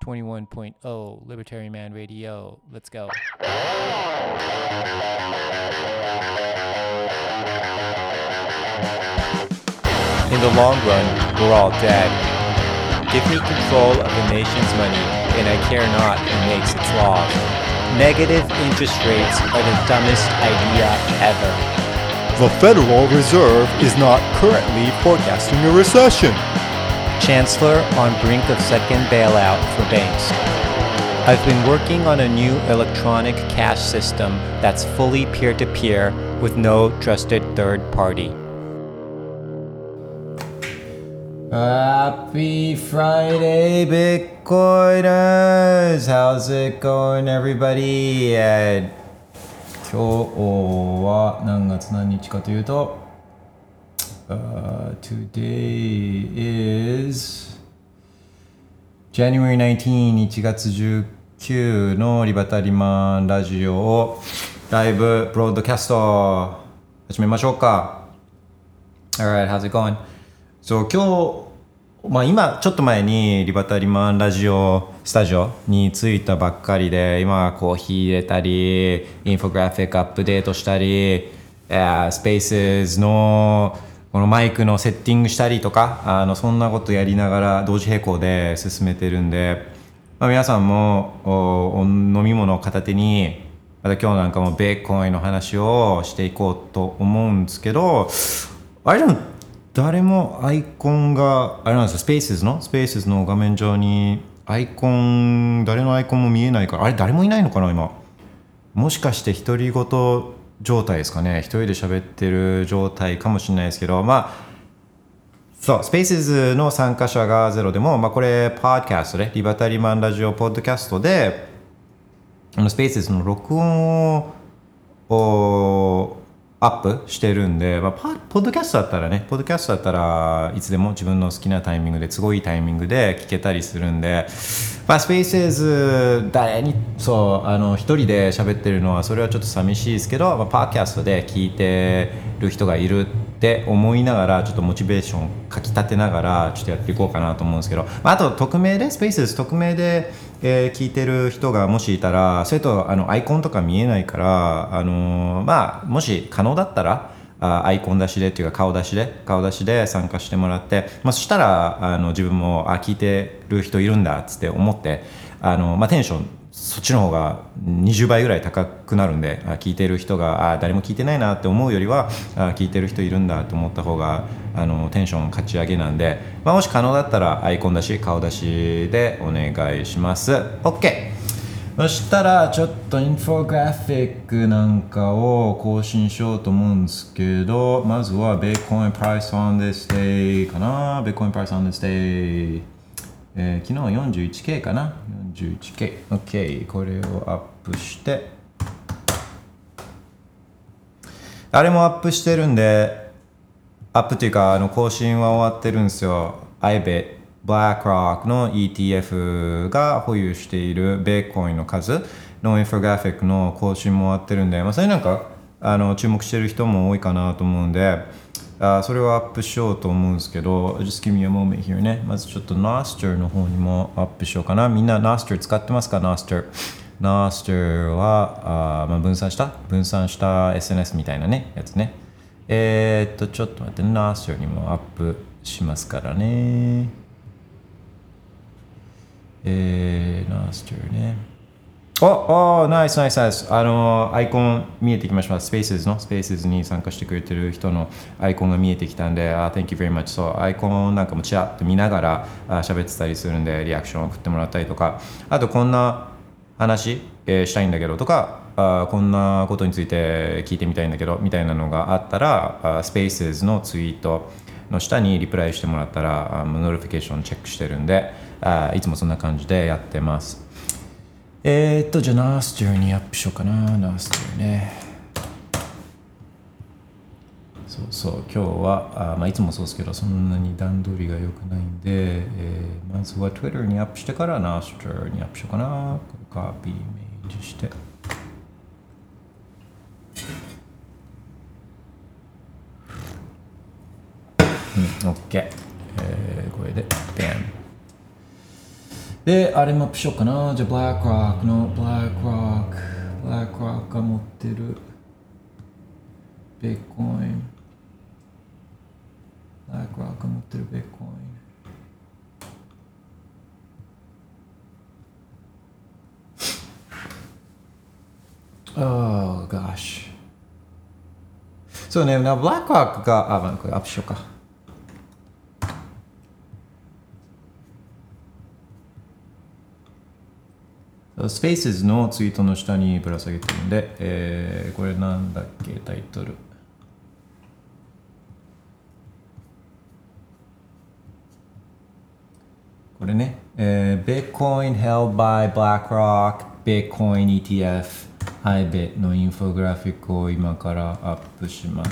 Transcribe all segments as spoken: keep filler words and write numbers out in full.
twenty-one point oh Libertarian Man Radio. Let's go. In the long run, we're all dead. Give me control of the nation's money, and I care not who makes its laws. Negative interest rates are the dumbest idea ever. The Federal Reserve is not currently forecasting a recession. Chancellor on brink of second bailout for banks. I've been working on a new electronic cash system that's fully peer-to-peer with no trusted third party. Happy Friday, Bitcoiners! How's it going, everybody? Uh, 今日は何月何日かというと、uh, Today is January nineteenth、いちがつじゅうくにちのリバタリマンラジオをライブブロードキャスト始めましょうか。Alright, how's it going? So 今日まあ、今ちょっと前にリバタリマンラジオスタジオに着いたばっかりで、今コーヒー入れたりインフォグラフィックアップデートしたり、スペースのこのマイクのセッティングしたりとか、あのそんなことやりながら同時並行で進めてるんで、まあ、皆さんもおお飲み物を片手にまた今日なんかもビットコインの話をしていこうと思うんですけど、あれでも誰もアイコンがあれなんですよ、スペースのスペースの画面上にアイコン、誰のアイコンも見えないから、あれ誰もいないのかな今。もしかして独り言状態ですかね。一人で喋ってる状態かもしれないですけど、まあそうスペースの参加者がゼロでも、まあこれポッドキャストでリバタリマンラジオポッドキャストであのスペースの録音をアップしてるんで、まあ、ポッドキャストだったらね、ポッドキャストだったらいつでも自分の好きなタイミングで、都合いいタイミングで聞けたりするんで、まあ、スペースズ誰にそうあの一人で喋ってるのはそれはちょっと寂しいですけど、まあ、ポッドキャストで聞いてる人がいるって思いながら、ちょっとモチベーションかき立てながらちょっとやっていこうかなと思うんですけど、まあ、あと匿名でスペースズ匿名でえー、聞いてる人がもしいたら、それとあのアイコンとか見えないから、あのー、まあもし可能だったらあアイコン出しでっていうか顔出しで顔出しで参加してもらって、まあ、そしたらあの自分もあ聞いてる人いるんだっつって思って、あの、まあ、テンションそっちの方がにじゅうばいぐらい高くなるんで、あ聞いてる人があ誰も聞いてないなって思うよりは、あ聞いてる人いるんだと思った方があのテンション勝ち上げなんで、まあ、もし可能だったらアイコン出し顔出しでお願いします。 OK。 そしたらちょっとインフォグラフィックなんかを更新しようと思うんですけど、まずは Bitcoin Price on this day かな。 Bitcoin Price on this day、えー、昨日は よんじゅういちケー かな。 よんじゅういちケー。 OK、 これをアップして、あれもアップしてるんで、アップっていうかあの更新は終わってるんですよ。 アイビット、 BlackRock の イーティーエフ が保有しているベーコインの数のインフォグラフィックの更新も終わってるんで、まあ、それなんかあの注目してる人も多いかなと思うんで、あそれをアップしようと思うんですけど、 Just give me a moment here ね。まずちょっと Nostr の方にもアップしようかな。みんな Nostr 使ってますか？ Nostr Nostr はあ、まあ、分散した分散した エスエヌエス みたいなねやつね。えー、っとちょっと待って、 Nostr にもアップしますからね。えー、Nostr ね。おお、ナイスナイスナイス。あのアイコン見えてきました。スペースのスペースに参加してくれてる人のアイコンが見えてきたんで、あ、Thank you very much。そう、アイコンなんかもちらっと見ながらあ喋ってたりするんで、リアクションを送ってもらったりとか、あとこんな話、えー、したいんだけどとか、あこんなことについて聞いてみたいんだけどみたいなのがあったら、スペースのツイートの下にリプライしてもらったら、あノリフィケーションチェックしてるんで、あいつもそんな感じでやってます。えーっと、じゃあ Nostr にアップしようかな。Nostr ね。そうそう、今日は、あまあ、いつもそうですけど、そんなに段取りが良くないんで、えー、まずは Twitter にアップしてから Nostr にアップしようかな。これコピーイメージして。うん、OK。えー、これで、バン。 で、あれもアップしようかな。じゃあ、BlackRock の BlackRock、BlackRock が持ってる Bitcoin。BlackRock が持ってる Bitcoin。Oh gosh。そうね、な BlackRock が、あ、まあ、これアップしようか。スペースズのツイートの下にぶら下げてるんで、えー、これなんだっけ、タイトル。これね、えー、Bitcoin held by BlackRock Bitcoin イーティーエフ アイビット のインフォグラフィックを今からアップします。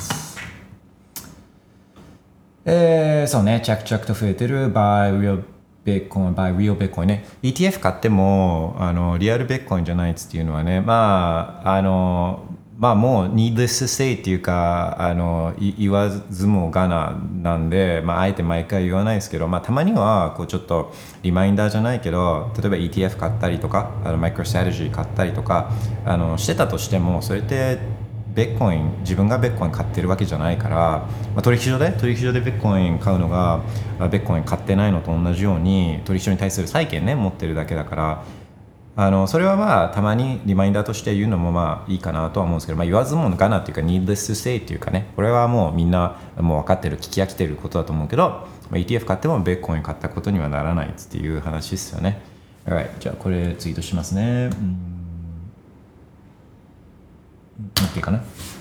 えー、そうね、着々と増えてる by real Bitcoin by real Bitcoin ね。イーティーエフ 買ってもあのリアル Bitcoin じゃないっていうのはね、まああのまあもう needless to say っていうかあの言わずもがななんで、まああえて毎回言わないですけど、まあたまにはこうちょっとリマインダーじゃないけど、例えば イーティーエフ 買ったりとか、あのマイクロストラテジー買ったりとかあのしてたとしても、それってベッコイン自分がベッコイン買ってるわけじゃないから、まあ、取引所で取引所でベッコイン買うのがベッコイン買ってないのと同じように取引所に対する債券ね持ってるだけだから、あのそれはまあたまにリマインダーとして言うのもまあいいかなとは思うんですけど、まあ、言わずもがなっていうか needless to say っていうかね、これはもうみんなもう分かってる聞き飽きてることだと思うけど、まあ、イーティーエフ 買ってもベッコイン買ったことにはならないっていう話ですよね。はい、じゃあこれツイートしますね。うん、OK かな。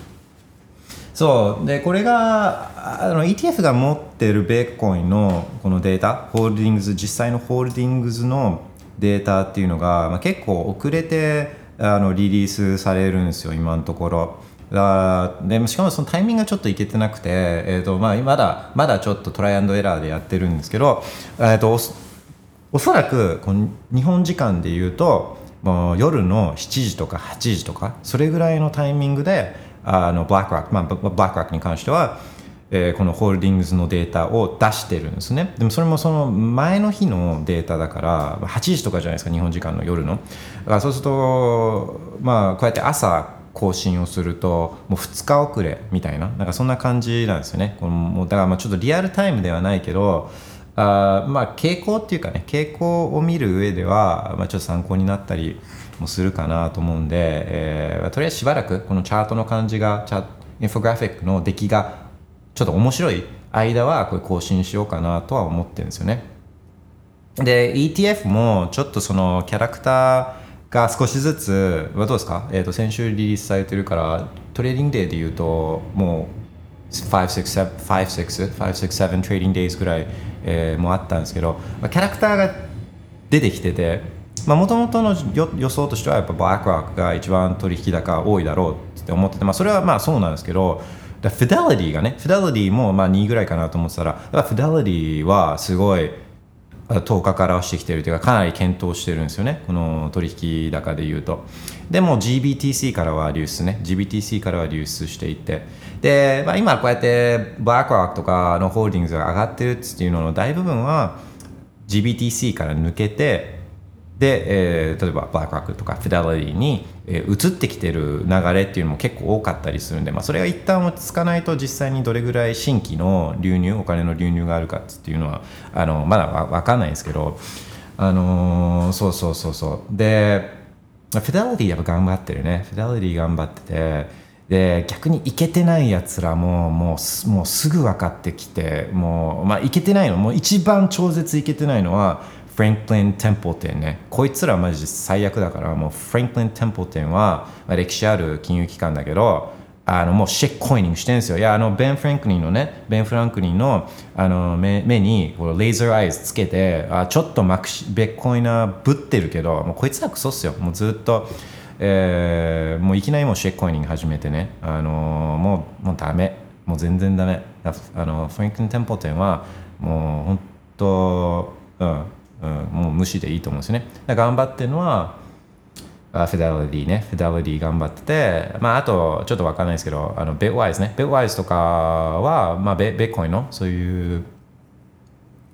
そうで、これがあの イーティーエフ が持ってるベッコインのこのデータ、ホールディングズ、実際のホールディングズのデータっていうのが、まあ、結構遅れてあのリリースされるんですよ今のところ。だでしかもそのタイミングがちょっといけてなくて、えーとまあ、まだまだちょっとトライアンドエラーでやってるんですけど、えーと お, おそらくこの日本時間でいうともう夜のしちじとかはちじとかそれぐらいのタイミングであの BlackRock、まあ、BlackRock に関しては、えー、このホールディングスのデータを出してるんですね。でもそれもその前の日のデータだからはちじとかじゃないですか、日本時間の夜の。だからそうするとまあこうやって朝更新をするともうふつか遅れみたいな、なんかそんな感じなんですよね。このもうだからまあちょっとリアルタイムではないけど、あまあ傾向っていうかね、傾向を見る上では、まあ、ちょっと参考になったりもするかなと思うんで、えー、とりあえずしばらくこのチャートの感じがチャインフォグラフィックの出来がちょっと面白い間はこれ更新しようかなとは思ってるんですよね。で イーティーエフ もちょっとそのキャラクターが少しずつどうですか、えー、と先週リリースされてるからトレーディングデーでいうともうご、ろく、なな、ご、ろく、なな、ななトレーディングデイズぐらい、えー、もあったんですけど、まあ、キャラクターが出てきてて、もともとの予想としてはやっぱ BlackRock が一番取引高多いだろうって思ってて、まあ、それはまあそうなんですけど、フィデリティがね、フィデリティもまあにいぐらいかなと思ってたら、フィデリティはすごいとおかからしてきてるというか、かなり検討してるんですよね、この取引高でいうと。でも ジービーティーシー からは流出ね、ジービーティーシー からは流出していて、で、まあ、今こうやって BlackRock とかのホールディングスが上がってるっていうのの大部分は ジービーティーシー から抜けて、で、えー、例えば BlackRock とか Fidelity に、えー、移ってきてる流れっていうのも結構多かったりするんで、まあ、それが一旦落ち着かないと実際にどれぐらい新規の流入、お金の流入があるかっていうのはあのまだ分かんないんですけど、あのー、そうそうそうそうで Fidelity やっぱ頑張ってるね。 Fidelity 頑張ってて、で逆にいけてないやつらももう、もうすぐ分かってきて、もう、まあ、いけてないのもう一番超絶いけてないのはフランクリン・テンプルトンね。こいつらマジで最悪だから、もうフランクリン・テンプルトンは、まあ、歴史ある金融機関だけど、あのもうシェックコイニングしてるんですよ。いや、あのベン・フランクリンのね、ベン・フランクリンの、あの 目, 目にこうレーザーアイズつけて、あちょっとマクシベッコイナーぶってるけど、もうこいつらクソっすよ。もうずっと、えー、もういきなりもうシェックコイニング始めてね、あのもうもうダメ、もう全然ダメ。あのフランクリン・テンプルトンはもう本当、うんうん、もう無視でいいと思うんですよね。頑張ってるのはフィデリティね、フィデリティ頑張ってて、まあ、あとちょっと分かんないですけど、あのベットワイズね、ベットワイズとかは、まあ、ベッコインのそういう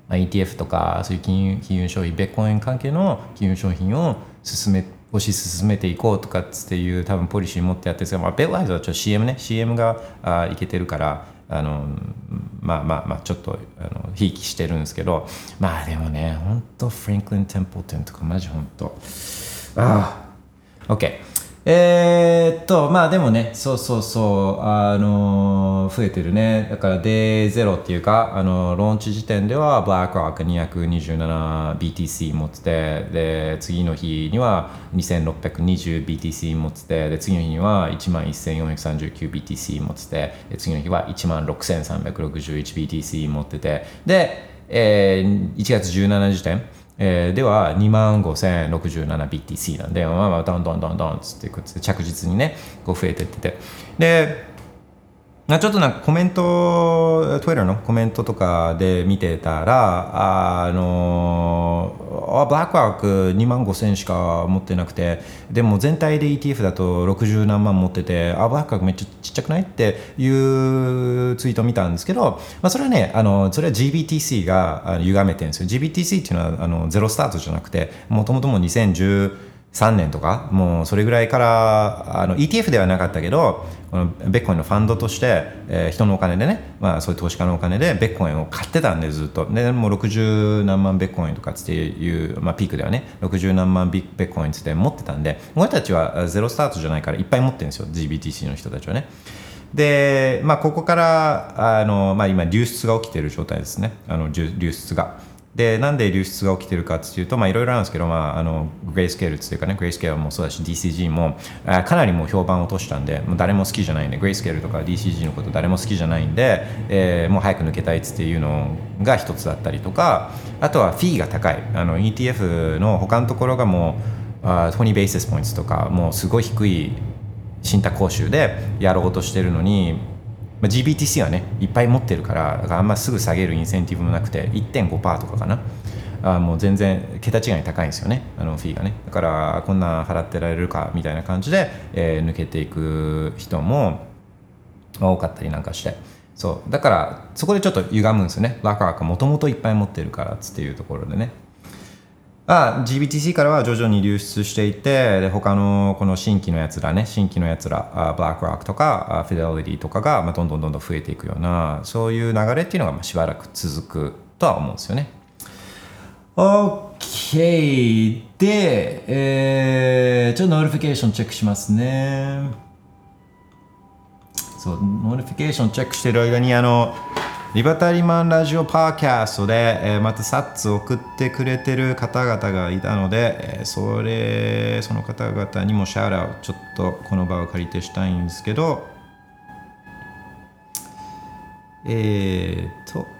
まあ、イーティーエフ とかそういう金融、金融商品、ベッコイン関係の金融商品を進め推し進めていこうとかっていう多分ポリシー持ってやってるんですが、まあ、ベッワイズはちょっと シーエム ね シーエム があいけてるからあのまあまあまあちょっとあのひいきしてるんですけど、まあでもね本当フランクリン・テンプルトンとかマジ本当ああ OKえー、っとまあでもねそうそうそうあの増えてるね。だから デイゼロ っていうかあのローンチ時点では BlackRock にひゃくにじゅうななビーティーシー 持っててで次の日には にせんろっぴゃくにじゅうビーティーシー 持っててで次の日にはいちまんせんよんひゃくさんじゅうきゅうビーティーシー 持っててで次の日はいちまんろくせんさんびゃくろくじゅういちビーティーシー 持っててで、えー、いちがつじゅうしちにち時点えー、では にまんごせんろくじゅうななビーティーシー なんで、まあまあ、どんどんどんどんつって着実にね、こう増えていってて。で、ちょっとなんかコメント、Twitter のコメントとかで見てたら、あの、あ、ブラックロックにまんごせんしか持ってなくて、でも全体で イーティーエフ だとろくじゅうなんまん持ってて、あ、ブラックロックめっちゃちっちゃくないっていうツイートを見たんですけど、まあそれはね、あの、それは ジービーティーシー が歪めてるんですよ。ジービーティーシー っていうのはあのゼロスタートじゃなくて、もともともにせんじゅうさんねんとかもうそれぐらいからあの イーティーエフ ではなかったけどこのベッコインのファンドとして、えー、人のお金でね、まあ、そういう投資家のお金でベッコインを買ってたんでずっとでもうろくじゅうなんまんベッコインとかっていう、まあ、ピークではねろくじゅうなんまんベッコインって持ってたんで俺たちはゼロスタートじゃないからいっぱい持ってるんですよ ジービーティーシー の人たちはね。で、まあ、ここからあの、まあ、今流出が起きている状態ですねあの流出が。でなんで流出が起きてるかっていうといろいろあるんですけど、まあ、あのグレイスケールっていうかねグレイスケールもそうだし ディーシージー もあかなりもう評判を落としたんでもう誰も好きじゃないんでグレイスケールとか ディーシージー のこと誰も好きじゃないんで、えー、もう早く抜けたいっていうのが一つだったりとかあとはフィーが高いあの イーティーエフ の他のところがもうあにじゅうベーシスポイントとかもうすごい低い信託報酬でやろうとしてるのにまあ、ジービーティーシー はねいっぱい持ってるからだからあんますぐ下げるインセンティブもなくて いってんごパーセント とかかなあもう全然桁違いに高いんですよねあのフィーがねだからこんな払ってられるかみたいな感じで、えー、抜けていく人も多かったりなんかしてそうだからそこでちょっと歪むんですよねブラックロックもともといっぱい持ってるからっていうところでねあ ジービーティーシー からは徐々に流出していてで他のこの新規のやつらね新規のやつらブラックロックとかフィデリティとかが、まあ、どんどんどんどん増えていくようなそういう流れっていうのがまあしばらく続くとは思うんですよね。OK で、えー、ちょっとノーティフィケーションチェックしますね。そうノーティフィケーションチェックしてる間にあのリバタリマンラジオパーキャストで、えー、またサッツを送ってくれてる方々がいたので、えー、それその方々にもシャウトアウトちょっとこの場を借りてしたいんですけどえー、っと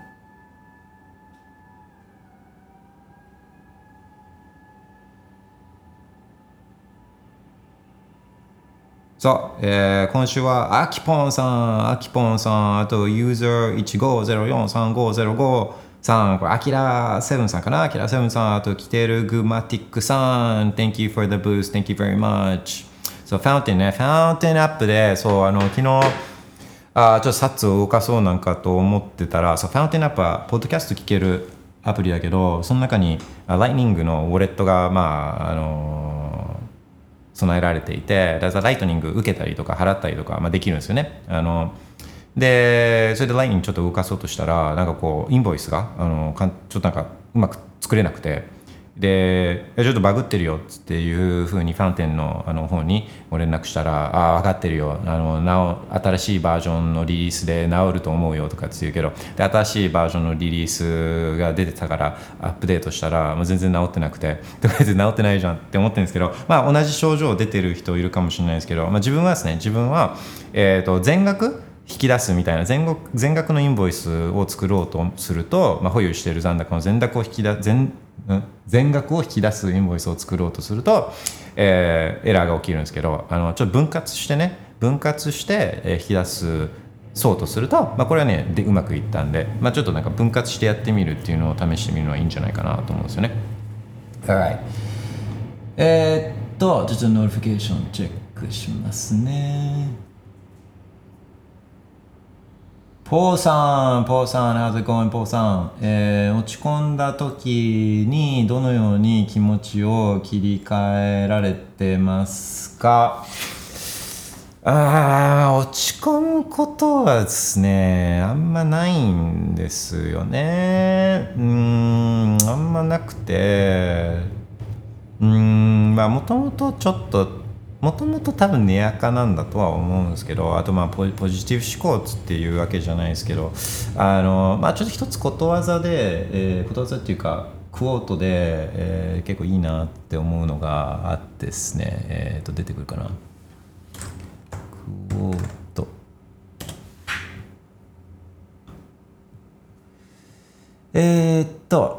そう、えー、今週はアキポンさん、アキポンさん、あとユーザーいちごゼロよんさんごゼロごさん、これアキラセブンさんかな、アキラセブンさん、あとキテルグマティックさん、Thank you for the boost, thank you very much。そう、ファウンテンね、ファウンテンアップで、そう、あの、昨日、あちょっとサッツを動かそうなんかと思ってたら、そう、ファウンテンアップは、ポッドキャスト聞けるアプリだけど、その中に、ライトニングのウォレットが、まあ、あのー備えられていてだからライトニング受けたりとか払ったりとか、まあ、できるんですよねあのでそれでライトニングちょっと動かそうとしたらなんかこうインボイスがあのかんちょっとなんかうまく作れなくてでちょっとバグってるよっていうふうにファウンテン の, あの方にご連絡したらああ分かってるよあのなお新しいバージョンのリリースで治ると思うよとかって言うけどで新しいバージョンのリリースが出てたからアップデートしたらもう全然治ってなくてとりあえず治ってないじゃんって思ってるんですけど、まあ、同じ症状出てる人いるかもしれないですけど、まあ、自分はですね自分は、えー、と全額引き出すみたいな 全, 全額のインボイスを作ろうとすると、まあ、保有している残高の全額を引き出全全額を引き出すインボイスを作ろうとすると、えー、エラーが起きるんですけどあのちょっと分割してね分割して、えー、引き出すそうとすると、まあ、これはねでうまくいったんで、まあ、ちょっとなんか分割してやってみるっていうのを試してみるのはいいんじゃないかなと思うんですよね。Alright えー、っとちょっとノーティフィケーションチェックしますね。 ポーさん、ポーさん、how's it going、ポーさん、えー、落ち込んだ時にどのように気持ちを切り替えられてますか？あー、落ち込むことはですね、あんまないんですよね。うーん、あんまなくて、うーん、まあもともとちょっともともと多分根やかなんだとは思うんですけど、あとまあポジ、ポジティブ思考っていうわけじゃないですけど、あのまあちょっと一つことわざで、えー、ことわざっていうかクォートで、えー、結構いいなって思うのがあってですね、えー、と出てくるかな。クォート。えー、っと。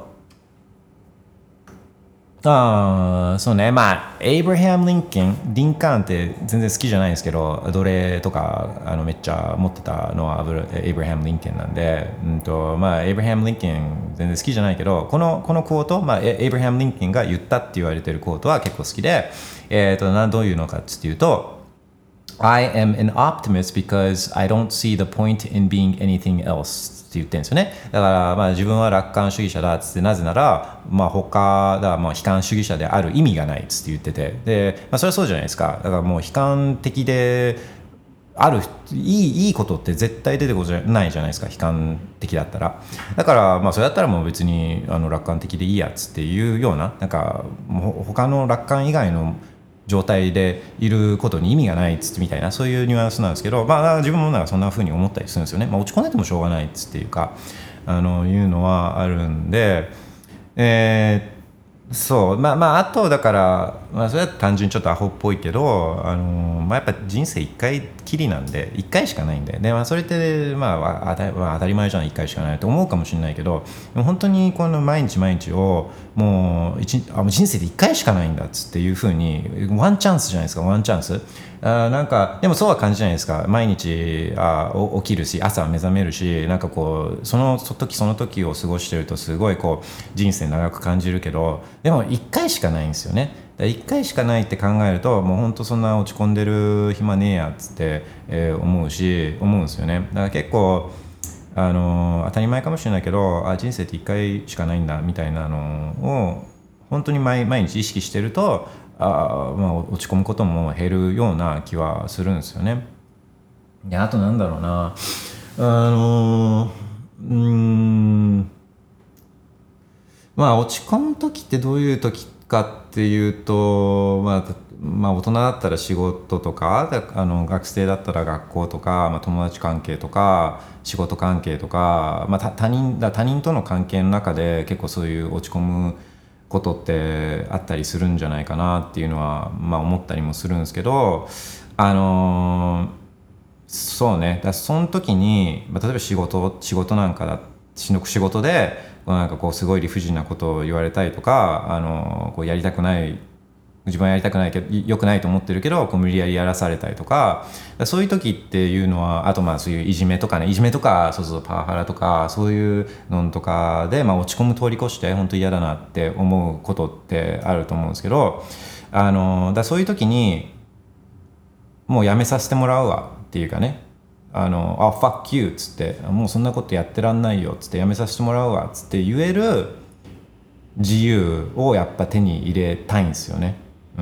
ああ、そうね。まあ、エイブラハム・リンコン、リンカーンって全然好きじゃないんですけど、奴隷とかあのめっちゃ持ってたのはエイブラハム・リンコンなんで、うんとまあ、エイブラハム・リンコン全然好きじゃないけど、このこのクォート、まあ、エイブラハム・リンコンが言ったって言われてるクォートは結構好きで、えー、となどういうのかっていうと、I am an optimist because I don't see the point in being anything else って言ってるんですよね。だからまあ自分は楽観主義者だっつって、なぜならまあ他だまあ悲観主義者である意味がないっつって言ってて、で、まあ、それはそうじゃないですか。だからもう悲観的であるいいいいことって絶対出てこないじゃないですか、悲観的だったら。だからまあそれだったらもう別にあの楽観的でいいやつっていうような、なんかもう他の楽観以外の状態でいることに意味がないっつってみたいな、そういうニュアンスなんですけど、まあ自分もなんかそんな風に思ったりするんですよね。まあ落ち込んでてもしょうがないっつっていうか、あのいうのはあるんで、えーそうまあまああとだから、まあ、それは単純にちょっとアホっぽいけど、あのーまあ、やっぱ人生一回きりなんで一回しかないんで、で、まあ、それってまあ当たり、まあ、当たり前じゃん、一回しかないと思うかもしれないけど、本当にこの毎日毎日をもう一あもう人生で一回しかないんだっつっていう風にワンチャンスじゃないですか、ワンチャンス。あなんかでもそうは感じないですか。毎日あ起きるし、朝目覚めるし、なんかこうその時その時を過ごしてるとすごいこう人生長く感じるけど、でもいっかいしかないんですよね。いっかいしかないって考えると、もう本当そんな落ち込んでる暇ねえやっつって、えー、思うし思うんですよね。だから結構あのー、当たり前かもしれないけど、あ人生っていっかいしかないんだみたいなのを本当に 毎, 毎日意識してると、あ、まあ、落ち込むことも減るような気はするんですよね。いやあとなんだろうな、あのー、うーんまあ落ち込む時ってどういう時かっていうと、まあ、まあ大人だったら仕事とか、あの学生だったら学校とか、まあ、友達関係とか仕事関係とか、まあ、他人だ他人との関係の中で結構そういう落ち込むことってあったりするんじゃないかなっていうのは、まあ、思ったりもするんですけど、あのー、そうね、だその時に、まあ、例えば仕事仕事なんかだ仕事でなんかこうすごい理不尽なことを言われたりとか、あのー、こうやりたくない自分はやりたくないけど良くないと思ってるけどこう無理やりやらされたりとか、そういう時っていうのは、あとまあそういういじめとかね、いじめとかそうそうパワハラとかそういうのとかで、まあ、落ち込む通り越して本当に嫌だなって思うことってあると思うんですけど、あのだそういう時にもうやめさせてもらうわっていうかね、あのあ fuck you っつって、もうそんなことやってらんないよっつってやめさせてもらうわっつって言える自由をやっぱ手に入れたいんですよね。うん、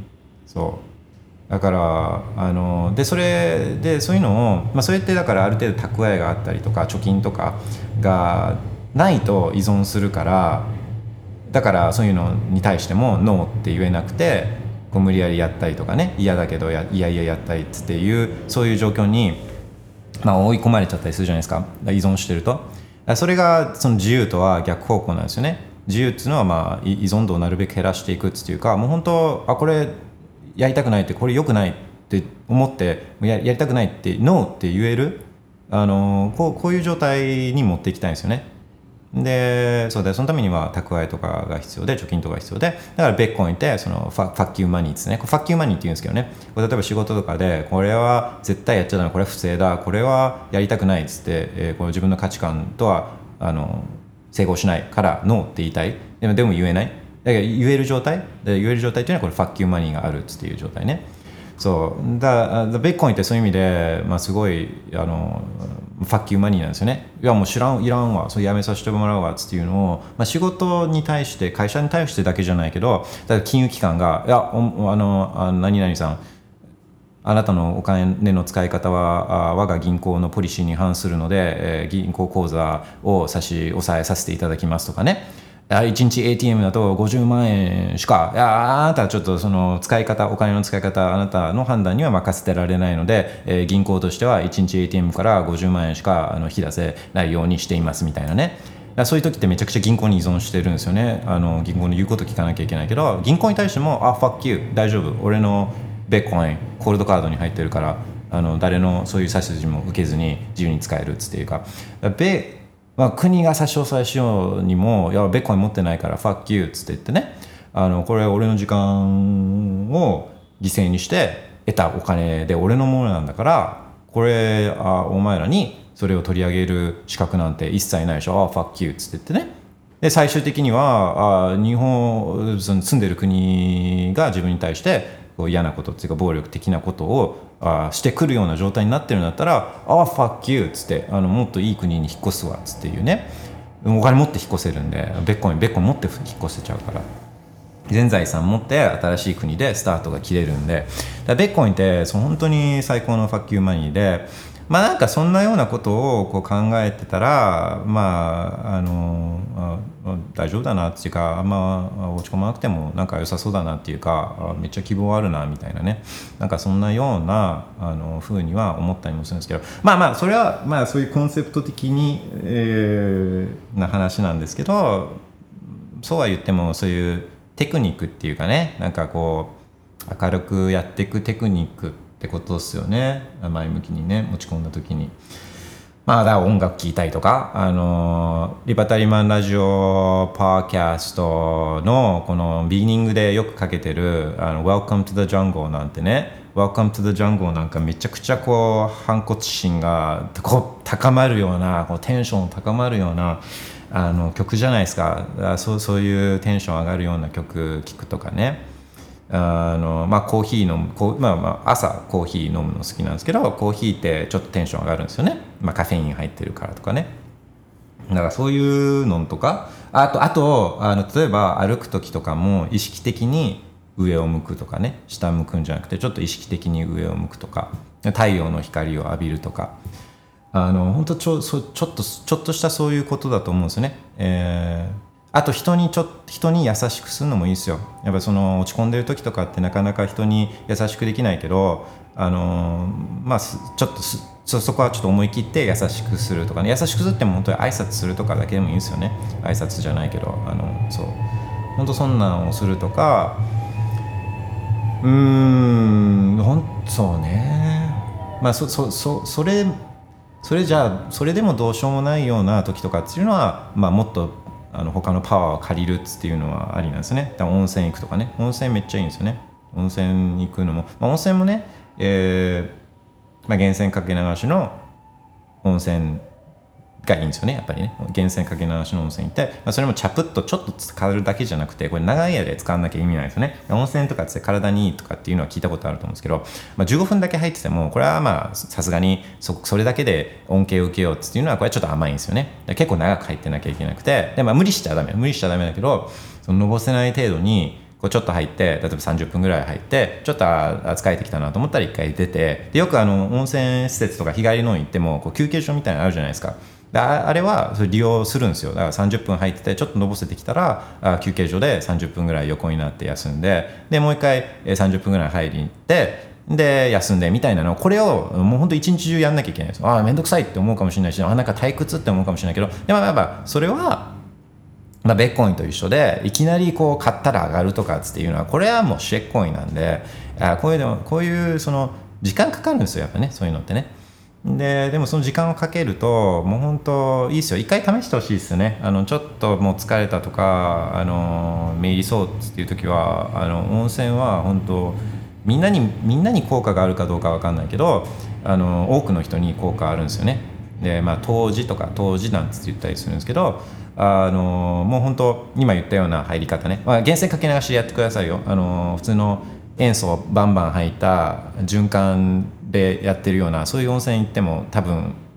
そうだからあのでそれでそういうのを、まあ、それってだからある程度蓄えがあったりとか貯金とかがないと依存するから、だからそういうのに対してもノーって言えなくて、こう無理やりやったりとかね、嫌だけどやいやいややったりっていうそういう状況に、まあ、追い込まれちゃったりするじゃないですか、依存してると。それがその自由とは逆方向なんですよね。自由っていうのはまあ依存度をなるべく減らしていくっていうか、もう本当あこれやりたくないって、これ良くないって思ってややりたくないってノーって言える、あのこうこういう状態に持っていきたいんですよね。でそうでそのためには蓄えとかが必要で貯金とかが必要で、だからベッコインってそのファファッキューマニーですね。ファッキューマニーって言うんですけどね、これ例えば仕事とかでこれは絶対やっちゃダメ、これは不正だ、これはやりたくないっつって、えー、こう自分の価値観とはあの整合しないからノーって言いたい、でもでも言えない、だから言える状態で言える状態っていうのはこれファッキューマニーがあるっていう状態ね。そうだだベッコインってそういう意味で、まあ、すごいあの、 ファッキューマニーなんですよね。いやもう知らんいらんわ、それやめさせてもらうわっていうのを、まあ、仕事に対して会社に対してだけじゃないけど、だから金融機関がいやおあのあ何々さんあなたのお金の使い方は我が銀行のポリシーに反するので、えー、銀行口座を差し押さえさせていただきますとかね。いちにち エーティーエム だとごじゅうまんえんしか、いやあなたはちょっとその使い方、お金の使い方、あなたの判断には任せてられないので、えー、銀行としてはいちにち エーティーエム からごじゅうまんえんしかあの引き出せないようにしていますみたいなね。そういう時ってめちゃくちゃ銀行に依存してるんですよね。あの銀行の言うこと聞かなきゃいけないけど、銀行に対してもあ、ファッキュー大丈夫、俺のベッコインコールドカードに入ってるから、あの誰のそういう指図も受けずに自由に使えるっつっていうか、ベまあ、国が差し押さえしようにも、いやベッコイン持ってないからファッキューっつって言ってね、あのこれ俺の時間を犠牲にして得たお金で俺のものなんだから、これあお前らにそれを取り上げる資格なんて一切ないでしょ、あファッキューっつって言ってね。で最終的にはあ日本住んでる国が自分に対してこう嫌なことっていうか暴力的なことをあしてくるような状態になってるんだったら、あファッキューっつってあのもっといい国に引っ越すわっつっていうね、お金持って引っ越せるんで、ベッコインベッコイン持って引っ越せちゃうから、全財産持って新しい国でスタートが切れるんで、だベッコインってその本当に最高のファッキューマニーで、まあなんかそんなようなことをこう考えてたら、まああのあ大丈夫だなっていうか、まあ落ち込まなくてもなんか良さそうだなっていうか、めっちゃ希望あるなみたいなね、なんかそんなようなあの風には思ったりもするんですけど、まあまあそれはまあそういうコンセプト的に、えー、な話なんですけど、そうは言ってもそういうテクニックっていうかね、なんかこう明るくやっていくテクニックってことですよね。前向きにね持ち込んだ時に、まあだから音楽聴いたりとか、あのリバタリマンラジオパーキャストのこのビギニングでよくかけてるあの Welcome to the Jungle なんてね、 Welcome to the Jungle なんかめちゃくちゃこう反骨心がこう高まるような、こうテンション高まるようなあの曲じゃないですか。そう、そういうテンション上がるような曲聴くとかね、あのまあコーヒー飲むこう、まあ、まあ朝コーヒー飲むの好きなんですけど、コーヒーってちょっとテンション上がるんですよね、まあ、カフェイン入ってるからとかね。だからそういうのとか、あとあとあの例えば歩く時とかも意識的に上を向くとかね、下向くんじゃなくてちょっと意識的に上を向くとか、太陽の光を浴びるとか、あの本当ちょ、ちょっとちょっとしたそういうことだと思うんですよね。えーあと人にちょ人に優しくするのもいいですよ。やっぱその落ち込んでる時とかってなかなか人に優しくできないけど、あのー、まあちょっとそ, そこはちょっと思い切って優しくするとかね、優しくするっても本当に挨拶するとかだけでもいいですよね。挨拶じゃないけど、あのそう本当そんなんをするとか、うーん本当そうね。まあそそそそれそれじゃあそれでもどうしようもないような時とかっていうのは、まあもっとあの他のパワーを借りるっていうのはありなんですね。だから温泉行くとかね、温泉めっちゃいいんですよね。温泉に行くのも、まあ、温泉もね、えーまあ、源泉かけ流しの温泉がいいんですよね。やっぱりね源泉かけ流しの温泉行って、まあ、それもチャプッとちょっと使うだけじゃなくて、これ長い間で使わなきゃ意味ないですよね。温泉とかって体にいいとかっていうのは聞いたことあると思うんですけど、まあ、じゅうごふんだけ入っててもこれはまあさすがに そ, それだけで恩恵を受けようっていうのはこれはちょっと甘いんですよね。結構長く入ってなきゃいけなくて、で、まあ、無理しちゃダメ無理しちゃダメだけど、そののぼせない程度にこうちょっと入って、例えばさんじゅっぷんぐらい入ってちょっと疲れてきたなと思ったらいっかい出て、でよくあの温泉施設とか日帰りの行ってもこう休憩所みたいなのあるじゃないですか。あれはそれ利用するんですよ。だからさんじゅっぷん入っててちょっとのぼせてきたら休憩所でさんじゅっぷんぐらい横になって休んで、でもう一回さんじゅっぷんぐらい入りに行ってで休んでみたいなの、これをもう本当一日中やんなきゃいけないです。ああめんどくさいって思うかもしれないし、あなんか退屈って思うかもしれないけど、でもやっぱそれはまあ、ベッコインと一緒で、いきなりこう買ったら上がるとかっていうのはこれはもうシェッコインなんで、あこういうのこういうその時間かかるんですよ、やっぱね、そういうのってね。ででもその時間をかけるともう本当いいですよ。一回試してほしいですよね。あのちょっともう疲れたとか、あのめいりそうっていう時はあの温泉は本当みんなにみんなに効果があるかどうかわかんないけど、あの多くの人に効果あるんですよね。でまあ湯治とか湯治なんて言ったりするんですけど、あのもう本当今言ったような入り方ね、まあ、源泉かけ流しでやってくださいよ。あの普通の塩素バンバン入った循環でやってるようなそういう温泉行っても多分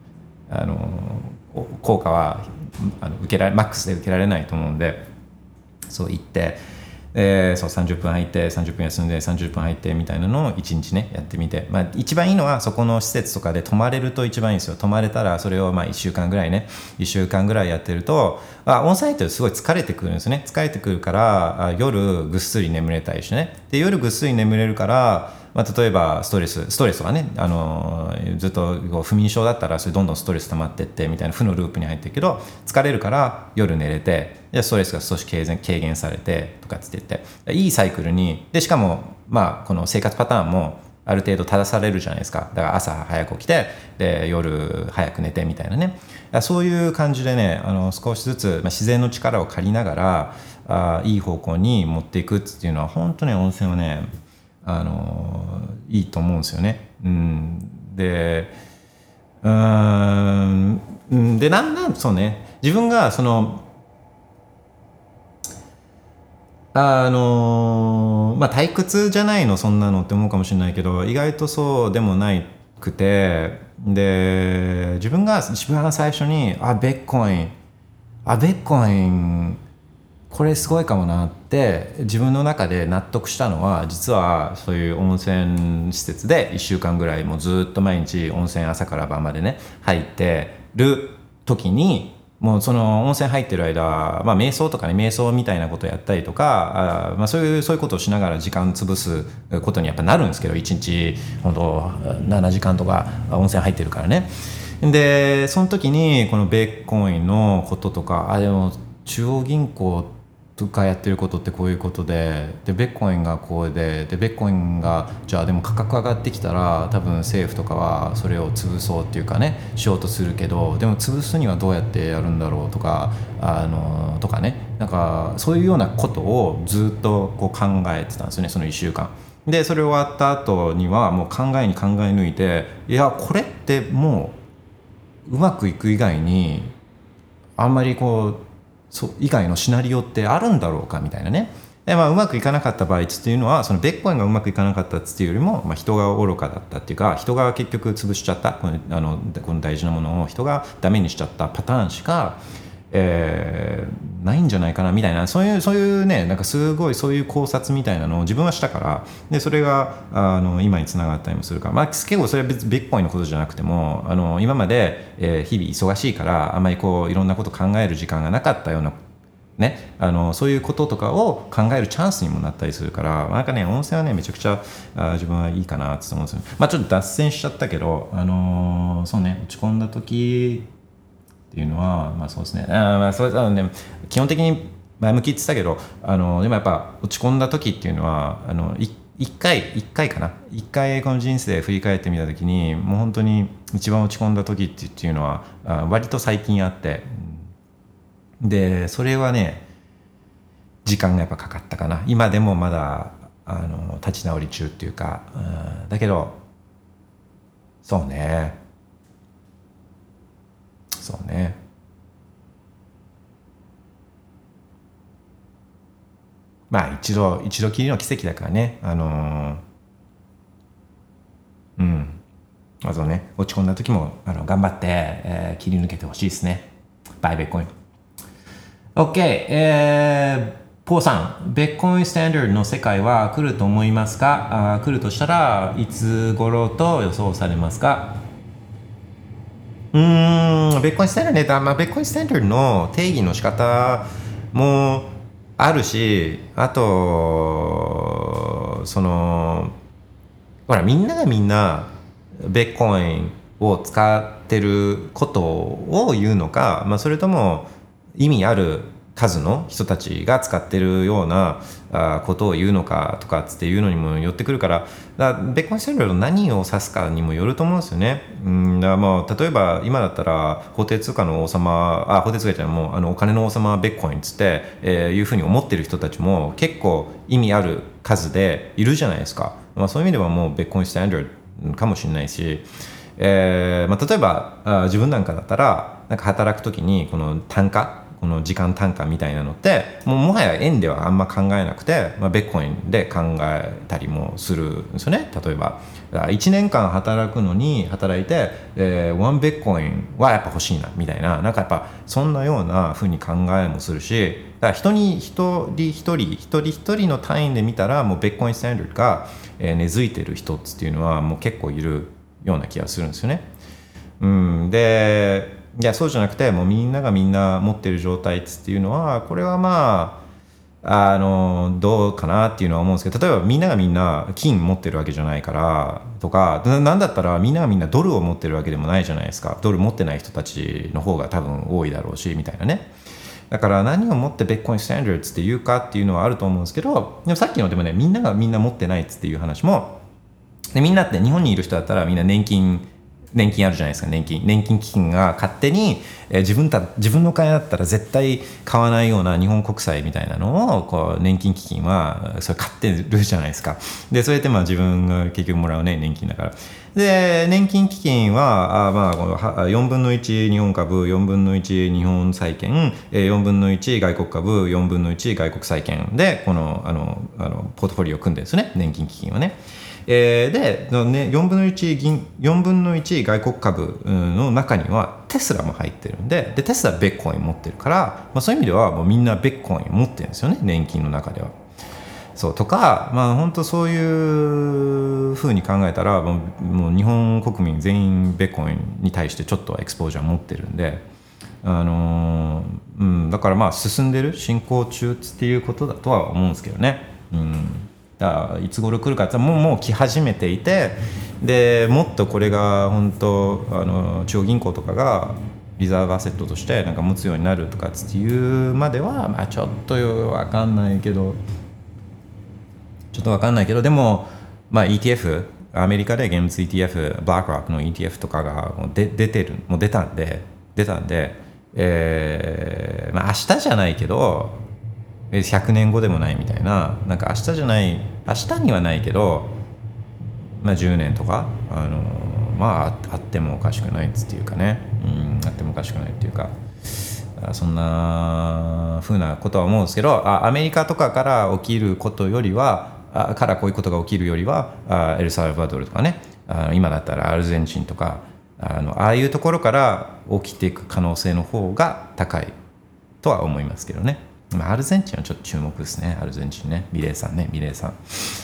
あの効果はあの受けられマックスで受けられないと思うんで、そう言って、えー、そうさんじゅっぷん入ってさんじゅっぷん休んでさんじゅっぷん入ってみたいなのをいちにちねやってみて、まあ、一番いいのはそこの施設とかで泊まれると一番いいんですよ。泊まれたらそれをまあいっしゅうかんぐらいねいっしゅうかんぐらいやってると、あ温泉入ってるとすごい疲れてくるんですね。疲れてくるからあ夜ぐっすり眠れたりしてね。で夜ぐっすり眠れるからまあ、例えばストレスストレスはね、あのー、ずっとこう不眠症だったらそれどんどんストレス溜まってってみたいな負のループに入ってるけど、疲れるから夜寝れて、でストレスが少し軽減軽減されてとかって言っていいサイクルにで、しかもまあこの生活パターンもある程度正されるじゃないですか。だから朝早く起きてで夜早く寝てみたいなね、そういう感じでね、あの少しずつ、まあ、自然の力を借りながらあいい方向に持っていくっていうのは本当に温泉はねあのいいと思うんですよね。うん、でうーんでなんなんそうね、自分がそのあのまあ退屈じゃないのそんなのって思うかもしれないけど、意外とそうでもないくて、で自分が一番最初にあベッコインあベッコインこれすごいかもなって自分の中で納得したのは、実はそういう温泉施設でいっしゅうかんぐらいもうずっと毎日温泉朝から晩までね入ってる時に、もうその温泉入ってる間、まあ、瞑想とかね瞑想みたいなことをやったりとか、あ、まあ、そういうそういうことをしながら時間潰すことにやっぱなるんですけど、いちにち本当ななじかんとか温泉入ってるからね。でその時にこのベッコインのこととか、あでも中央銀行とかやってることってこういうことで、でベッコインがこうで、でベッコインがじゃあでも価格上がってきたら多分政府とかはそれを潰そうっていうかねしようとするけど、でも潰すにはどうやってやるんだろうとかあのとかね、なんかそういうようなことをずっとこう考えてたんですよね、そのいっしゅうかんで。それ終わった後にはもう考えに考え抜いて、いやこれってもううまくいく以外にあんまりこうそう以外のシナリオってあるんだろうかみたいなね。で、まあ、うまくいかなかった場合っていうのはそのベッコインがうまくいかなかったっていうよりも、まあ、人が愚かだったっていうか、人が結局潰しちゃったこのあのこの大事なものを人がダメにしちゃったパターンしか、えー、ないんじゃないかなみたいな、そういうそういうね、なんかすごいそういう考察みたいなのを自分はしたから、でそれがあの今につながったりもするから、まあ、結構それは別にベッコインのことじゃなくても、あの今まで、えー、日々忙しいからあんまりこういろんなこと考える時間がなかったようなね、あのそういうこととかを考えるチャンスにもなったりするから、なんかね温泉はねめちゃくちゃあ自分はいいかなって思うんですよ。まあちょっと脱線しちゃったけど、あのー、そうね落ち込んだ時っていうのはまあそうですね、あまあそれあのね基本的に前向きって言ってたけど、あのでもやっぱ落ち込んだ時っていうのはあのい一回一回かな一回この人生振り返ってみた時に、もう本当に一番落ち込んだ時っていうのはあ割と最近あって。でそれはね時間がやっぱかかったかな。今でもまだあの立ち直り中っていうか、うん、だけどそうねそうねまあ一度一度きりの奇跡だからね、あのー、うんまずはね落ち込んだ時もあの頑張って、えー、切り抜けてほしいですね。バイベッコインOK、えー、ポーさん、ベッコインスタンダードの世界は来ると思いますか？あ来るとしたらいつ頃と予想されますか？うーん、ベッコインスタンダードね、まあ、ベッコインスタンダードの定義の仕方もあるし、あとそのほらみんながみんなベッコインを使ってることを言うのか、まあ、それとも意味ある数の人たちが使ってるようなことを言うのかとかっていうのにもよってくるから、だからベッコインスタンダードの何を指すかにもよると思うんですよね。うんだからまあ例えば今だったら法定通貨の王様あ法定通貨じゃないもうあのお金の王様はベッコインっつって、えー、いうふうに思ってる人たちも結構意味ある数でいるじゃないですか。まあ、そういう意味ではもうベッコインスタンダードかもしれないし、えーまあ、例えばあ自分なんかだったらなんか働くときにこの単価ここの時間単価みたいなのってもうもはや円ではあんま考えなくて、まあ、ベッコインで考えたりもするんですよね。例えばいちねんかん働くのに働いて、えー、ワンベッコインはやっぱ欲しいなみたいな、なんかやっぱそんなような風に考えもするし、だから人に一人一人一人一人の単位で見たらもうベッコインスタンダードが、えー、根付いてる人っていうのはもう結構いるような気がするんですよね。うん、でいやそうじゃなくてもうみんながみんな持ってる状態っていうのはこれはまああのどうかなっていうのは思うんですけど、例えばみんながみんな金持ってるわけじゃないからとか、なんだったらみんながみんなドルを持ってるわけでもないじゃないですか。ドル持ってない人たちの方が多分多いだろうしみたいなね。だから何をもってベッコインスタンダードっていうかっていうのはあると思うんですけど、でもさっきのでもね、みんながみんな持ってないっていう話もで、みんなって日本にいる人だったらみんな年金年金あるじゃないですか。年金年金基金が勝手に、えー、自分た自分の金だったら絶対買わないような日本国債みたいなのをこう年金基金はそれ買ってるじゃないですか。でそれってまあ自分が結局もらうね年金だから。で年金基金はあまあこのよんぶんのいち日本株、よんぶんのいち日本債券、よんぶんのいち外国株、よんぶんのいち外国債券でこのあのあのポートフォリオを組んでるんですね、年金基金はね。えー、で、ね、よんぶんのいち銀よんぶんのいち外国株の中にはテスラも入ってるんで、でテスラベッコイン持ってるから、まあ、そういう意味ではもうみんなベッコイン持ってるんですよね、年金の中では。そうとか、まあ本当そういう風に考えたらもう、もう日本国民全員ベッコインに対してちょっとはエクスポージャー持ってるんで、あのーうん、だからまあ進んでる進行中っていうことだとは思うんですけどね。うんだからいつ頃来るかってもうもう来始めていて、でもっとこれが本当あの中央銀行とかがリザーブアセットとしてなんか持つようになるとかっていうまでは、まあ、ちょっと分かんないけどちょっと分かんないけどでも、まあ、イーティーエフ アメリカで現物 イーティーエフ ブラックロックの イーティーエフ とかがもうで出てるもう出たんで出たんで、えーまあ、明日じゃないけどひゃくねんごでもないみたいな、なんか明日じゃない明日にはないけど、まあ、じゅうねんとかあのまああってもおかしくないっていうかね、うんあってもおかしくないっていうか、そんな風なことは思うんですけど、あアメリカとかから起きることよりはあからこういうことが起きるよりはあエルサルバドルとかね、あ今だったらアルゼンチンとかあのああいうところから起きていく可能性の方が高いとは思いますけどね。まあ、アルゼンチンはちょっと注目ですね。アルゼンチンね。ミレイさんね。ミレイさん。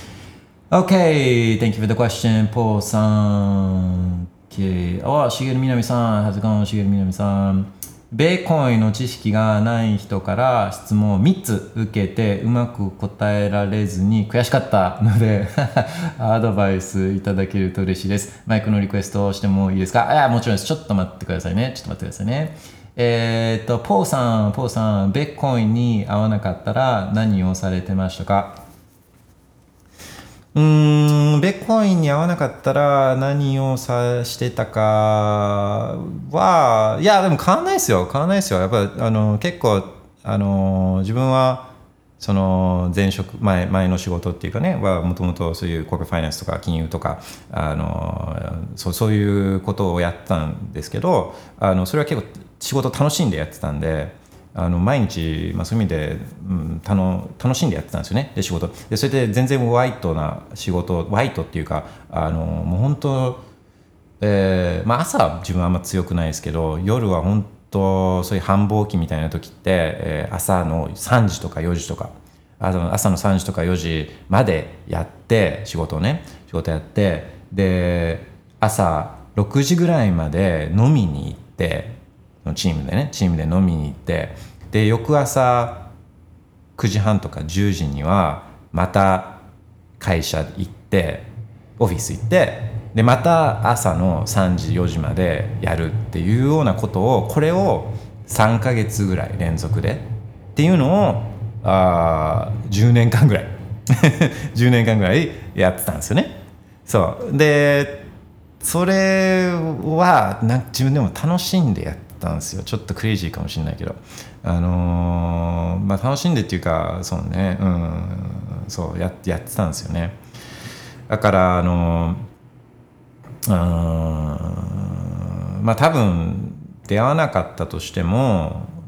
Okay, thank you for the question, ポーさん。Okay. あ、しげるみなみさん。はずかん、しげるみなみさん。ベーコインの知識がない人から質問をみっつ受けてうまく答えられずに悔しかったのでアドバイスいただけると嬉しいです。マイクのリクエストをしてもいいですか？あ、いやもちろんです。ちょっと待ってくださいね。ちょっと待ってくださいね。えー、っとポーさんポーさんベッコインに合わなかったら何をされてましたか？ うーんベッコインに合わなかったら何をさしてたかはいやでも変わんないですよ変わんないですよ。やっぱあの結構あの自分はその前職前前の仕事っていうかねはもともとそういうコーポレートファイナンスとか金融とかあのそうそういうことをやったんですけど、あのそれは結構仕事楽しんでやってたんで、あの毎日、まあ、そういう意味で、うん、たの楽しんでやってたんですよね。で仕事でそれで全然ワイトな仕事ワイトっていうかあのもう本当、えーまあ、朝は自分はあんま強くないですけど夜は本当そういう繁忙期みたいな時って、えー、朝のさんじとかよじとかあの朝のさんじとかよじまでやって仕事をね仕事やってで朝ろくじぐらいまで飲みに行ってチームでねチームで飲みに行ってで翌朝くじはんとかじゅうじにはまた会社行ってオフィス行ってでまた朝のさんじよじまでやるっていうようなことをこれをさんかげつぐらい連続でっていうのをあじゅうねんかんぐらいじゅうねんかんぐらいやってたんですよね。そうでそれはなん自分でも楽しんでやってたんですよ。ちょっとクレイジーかもしれないけどあのー、まあ楽しんでっていうかそうねうんそう や, やってたんですよね。だからあのー、あまあ多分出会わなかったとしても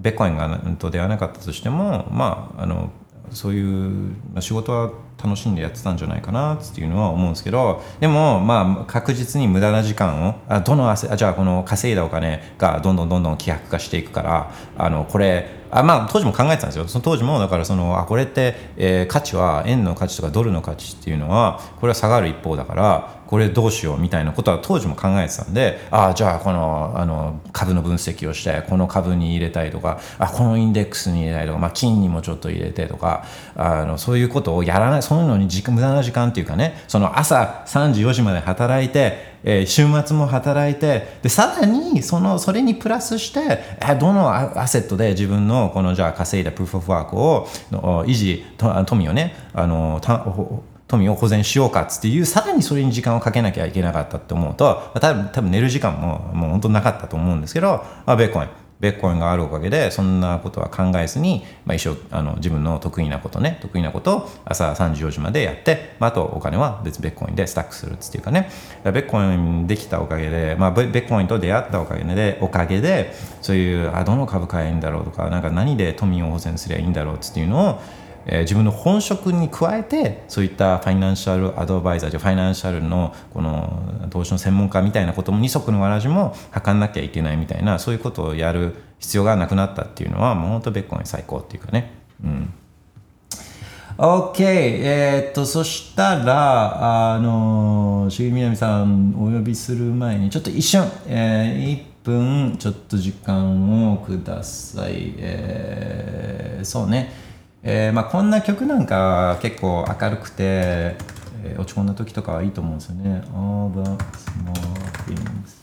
ベッコインがとではなかったとしても、まあ、あのそういう仕事は楽しんでやってたんじゃないかなっていうのは思うんですけど、でもまあ確実に無駄な時間をあどのあじゃあこの稼いだお金がどんどんどんどん希薄化していくから、あのこれあまあ当時も考えてたんですよ。その当時もだからそのあこれって、えー、価値は円の価値とかドルの価値っていうのはこれは下がる一方だからこれどうしようみたいなことは当時も考えてたんで、あじゃあこのあの株の分析をしてこの株に入れたいとか、あこのインデックスに入れたいとか、まあ、金にもちょっと入れてとか、あのそういうことをやらない、そういうのに時間無駄な時間っていうかね、その朝さんじよじまで働いて、えー、週末も働いて、でさらにそのそれにプラスして、えー、どのアセットで自分のこのじゃあ稼いだプルーフオブワークをの維持と富をねあのた富を保全しようかっていう、さらにそれに時間をかけなきゃいけなかったって思うと、多分多分寝る時間ももう本当なかったと思うんですけど、あベッコインベッコインがあるおかげでそんなことは考えずに、まあ、一生あの自分の得意なことね得意なことを朝さんじよじまでやって、まあ、あとお金は別ベッコインでスタックするっていうかね、ベッコインできたおかげで、まあ、ベッコインと出会ったおかげでおかげでそういうあどの株買えばいいんだろうとか、なんか何で富を保全すればいいんだろうっていうのをえー、自分の本職に加えてそういったファイナンシャルアドバイザー、ファイナンシャルのこの投資の専門家みたいなことも二足のわらじも測んなきゃいけないみたいな、そういうことをやる必要がなくなったっていうのはもう本当ベッコイン最高っていうかね。うん。OK、えー、っとそしたらあのしげみなみさんお呼びする前にちょっと一瞬、えー、いっぷんちょっと時間をください。えー、そうね。えーまあ、こんな曲なんか結構明るくて、えー、落ち込んだ時とかはいいと思うんですよね。All the small things.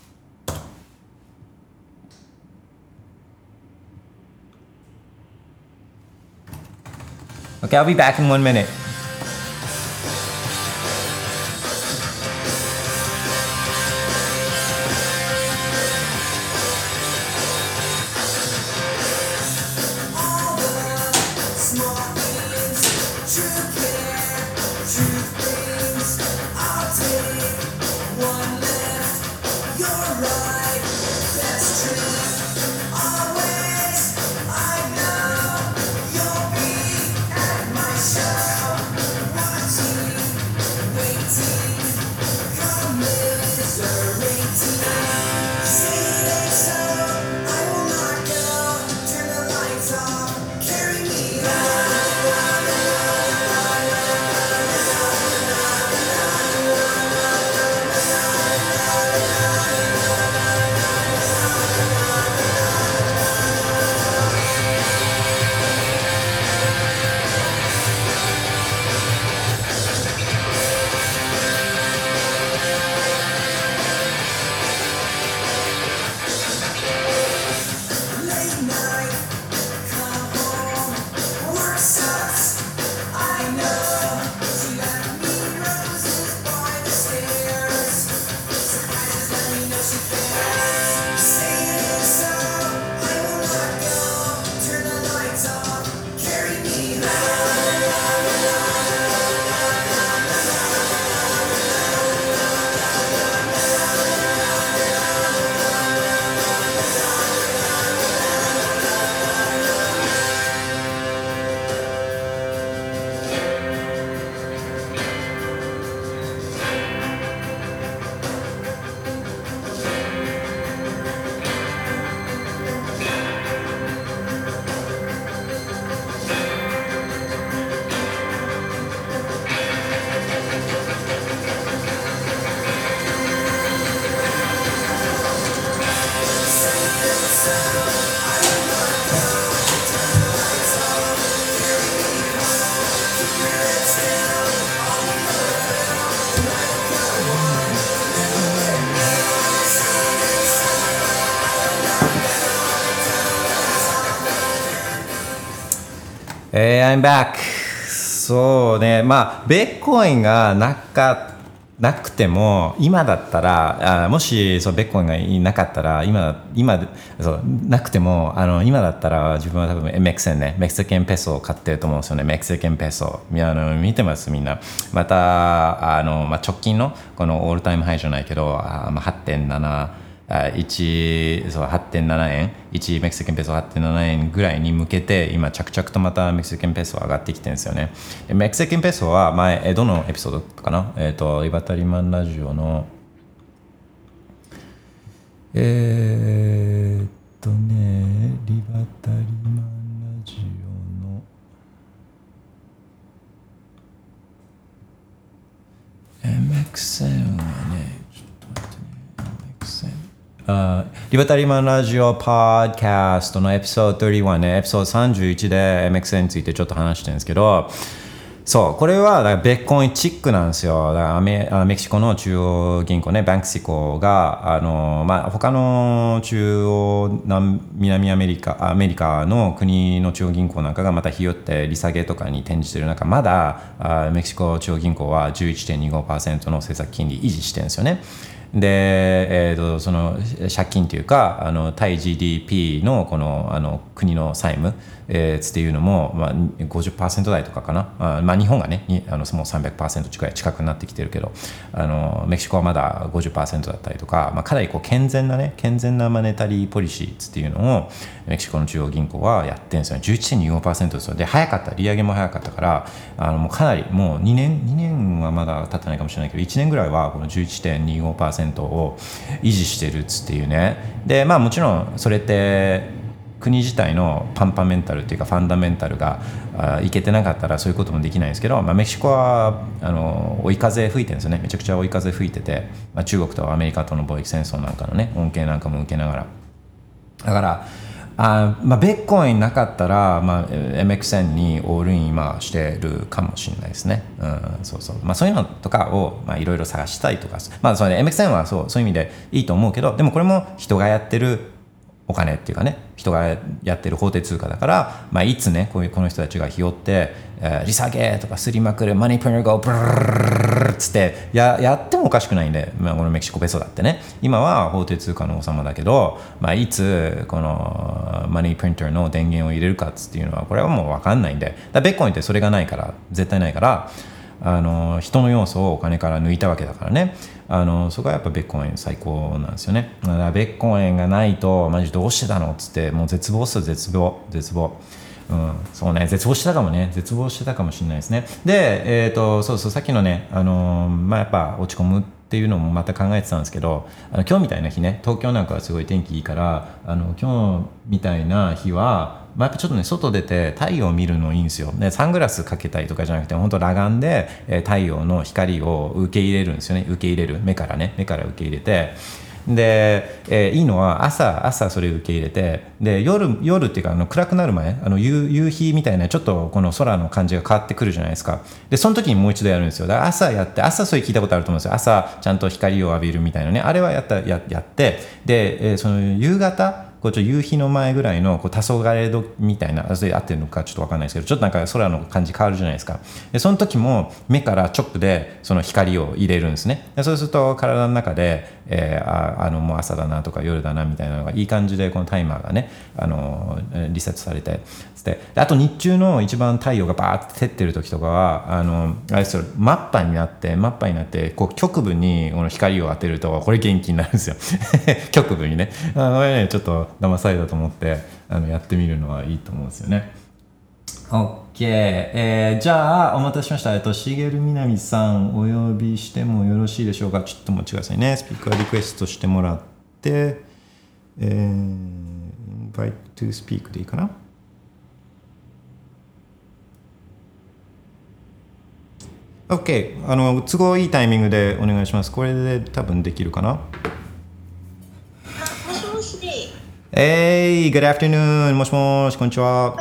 Okay, I'll be back in one minute. I'm back。 そうね、まあベッコインがなかなくても今だったら、あもしそうベッコインがいなかったら今今そうなくてもあの今だったら自分は多分メキセンねメキシケンペソを買ってると思うんですよね。メキシケンペソあの見てますみんな。またあの、まあ、直近のこのオールタイムハイじゃないけどあ、まあ、はちてんなないちそう はってんななえんいちメキシカンペソはってんななえんぐらいに向けて今着々とまたメキシカンペソ上がってきてるんですよね。でメキシカンペソは前えどのエピソードかな、えっ、ー、とリバタリマンラジオのえー、っとねリバタリマンラジオのエムエックスエム はねちょっと待ってね エムエックスエム あリバタリマンラジオポッドキャストのエピソードさんじゅういちねエピソードさんじゅういちで エムエックスエム についてちょっと話してるんですけど、そうこれはだからベッコインチックなんですよ。だからアメメキシコの中央銀行ねバンクシコがあの、まあ、他の中央南南アメリカアメリカの国の中央銀行なんかがまたひよって利下げとかに転じている中、まだあメキシコ中央銀行は じゅういってんにごパーセント の政策金利維持してるんですよね。で、えー、とその借金というかあの対 ジーディーピー のこのあの国の債務、えー、っていうのも、まあ、ごじゅっパーセント 台とかかな、あ、まあ、日本がねにあのもう さんびゃくパーセント 近い近くなってきてるけどあのメキシコはまだ ごじゅっパーセント だったりとか、まあ、かなりこう健全なね健全なマネタリーポリシーっていうのをメキシコの中央銀行はやってるんですよね。 じゅういってんにごパーセント ですよ。で早かった利上げも早かったからあのもうかなりもう2年2年はまだ経ってないかもしれないけどいちねんぐらいはこの じゅういってんにごパーセント を維持してるっつっていうね。でまあもちろんそれって国自体のパンパメンタルっていうかファンダメンタルがいけてなかったらそういうこともできないんですけど、まあ、メキシコはあの追い風吹いてるんですよね。めちゃくちゃ追い風吹いてて、まあ、中国とアメリカとの貿易戦争なんかのね恩恵なんかも受けながらだからあ、まあ、ベッコインなかったら、まあ、エムエックスエム にオールイン今してるかもしれないですね、うん、そうそう、まあ、そういうのとかをいろいろ探したいとか、まあそれ エムエックスエム はそう、そういう意味でいいと思うけど、でもこれも人がやってるお金っていうかね人がやってる法定通貨だから、まあ、いつねこういうこの人たちがひよって、えー、利下げとかすりまくるマネープリンターがブルルルっつってややってもおかしくないんで、まあ、このメキシコペソだってね今は法定通貨の王様だけど、まあ、いつこのマネープリンターの電源を入れるかっていうのはこれはもう分かんないんで、だベッコインってそれがないから絶対ないからあの人の要素をお金から抜いたわけだからね、あのそこはやっぱベッコイン最高なんですよね。だからベッコインがないとマジどうしてたのっつってもう絶望する絶望絶望、うん、そうね絶望してたかもね絶望してたかもしれないですね。で、えーと、そうそうさっきのねあのまあやっぱ落ち込むっていうのもまた考えてたんですけど、あの今日みたいな日ね東京なんかはすごい天気いいからあの今日みたいな日はまあ、やっぱちょっとね外出て太陽を見るのいいんですよ。でサングラスかけたりとかじゃなくて本当裸眼で、えー、太陽の光を受け入れるんですよね。受け入れる目からね目から受け入れてで、えー、いいのは朝朝それ受け入れてで 夜, 夜っていうかあの暗くなる前あの 夕, 夕日みたいなちょっとこの空の感じが変わってくるじゃないですか。でその時にもう一度やるんですよ。だから朝やって朝それ聞いたことあると思うんですよ。朝ちゃんと光を浴びるみたいなねあれはやった や, やってで、えー、その夕方こうちょ夕日の前ぐらいのこう黄昏時みたいなそれ合ってるのかちょっと分かんないですけどちょっとなんか空の感じ変わるじゃないですか。でその時も目から直でその光を入れるんですね。でそうすると体の中で、えー、あ, あのもう朝だなとか夜だなみたいなのがいい感じでこのタイマーがねあのリセットされてであと日中の一番太陽がバーって照ってる時とかはあのあれですよマッパになってマッパになってこう局部にこの光を当てるとこれ元気になるんですよ局部にねあのねちょっと騙されたと思ってあのやってみるのはいいと思うんですよね。 OK、えー、じゃあお待たせしました。えっとしげるみなみさんお呼びしてもよろしいでしょうか。ちょっとお待ちくださいね。スピーカーリクエストしてもらって、えー、Invite to Speak でいいかな。OK、あの都合いいタイミングでお願いします。これで多分できるかな。 もしもし。 Hey, good afternoon. もしもし、こんにちは。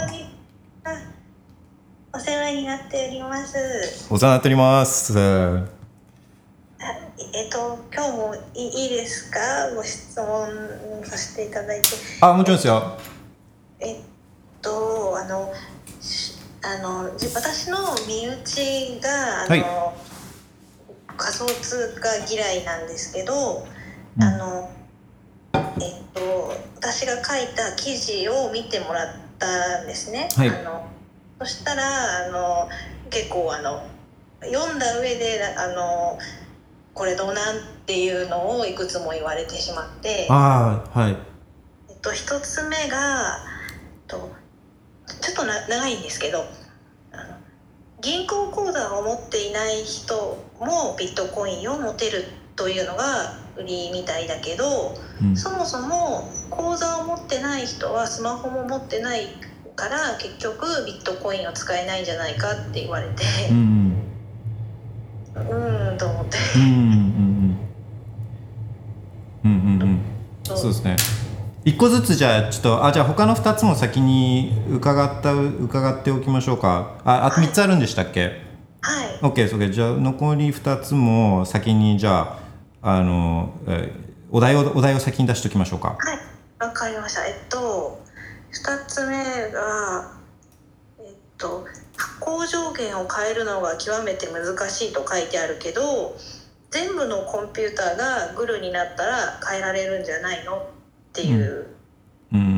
お世話になっております。 お世話になっております。 あえっと今日もい い, いいですか。ご質問させていただいて。 あ、もちろんですよ。 えっとあのあの私の身内があの、はい、仮想通貨嫌いなんですけど、うん、あのえっと私が書いた記事を見てもらったんですね。はい、あのそしたらあの結構あの読んだ上であのこれどうなんっていうのをいくつも言われてしまって、 ああ、はい。 えっと、一つ目がとちょっとな長いんですけど、あの銀行口座を持っていない人もビットコインを持てるというのが売りみたいだけど、うん、そもそも口座を持ってない人はスマホも持ってないから結局ビットコインを使えないんじゃないかって言われて、うん、うーんと思ってうんうんうんうんうんうんそうですね。一個ずつじゃあちょっとあじゃあ他のふたつも先に伺った伺っておきましょうか。ああとみっつあるんでしたっけ？ はい。 OK です OK。じゃあ残りふたつも先にじゃああのえお題をお題を先に出しておきましょうか。 はい。わかりました。えっとふたつめがえっと発行上限を変えるのが極めて難しいと書いてあるけど、全部のコンピューターがグルになったら変えられるんじゃないのっていう。うんうんうんうん。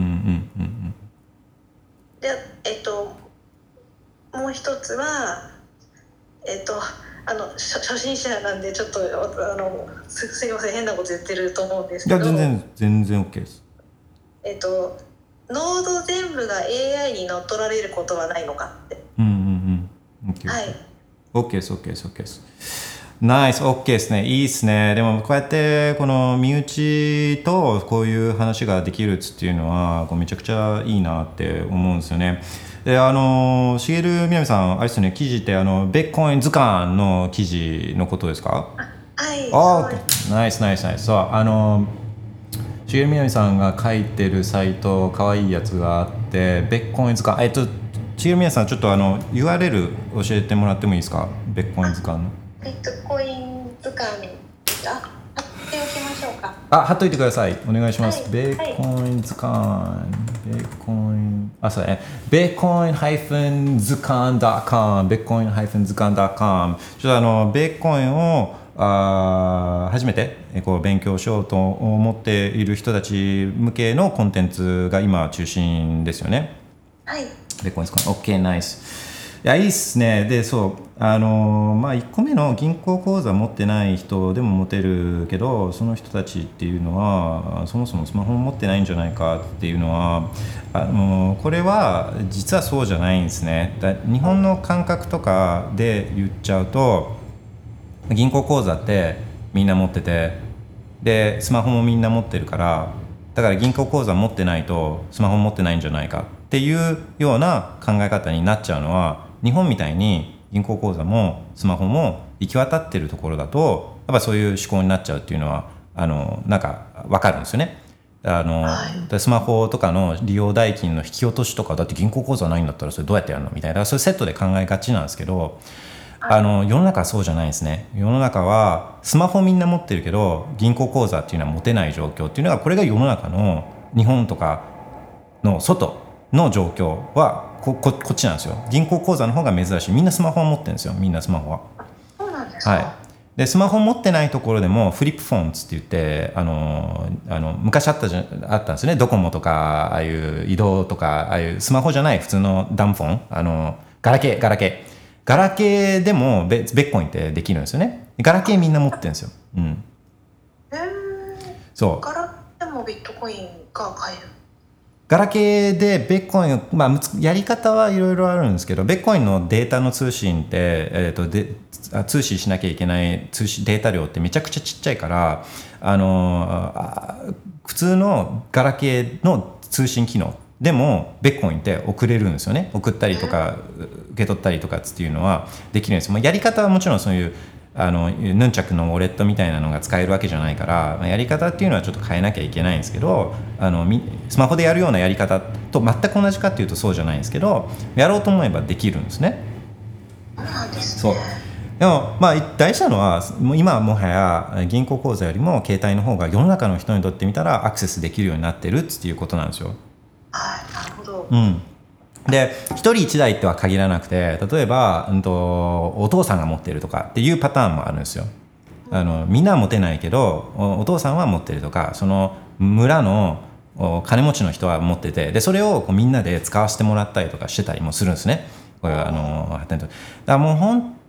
で、えっともう一つはえっとあの初心者なんでちょっとあの す, すいません変なこと言ってると思うんですけど。 いや全然全然 OK です。 えっとノード全部が エーアイ に乗っ取られることはないのかって。 うんうんうん。OK。はい。OK です OK です OK です。ナイス OK ですね。いいですね。でもこうやってこの身内とこういう話ができるっていうのはこうめちゃくちゃいいなって思うんですよね。であのしげるみなみさんあれですよね、記事ってあのベッコイン図鑑の記事のことですか？ はい。 あナイスナイスナイス。そうあのしげるみなみさんが書いてるサイトかわいいやつがあってベッコイン図鑑えっとしげるみなみさんちょっとあの ユーアールエル 教えてもらってもいいですか？ベッコイン図鑑の。 ビットコイン図鑑あ貼っておきましょうか。 あ貼っといてください。お願いします。 はい、 ベーコイン図鑑、ベーコインあそうねベーコインハイフン図鑑 .com ベーコインハイフン図鑑 .com ちょっとあのベーコインをあ初めてこう勉強しようと思っている人たち向けのコンテンツが今中心ですよね。 はい。 ベーコイン図鑑 OK ナイス。いやいいっすね。でそうあのまあいっこめの銀行口座持ってない人でも持てるけどその人たちっていうのはそもそもスマホ持ってないんじゃないかっていうのはあのこれは実はそうじゃないんですね。だ日本の感覚とかで言っちゃうと銀行口座ってみんな持っててでスマホもみんな持ってるからだから銀行口座持ってないとスマホ持ってないんじゃないかっていうような考え方になっちゃうのは日本みたいに銀行口座もスマホも行き渡ってるところだとやっぱそういう思考になっちゃうっていうのはあのなんか分かるんですよね。あの、はい、スマホとかの利用代金の引き落としとかだって銀行口座ないんだったらそれどうやってやるのみたいなそういうセットで考えがちなんですけどあの世の中はそうじゃないですね。世の中はスマホみんな持ってるけど銀行口座っていうのは持てない状況っていうのがこれが世の中の日本とかの外の状況は こ, こ, こっちなんですよ。銀行口座の方が珍しい。みんなスマホを持ってるんですよ。みんなスマホは。 そうなんですか。 はい。でスマホ持ってないところでもフリップフォンって言ってあのあの昔あったじゃあったんですね。ドコモとかああいう移動とかああいうスマホじゃない普通のダムフォンあのガラケーガラケーガラケーでもベッコインってできるんですよね。ガラケーみんな持ってるんですよ。うん。 へー。 そう。 ガラケーでもビットコインが買える。 ガラケーでベッコイン、まあ、やり方はいろいろあるんですけどベッコインのデータの通信って、えー、とで通信しなきゃいけない通信データ量ってめちゃくちゃちっちゃいからあのあ普通のガラケーの通信機能でもベッコインって送れるんですよね。送ったりとか受け取ったりとかっていうのはできるんです。まあ、やり方はもちろんそういうあのヌンチャクのウォレットみたいなのが使えるわけじゃないから、まあ、やり方っていうのはちょっと変えなきゃいけないんですけどあのスマホでやるようなやり方と全く同じかっていうとそうじゃないんですけどやろうと思えばできるんですね。 そうなんですね。 そうでもまあ大事なのは今はもはや銀行口座よりも携帯の方が世の中の人にとってみたらアクセスできるようになってるっていうことなんですよ。 はい、なるほど。 うん。でひとりいちだいっては限らなくて例えば、うん、とお父さんが持っているとかっていうパターンもあるんですよ。あのみんなは持てないけど お, お父さんは持ってるとかその村の金持ちの人は持っててでそれをこうみんなで使わせてもらったりとかしてたりもするんですね。これはあのだからもう本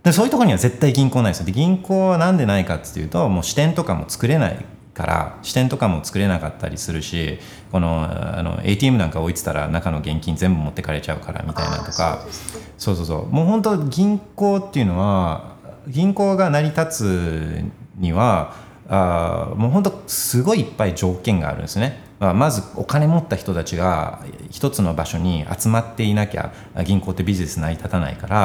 でそういうところには絶対銀行ないですよ。で銀行はなんでないかっていうと、もう支店とかも作れないから支店とかも作れなかったりするし、このあの エーティーエム なんか置いてたら中の現金全部持ってかれちゃうからみたいなとか、そうそうそう、もう本当銀行っていうのは、銀行が成り立つにはあもう本当すごいいっぱい条件があるんですね。まあ、まずお金持った人たちが一つの場所に集まっていなきゃ銀行ってビジネス成り立たないから、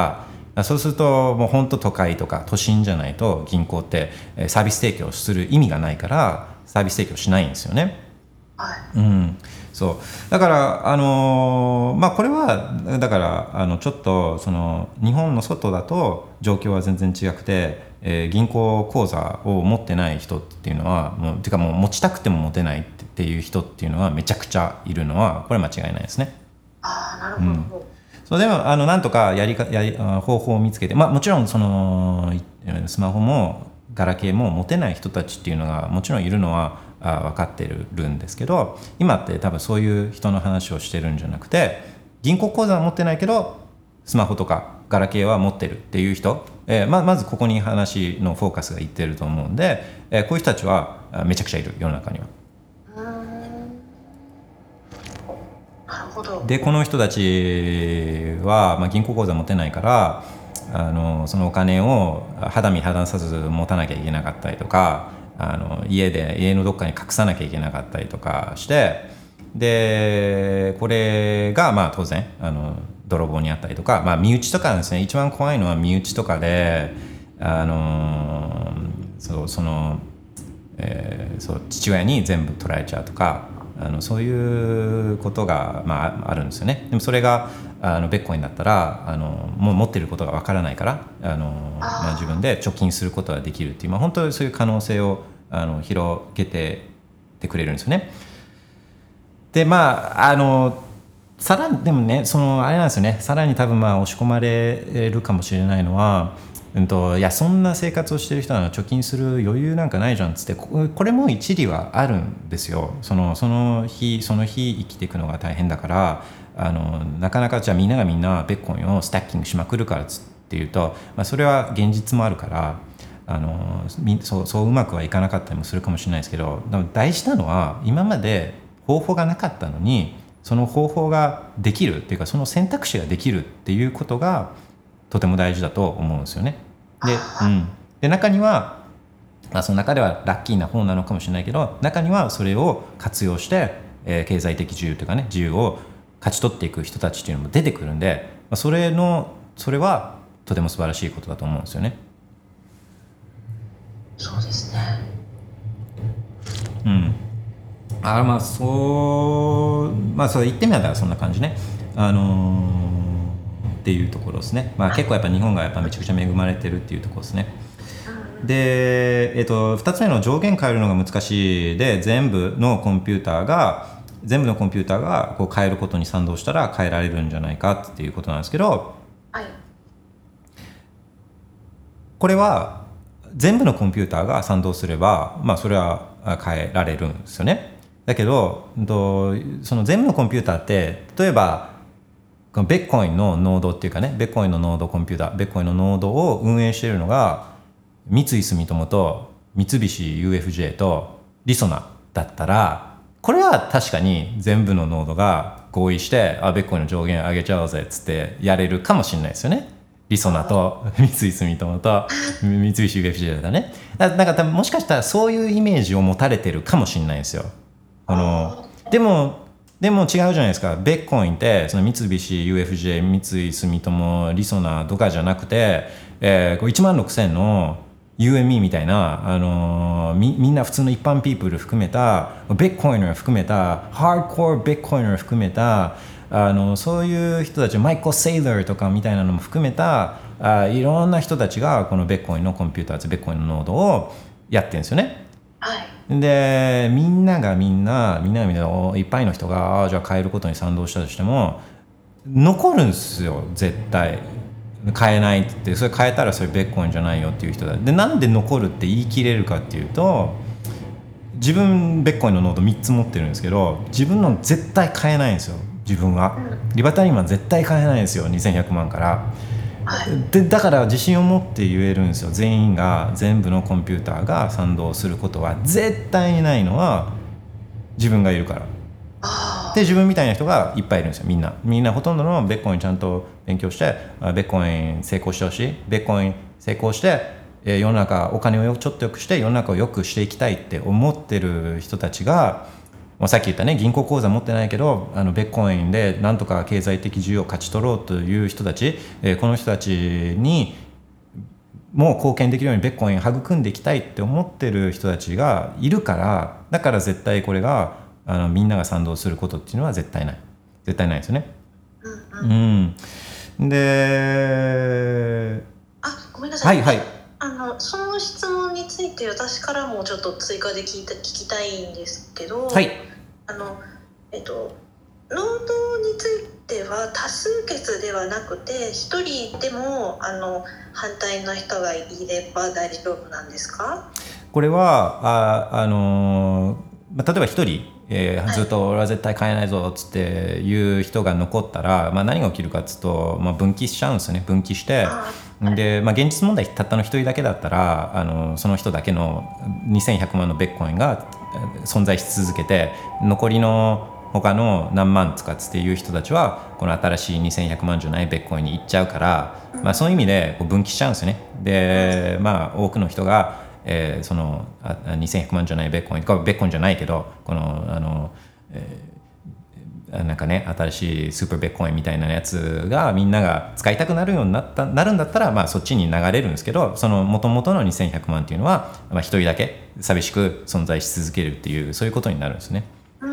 そうするともう本当都会とか都心じゃないと銀行ってサービス提供する意味がないからサービス提供しないんですよね。 はい、 うん、そうだからあのー、まあこれはだからあのちょっとその日本の外だと状況は全然違くて、えー、銀行口座を持ってない人っていうのはもうてかもう持ちたくても持てないっていう人っていうのはめちゃくちゃいるのはこれ間違いないですね。 ああ、なるほど、うん、 そうでもあのなんとかやりかやり方法を見つけて、まあ、もちろんそのスマホもガラケーも持てない人たちっていうのがもちろんいるのはあ分かってるんですけど、今って多分そういう人の話をしてるんじゃなくて、銀行口座は持ってないけどスマホとかガラケーは持ってるっていう人、えー、ま, まずここに話のフォーカスがいってると思うんで、えー、こういう人たちはめちゃくちゃいる世の中には。 なるほど。 でこの人たちは、まあ、銀行口座持てないからあのそのお金を肌身離さず持たなきゃいけなかったりとか、あの家で家のどっかに隠さなきゃいけなかったりとかして、でこれがまあ当然あの泥棒にあったりとか、まあ、身内とかですね。一番怖いのは身内とかであのそうその、えー、そう父親に全部取られちゃうとか、あのそういうことが、まあ、あるんですよね。でもそれがあのベッコインだったらあのもう持ってることがわからないからあのまあ、自分で貯金することができるっていう、まあ、本当にそういう可能性をあの広げてってくれるんですよね。でまああのさらにでもね、そのあれなんですよね、さらに多分まあ押し込まれるかもしれないのは、うんと、いやそんな生活をしてる人は貯金する余裕なんかないじゃんっつって、これも一理はあるんですよ。そのその日その日生きていくのが大変だから、あのなかなかじゃあみんながみんなベッコインをスタッキングしまくるからっつっていうと、まあ、それは現実もあるから、あの そう、そううまくはいかなかったりもするかもしれないですけど、でも大事なのは今まで方法がなかったのにその方法ができるっていうか、その選択肢ができるっていうことがとても大事だと思うんですよね。で、うん、で中には、まあ、その中ではラッキーな方なのかもしれないけど、中にはそれを活用して、えー、経済的自由というかね、自由を勝ち取っていく人たちっていうのも出てくるんで、まあ、それのそれはとても素晴らしいことだと思うんですよね。 そうですね。 うん。あまあそうまあそう言ってみたらそんな感じね。あのー、っていうところですね。まあ結構やっぱ日本がやっぱめちゃくちゃ恵まれてるっていうところですね。で、えっとふたつめの上限変えるのが難しいで、全部のコンピューターが全部のコンピューターがこう変えることに賛同したら変えられるんじゃないかっていうことなんですけど、 はい、 これは全部のコンピューターが賛同すれば、まあそれは変えられるんですよね。だけどその全部のコンピューターって例えばこのベッコインのノードっていうかね、ベッコインのノードコンピューターベッコインのノードを運営しているのが三井住友と三菱 ユーエフジェー とりそなだったら、これは確かに全部のノードが合意してあベッコインの上限上げちゃおうぜっつってやれるかもしれないですよね。りそなと三井住友と三菱 ユーエフジェー だね。だから多分もしかしたらそういうイメージを持たれてるかもしれないんですよ。あのでもでも違うじゃないですか。ベッコインってその三菱 ユーエフジェー 三井住友りそなとかじゃなくて、えー、いちまんろくせんの ユーエムイー みたいな、あのー、み, みんな普通の一般ピープル含めたベッコイナー含めたハードコアベッコイナー含めたあのそういう人たち、マイコ・セイラーとかみたいなのも含めたあいろんな人たちがこのベッコインのコンピューターズベッコインのノードをやってるんですよね。 はい、 でみんながみんなみんながみんないっぱいの人があじゃあ変えることに賛同したとしても残るんですよ絶対。変えないって言ってそれ変えたらそれベッコインじゃないよっていう人だ。でなんで残るって言い切れるかっていうと、自分ベッコインのノードみっつ持ってるんですけど、自分の絶対変えないんですよ。自分はリバタリーマン絶対変えないんですよ。にせんひゃくまんからはい、 でだから自信を持って言えるんですよ。全員が全部のコンピューターが賛同することは絶対にないのは自分がいるから。で自分みたいな人がいっぱいいるんですよ。みんなみんなほとんどのベッコインちゃんと勉強してベッコイン成功してほしい、ベッコイン成功して世の中お金をちょっと良くして世の中を良くしていきたいって思ってる人たちが、まあ、さっき言ったね銀行口座持ってないけどあのベッコインでなんとか経済的自由を勝ち取ろうという人たち、えー、この人たちにもう貢献できるようにベッコイン育んでいきたいって思ってる人たちがいるから、だから絶対これがあのみんなが賛同することっていうのは絶対ない絶対ないですよね。 うん、うん、 うん、であごめんなさい、 はいはい、 あのその質問について私からもちょっと追加で聞いた聞きたいんですけど、 はい、 あのえっと労働については多数決ではなくて一人でもあの反対の人がいれば大丈夫なんですか？ これはああの例えば一人えー、ずっと俺は絶対買えないぞっつっていう人が残ったら、まあ、何が起きるかっつうと、まあ、分岐しちゃうんですよね。分岐してで、まあ、現実問題たったの一人だけだったらあのその人だけのにせんひゃくまんのベッコインが存在し続けて残りの他の何万とかっつっていう人たちはこの新しいにせんひゃくまんじゃないベッコインに行っちゃうから、まあ、そういう意味でこう分岐しちゃうんですよね。で、まあ、多くの人がえー、そのにせんひゃくまんじゃないベッコインベッコインじゃないけどこのあの、えー、なんかね新しいスーパーベッコインみたいなやつがみんなが使いたくなるようになったなるんだったら、まあ、そっちに流れるんですけど、その元々のにせんひゃくまんっていうのはまあ、一人だけ寂しく存在し続けるっていうそういうことになるんですね。うん、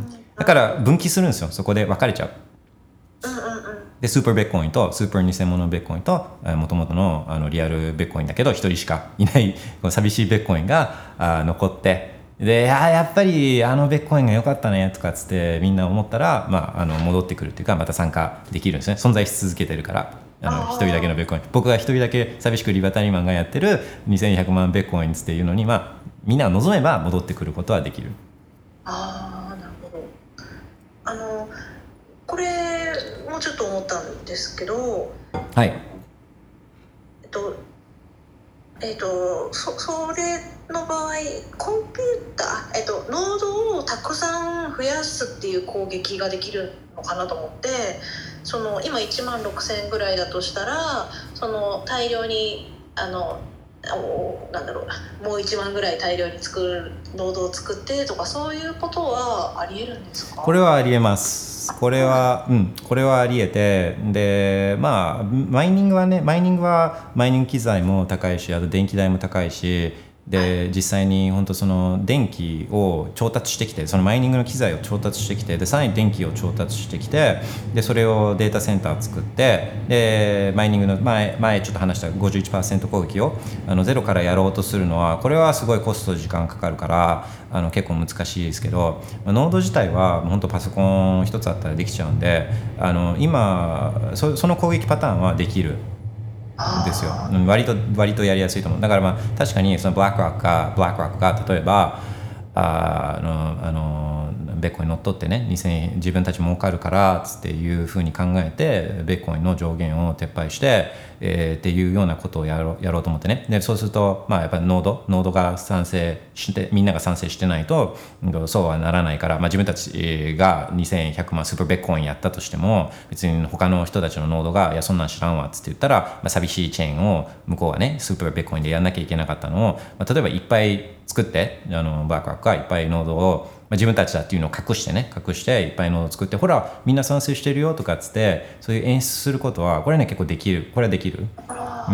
だから分岐するんですよ。そこで分かれちゃう。でスーパーベッコインとスーパー偽物ベッコインともともとのあのリアルベッコインだけど一人しかいないこの寂しいベッコインがあ残って、であやっぱりあのベッコインが良かったねとかっつってみんな思ったら、まあ、あの戻ってくるっていうかまた参加できるんですね。存在し続けてるからあの一人だけのベッコイン、僕が一人だけ寂しくリバタリーマンがやってるにせんひゃくまんベッコインっていうのに、まあ、みんな望めば戻ってくることはできる。 ああなるほど。あのこれもうちょっと思ったんですけど、 はい、 えっとえっとそそれの場合コンピューター、えっと、ノードをたくさん増やすっていう攻撃ができるのかなと思って、その今いちまんろくせんぐらいだとしたらその大量にあのなんだろうもういちまんぐらい大量に作るノードを作ってとかそういうことはありえるんですか？ これはありえます。これは、うん、これはありえて、で、まあマイニングはね、マイニングはマイニング機材も高いし、あと電気代も高いし、で実際に本当その電気を調達してきて、そのマイニングの機材を調達してきて、でさらに電気を調達してきて、でそれをデータセンター作って、でマイニングの前前ちょっと話した ごじゅういちパーセント 攻撃をあのゼロからやろうとするのは、これはすごいコスト時間かかるからあの結構難しいですけど、ノード自体は本当パソコン一つあったらできちゃうんで、あの今 そ, その攻撃パターンはできるですよ。割と割とやりやすいと思う。だからまあ確かにそのブラックロックがブラックロックが例えばあのあのベッコイン乗っ取ってねにせん自分たち儲かるからつっていうふうに考えてベッコインの上限を撤廃して、えー、っていうようなことをやろうやろうと思ってね。でそうするとまあやっぱりノードノードが賛成してみんなが賛成してないとそうはならないから、まあ、自分たちがにせんひゃくまんスーパーベッコインやったとしても別に他の人たちのノードがいやそんなん知らんわっつって言ったら、まあ、寂しいチェーンを向こうはねスーパーベッコインでやんなきゃいけなかったのを、まあ、例えばいっぱい作ってあのバークワークがいっぱいノードをまあ、自分たちだっていうのを隠してね隠していっぱいノードを作ってほらみんな賛成してるよとかっつってそういう演出することはこれね結構できるこれはできる、うん、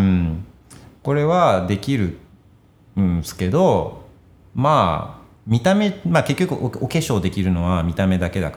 これはできるんですけどまあ見た目、まあ、結局 お, お化粧できるのは見た目だけだから、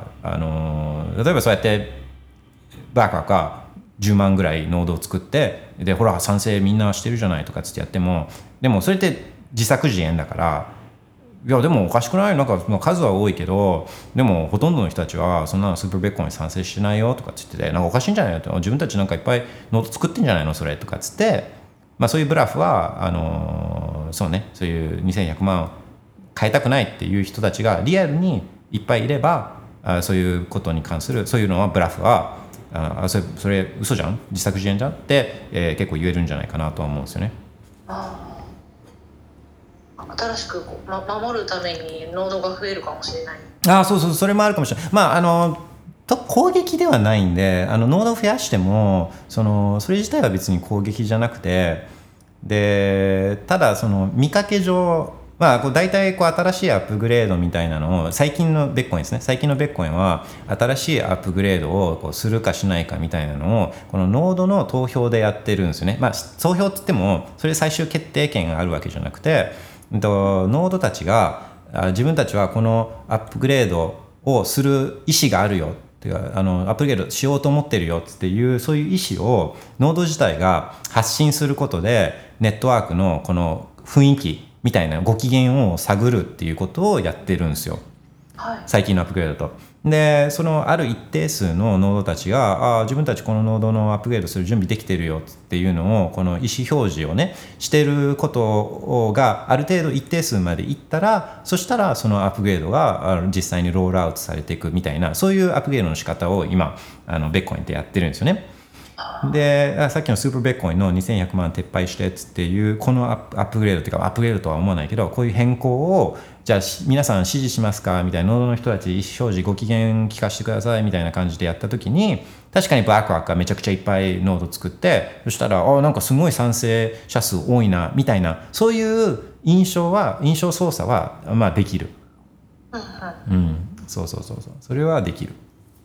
あのー、例えばそうやってバーカーがじゅうまんぐらいノードを作ってでほら賛成みんなしてるじゃないとかっつってやってもでもそれって自作自演だからいやでもおかしくないなんか数は多いけどでもほとんどの人たちはそんなのスーパーベッコインに賛成してないよとかっつっててなんかおかしいんじゃないのって自分たちなんかいっぱいノード作ってんじゃないのそれとかっつって、まあ、そういうブラフはあのー、そうねそういうにせんひゃくまん変えたくないっていう人たちがリアルにいっぱいいればあそういうことに関するそういうのはブラフはあそれそれ嘘じゃん自作自演じゃんって、えー、結構言えるんじゃないかなとは思うんですよね。 あ新しくこう、ま、守るためにノードが増えるかもしれない。 あそうそうそれもあるかもしれない。まああのと攻撃ではないんであのノードを増やしてもそのそれ自体は別に攻撃じゃなくてでただその見かけ上まあ、こう大体こう新しいアップグレードみたいなのを最近のベッコインですね最近のベッコインは新しいアップグレードをこうするかしないかみたいなのをこのノードの投票でやってるんですよね。まあ投票って言ってもそれ最終決定権があるわけじゃなくてノードたちが自分たちはこのアップグレードをする意思があるよっていうかあのアップグレードしようと思ってるよっていうそういう意思をノード自体が発信することでネットワークのこの雰囲気みたいなご機嫌を探るっていうことをやってるんですよ、はい、最近のアップグレードと。でそのある一定数のノードたちがあ自分たちこのノードのアップグレードする準備できてるよっていうのをこの意思表示をねしてることがある程度一定数までいったらそしたらそのアップグレードが実際にロールアウトされていくみたいなそういうアップグレードの仕方を今あのベッコインってやってるんですよね。でさっきのスーパーベッコインのにせんひゃくまん撤廃してっていうこのアップ、アップグレードっていうかアップグレードとは思わないけどこういう変更をじゃあ皆さん支持しますかみたいなノードの人たち意思表示ご機嫌聞かせてくださいみたいな感じでやった時に確かにブラックロックがめちゃくちゃいっぱいノード作ってそしたらあなんかすごい賛成者数多いなみたいなそういう印象は印象操作はまあできる。うん、そうそうそうそうそれはできる。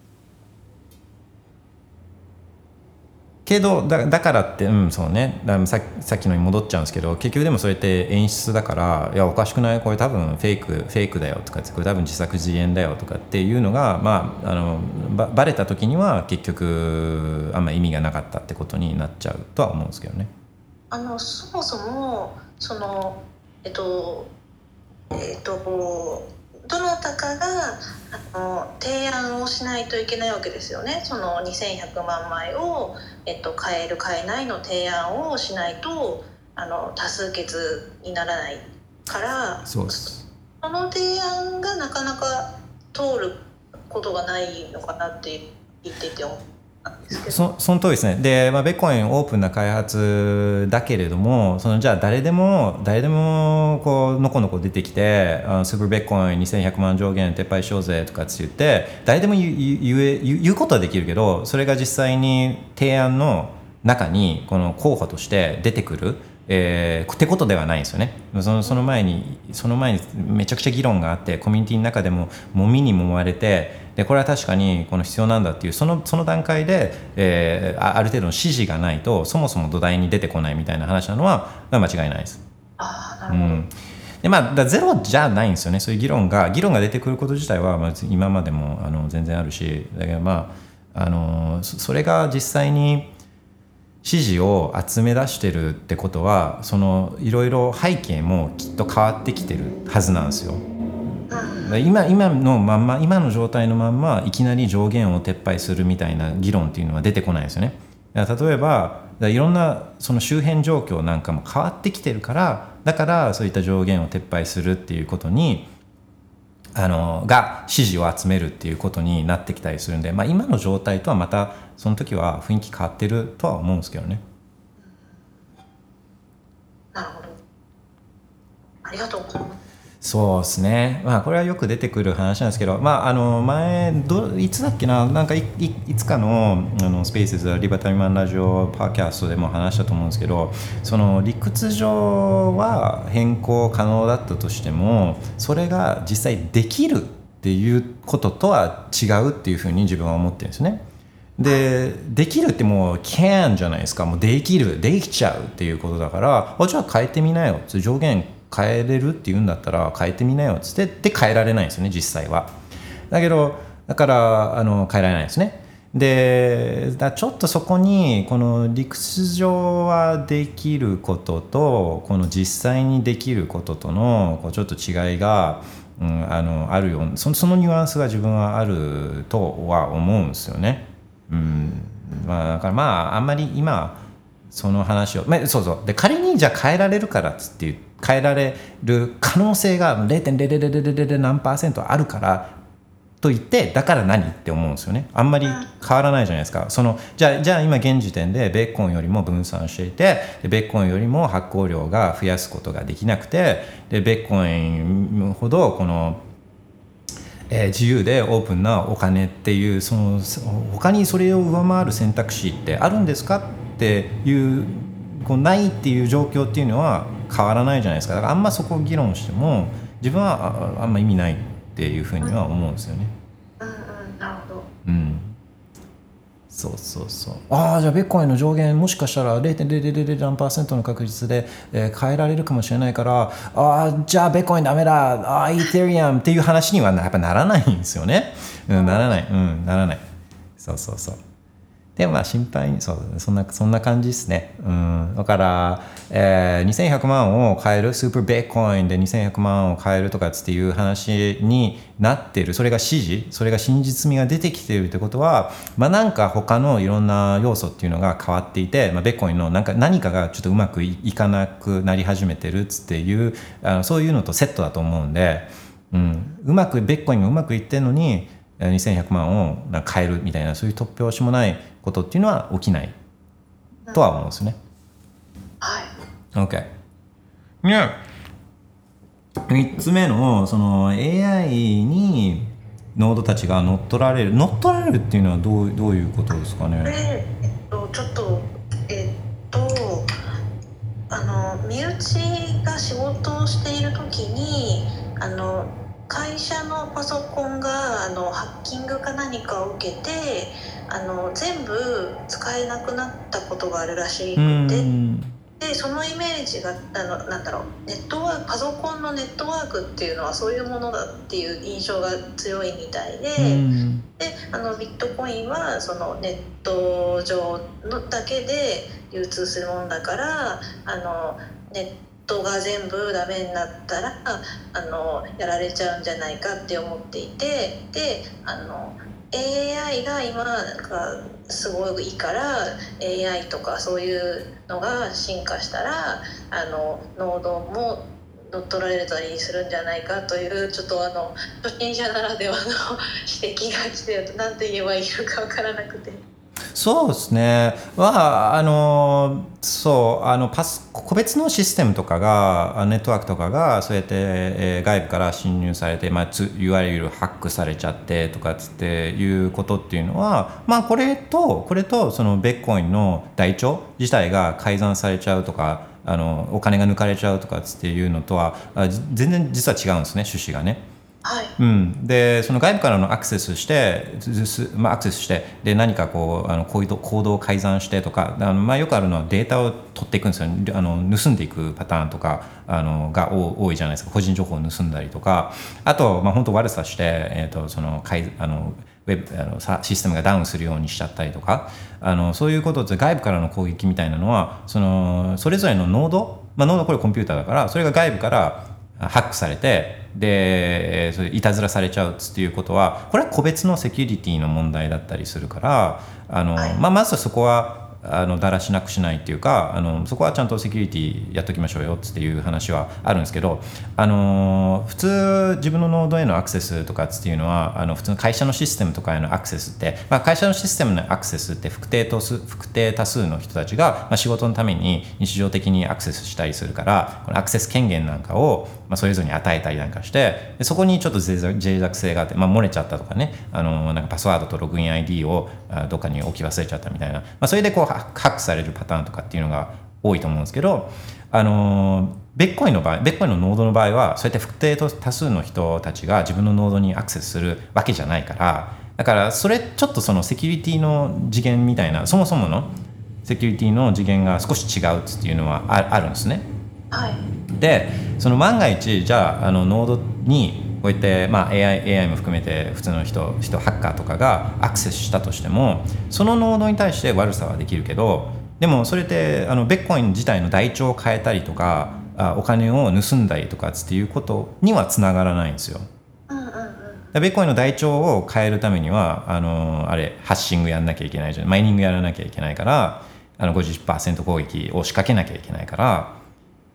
けど だ, だからって、うん、そうねださ、さっきのに戻っちゃうんですけど結局でもそれって演出だからいやおかしくないこれ多分フェイクフェイクだよとかこれ多分自作自演だよとかっていうのが、まあ、あのばバレた時には結局あんま意味がなかったってことになっちゃうとは思うんですけどね。 あのそもそもそのえっとえっとどなたかがあの提案をしないといけないわけですよね。そのにせんひゃくまんまいを、えっと、買える買えないの提案をしないとあの多数決にならないからそうですその提案がなかなか通ることがないのかなって言ってて思ったんですけどそ, その通りですね。で、まあ、ベッコインオープンな開発だけれどもそのじゃあ誰でも誰でもこうのこのこ出てきてあのスーパーベッコインにせんひゃくまん上限撤廃しようぜとかって言って誰でも 言, 言, え言うことはできるけどそれが実際に提案の中にこの候補として出てくるえー、ってことではないんですよね。その、その前にその前にめちゃくちゃ議論があってコミュニティの中でももみにもまれてでこれは確かにこの必要なんだっていうその、その段階で、えー、ある程度の指示がないとそもそも土台に出てこないみたいな話なのは間違いないです。 あなるほど、うんでまあ、だゼロじゃないんですよね。そういう議論が議論が出てくること自体は、まあ、今までもあの全然あるしだけど、まあ、あのそれが実際に支持を集め出してるってことはそのいろいろ背景もきっと変わってきてるはずなんですよ。今, 今のまんま今の状態のまんまいきなり上限を撤廃するみたいな議論っていうのは出てこないですよね。例えばいろんなその周辺状況なんかも変わってきてるからだからそういった上限を撤廃するっていうことにあのが支持を集めるっていうことになってきたりするんで、まあ、今の状態とはまたその時は雰囲気変わってるとは思うんですけどね。 なるほど。ありがとうございます。 そうですね、まあ、これはよく出てくる話なんですけど、まあ、あの前どいつだっけな、なんか い, い, いつか の, あのスペースズリバタリマンラジオパーキャストでも話したと思うんですけどその理屈上は変更可能だったとしてもそれが実際できるっていうこととは違うっていうふうに自分は思ってるんですね。で, できるってもう can じゃないですか。もうできるできちゃうっていうことだからじゃあ変えてみなよって上限変えれるっていうんだったら変えてみなよっつってで変えられないんですよね実際は。だけどだからあの変えられないですね。でだちょっとそこにこの理屈上はできることとこの実際にできることとのこうちょっと違いが、うん、あのあるような そ, そのニュアンスが自分はあるとは思うんですよね。うんまあ、だからまああんまり今その話を、まあ、そうそうで仮にじゃあ変えられるからっつって変えられる可能性が ゼロてんゼロゼロゼロゼロ 何パーセントあるからと言ってだから何って思うんですよね。あんまり変わらないじゃないですか。そのじゃあ、じゃあ今現時点でベーコンよりも分散していて、でベーコンよりも発行量が増やすことができなくて、でベーコンほどこの、えー、自由でオープンなお金っていう、その他にそれを上回る選択肢ってあるんですかっていうこうないっていう状況っていうのは変わらないじゃないですか。だからあんまそこを議論しても自分は あ, あんま意味ないっていうふうには思うんですよね。 うんうん、なるほど。 うん。そうそうそう。ああ、じゃあベッコインの上限もしかしたら ゼロてんゼロゼロゼロ何パーセントの確率で、えー、変えられるかもしれないから、ああじゃあベッコインダメだ、ああイーテリアムっていう話にはやっぱならないんですよね。うん、ならない、うん、ならない。そうそうそう。でまあ心配にそうそんなそんな感じですね。うん、だから、えー、にせんひゃくまんを買えるスーパーベーコインでにせんひゃくまんを買えるとかっていう話になっている。それが支持、それが真実味が出てきているってことは、まあなんか他のいろんな要素っていうのが変わっていて、まあ、ベーコインのなんか何かがちょっとうまくいかなくなり始めてるっていうあのそういうのとセットだと思うんで、うん、うまくベーコインがうまくいってるのににせんひゃくまんを買えるみたいな、そういう突拍子もないことっていうのは起きないとは思うんですよね。 はい。 OK。ね、みっつめのその エーアイ にノードたちが乗っ取られる、乗っ取られるっていうのはどうどういうことですかね。 で、えっとちょっとえっとあの身内が仕事をしている時にあの会社のパソコンがあのハッキングか何かを受けてあの全部使えなくなったことがあるらしくて、でそのイメージがあのなんだろうネットワークパソコンのネットワークっていうのはそういうものだっていう印象が強いみたいで、であのビットコインはそのネット上のだけで流通するものだからあのネットネットが全部ダメになったらあのやられちゃうんじゃないかって思っていて、であの エーアイ が今なんかすごいいいから エーアイ とかそういうのが進化したらあのノードも乗っ取られたりするんじゃないかというちょっとあの初心者ならではの指摘が来て何て言えばいいのか分からなくて。 そうですね。まああのそうあのパス個別のシステムとかがネットワークとかがそうやって、えー、外部から侵入されて、まあ、ついわゆるハックされちゃってとかつっていうことっていうのは、まあこれとこれとそのベッコインの台帳自体が改ざんされちゃうとか、あのお金が抜かれちゃうとかつっていうのとは全然実は違うんですね、趣旨がね。 はいうん、でその外部からのアクセスして、まあ、アクセスしてで何かこうあのこういう行動を改ざんしてとか、あの、まあ、よくあるのはデータを取っていくんですよ、あの盗んでいくパターンとかあのが多いじゃないですか。個人情報を盗んだりとか、あと、まあ、本当悪さして、えー、とそのあのウェブあのシステムがダウンするようにしちゃったりとか、あのそういうことで外部からの攻撃みたいなのはそのそれぞれのノード、まあ、ノードこれコンピューターだからそれが外部からハックされてでそれいたずらされちゃうっていうことはこれは個別のセキュリティの問題だったりするから、あの、まあ、まずはそこはあのだらしなくしないっていうか、あのそこはちゃんとセキュリティやっときましょうよっていう話はあるんですけど、あの普通自分のノードへのアクセスとかっていうのはあの普通の会社のシステムとかへのアクセスって、まあ、会社のシステムのアクセスって不定多数、不定多数の人たちが、まあ、仕事のために日常的にアクセスしたりするから、このアクセス権限なんかを、まあ、それぞれに与えたりなんかしてでそこにちょっと脆弱性があって、まあ、漏れちゃったとかね、あのなんかパスワードとログイン アイディー をどっかに置き忘れちゃったみたいな、まあ、それでこうハックされるパターンとかっていうのが多いと思うんですけど、あのベッコインの場合、ベッコインのノードの場合はそうやって不定多数の人たちが自分のノードにアクセスするわけじゃないから、だからそれちょっとそのセキュリティの次元みたいな、そもそものセキュリティの次元が少し違うっていうのは あ, あるんですね。 はい、 でその万が一じゃあ、あのノードにこうやって、まあ、エーアイ, エーアイ も含めて普通の人人ハッカーとかがアクセスしたとしてもそのノードに対して悪さはできるけど、でもそれってあのベッコイン自体の台帳を変えたりとかあお金を盗んだりとかっていうことにはつながらないんですよ。 うんうんうん、 ベッコインの台帳を変えるためにはあのあれハッシングやらなきゃいけないじゃん、マイニングやらなきゃいけないから、あの ごじゅっパーセント 攻撃を仕掛けなきゃいけないから、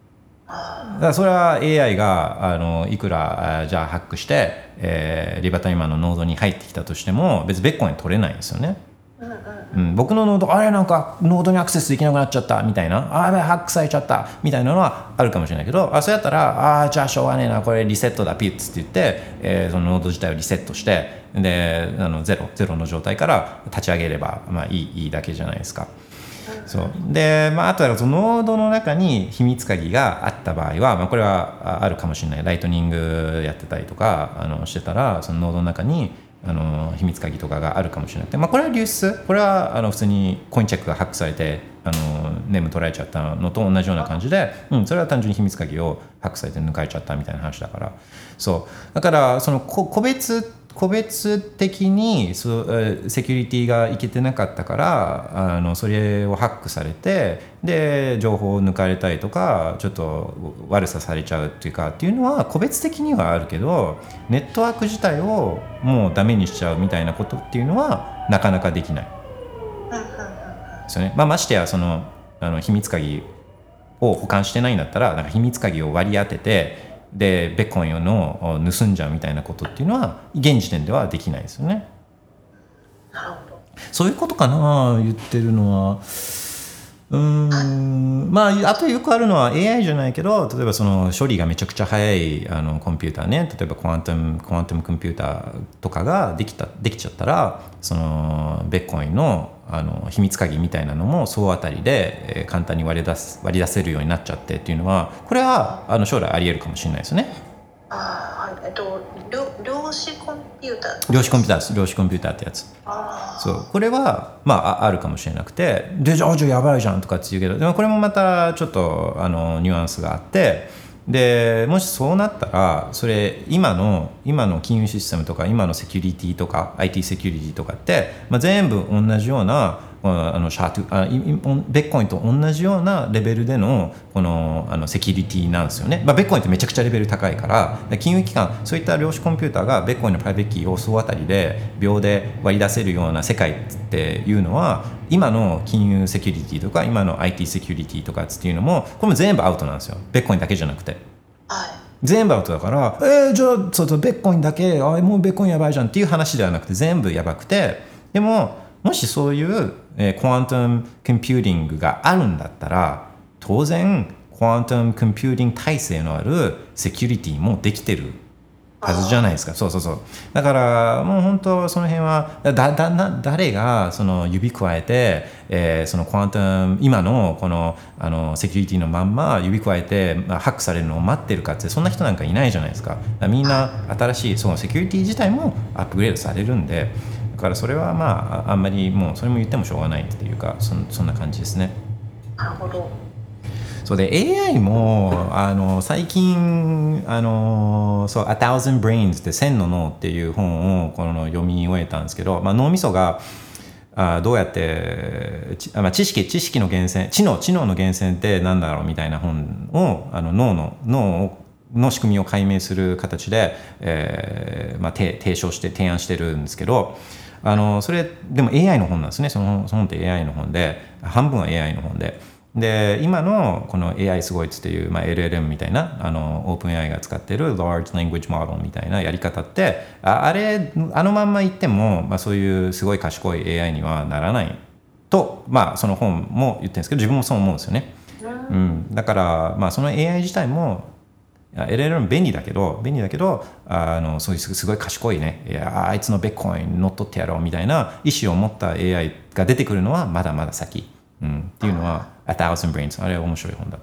だからそれは エーアイ があのいくらじゃあハックして、えー、リバタイマーのノードに入ってきたとしても別にベッコイン取れないんですよね。うんうん、僕のノードあれなんかノードにアクセスできなくなっちゃったみたいな、あやばいハックされちゃったみたいなのはあるかもしれないけど、あそうやったらあじゃあしょうがねえなこれリセットだピッツって言って、えー、そのノード自体をリセットしてであのゼロゼロの状態から立ち上げれば、まあ、いいいいだけじゃないですか。そうで、まあ、あとはそのノードの中に秘密鍵があった場合は、まあ、これはあるかもしれない。ライトニングやってたりとかあのしてたらそのノードの中にあの秘密鍵とかがあるかもしれなくて、まあ、これは流出、これはあの普通にコインチェックがハックされてあのネーム取られちゃったのと同じような感じで、うん、それは単純に秘密鍵をハックされて抜かれちゃったみたいな話だから、そうだからその個別個別的にそうセキュリティがいけてなかったからあのそれをハックされてで情報を抜かれたりとかちょっと悪さされちゃうっていうかっていうのは個別的にはあるけどネットワーク自体をもうダメにしちゃうみたいなことっていうのはなかなかできないですよね。まあ、ましてやそのあの秘密鍵を保管してないんだったらなんか秘密鍵を割り当ててでベッコインを盗んじゃうみたいなことっていうのは現時点ではできないですよね。 なるほど。 そういうことかな言ってるのは。うーんまああとよくあるのは エーアイ じゃないけど例えばその処理がめちゃくちゃ速いあのコンピューターね、例えばコアントムコアントムコンピューターとかができたできちゃったらそのベッコインのあの秘密鍵みたいなのも総当たりで、えー、簡単に割り出す割り出せるようになっちゃってっていうのはこれはあの将来あり得るかもしれないですよね。 ああ、えっと量量子コンピューター量子コンピューターです。量子コンピューターってやつ。あそうこれはまああるかもしれなくてでじゃあじゃあやばいじゃんとかって言うけどでもこれもまたちょっとあのニュアンスがあってでもしそうなったらそれ今の今の金融システムとか今のセキュリティとか アイティー セキュリティとかって、まあ、全部同じようなあのシャートあベッコインと同じようなレベルでのこのあのセキュリティなんですよね。まあ、ベッコインってめちゃくちゃレベル高いから金融機関そういった量子コンピューターがベッコインのプライベートキーを総当たりで秒で割り出せるような世界っていうのは今の金融セキュリティとか今の アイティー セキュリティとかっていうのもこれも全部アウトなんですよ。ベッコインだけじゃなくて、はい、全部アウトだからえー、じゃあそうそうベッコインだけあもうベッコインやばいじゃんっていう話ではなくて全部やばくてでももしそういう、えー、クワントムコンピューティングがあるんだったら当然クワントムコンピューティング体制のあるセキュリティもできてるはずじゃないですか。そうそうそうだからもう本当その辺はだだな誰がその指加えて、えー、そのクワントム今のこのあのセキュリティのまんま指加えて、まあ、ハックされるのを待ってるかってそんな人なんかいないじゃないですか。だからみんな新しいそのセキュリティ自体もアップグレードされるんでだからそれはまああんまりもうそれも言ってもしょうがないっていうか そ, そんな感じですね。 なるほど。 そうで エーアイ もあの最近あのそう A Thousand Brains って千の脳っていう本をこの読み終えたんですけど、まあ、脳みそがあどうやってち、まあ、知識知識の源泉知能知能の源泉って何だろうみたいな本をあの脳の脳をの仕組みを解明する形で、えーまあ、提唱して提案してるんですけどあのそれでも エーアイ の本なんですね。その本って エーアイ の本で半分は エーアイ の本でで今のこの エーアイ すごいっていう、まあ、エルエルエム みたいなあのオープン エーアイ が使ってる Large Language Model みたいなやり方ってあ, あれあのまんま言っても、まあ、そういうすごい賢い エーアイ にはならないと、まあ、その本も言ってるんですけど自分もそう思うんですよね。うん、だから、まあ、その エーアイ 自体もエルエルエム 便利だけど便利だけどあのそういうすごい賢いねいやあいつのベッコイン乗っ取ってやろうみたいな意思を持った エーアイ が出てくるのはまだまだ先、うん、っていうのは A Thousand Brains あれは面白い本だった。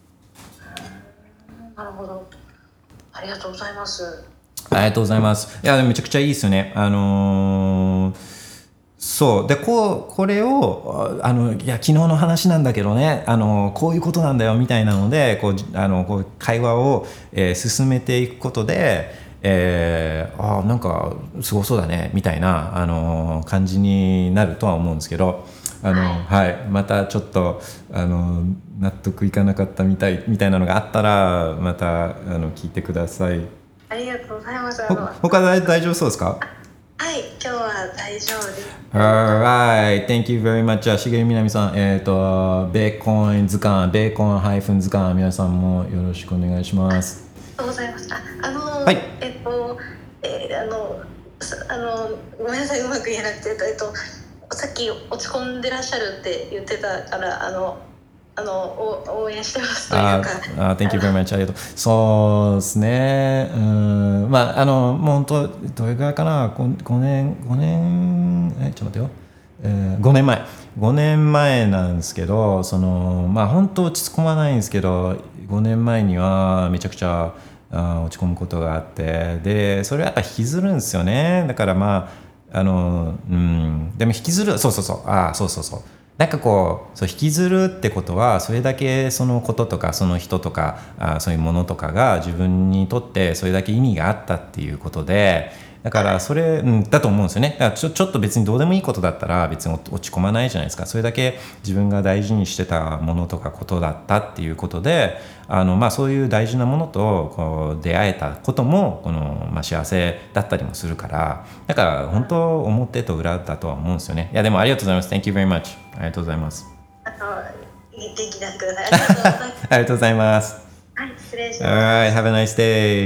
なるほどありがとうございます。 ありがとうございます。いやめちゃくちゃいいですよね。あのーそうでこうこれをあのいや昨日の話なんだけどねあのこういうことなんだよみたいなのでこうあのこう会話を、えー、進めていくことで、えー、あなんかすごそうだねみたいなあの感じになるとは思うんですけどあの、はいはい、またちょっとあの納得いかなかったみたいみたいなのがあったらまたあの聞いてください。 ありがとうございます。 ほ他大丈夫そうですか？ はい今日は大丈夫です。 Alright, thank you very much. じゃあ、しげるみなみさん、えっ、ー、と、ベーコン図鑑、ベーコン図鑑、皆さんもよろしくお願いします。 ありがとうございます。あ、あの、 はい、 えっと、えー、あの、あの、ごめんなさい、うまく言えなくて、えっと、さっき落ち込んでらっしゃるって言ってたから、あの、あの応援してますというか。 あ、Thank you very much. ありがとう。そうですね。うん、まああのもう本当どれぐらいかな。ごねんごねんえちょっと待ってよ。えー、ごねんまえごねんまえなんですけど、そのまあ本当落ち込まないんですけど、ごねんまえにはめちゃくちゃあ落ち込むことがあって、でそれはやっぱ引きずるんですよね。だからまああのうんでも引きずるそうそうそうあそうそうそう。なんかこう、そう引きずるってことはそれだけそのこととかその人とかあそういうものとかが自分にとってそれだけ意味があったっていうことで、だからそれ、うん、だと思うんですよね。だからちょ、ちょっと別にどうでもいいことだったら別に落ち込まないじゃないですか。それだけ自分が大事にしてたものとかことだったっていうことで、あの、まあ、そういう大事なものとこう出会えたこともこの、まあ、幸せだったりもするから、だから本当表と裏だとは思うんですよね。いやでもありがとうございます。 Thank you very much。 ありがとうございます。 あの元気になってください。ありがとうございます。 ありがとうございます。 はい、失礼します。 Alright, have a nice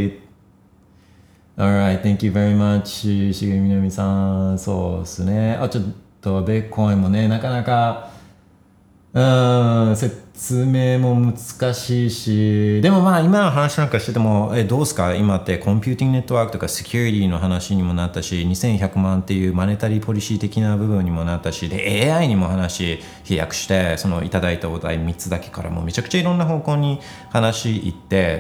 day。Alright, thank you very much。 しげみなみさん、そうですね。あ、ちょっとベーコンもね、なかなかうん説明も難しいし、でもまあ今の話なんかしてても、えどうですか今ってコンピューティングネットワークとかセキュリティの話にもなったし、にせんひゃくまんっていうマネタリーポリシー的な部分にもなったし、で エーアイ にも話飛躍して、そのいただいたお題みっつだけからもうめちゃくちゃいろんな方向に話いって、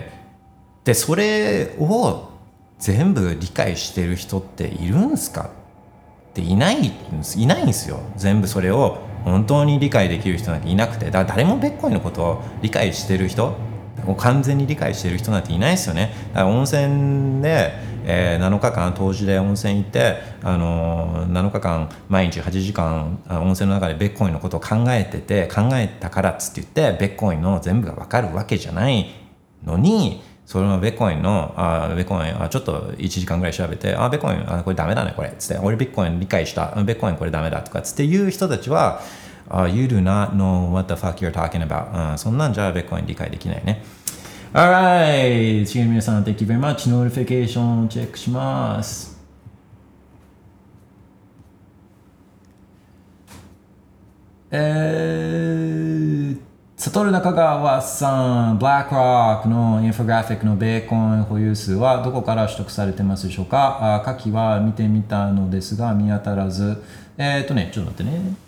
でそれを全部理解してる人っているんすかっていないいないんですよ。全部それを本当に理解できる人なんていなくて、だから誰もベッコインのことを理解してる人、完全に理解してる人なんていないですよね。だから温泉で、えー、なのかかん湯治で温泉行って、あのー、なのかかん毎日はちじかん温泉の中でベッコインのことを考えてて、考えたからっつって言ってベッコインの全部が分かるわけじゃないのに、それのベッコインのあベッコインあちょっといちじかんぐらい調べて、あベッコインあこれダメだねこれつって、俺ベッコイン理解した、ベッコインこれダメだとかつっていう人たちは、uh, You do not know what the fuck you're talking about、uh, そんなんじゃベッコイン理解できないね。 Alright、 しげみなさん Thank you very much。 ノーティフィケーションチェックします。えーサトル中川さん、ブラックロックのインフォグラフィックのベーコン保有数はどこから取得されてますでしょうか。あ下記は見てみたのですが見当たらず、えっ、ー、とね、ちょっと待ってね。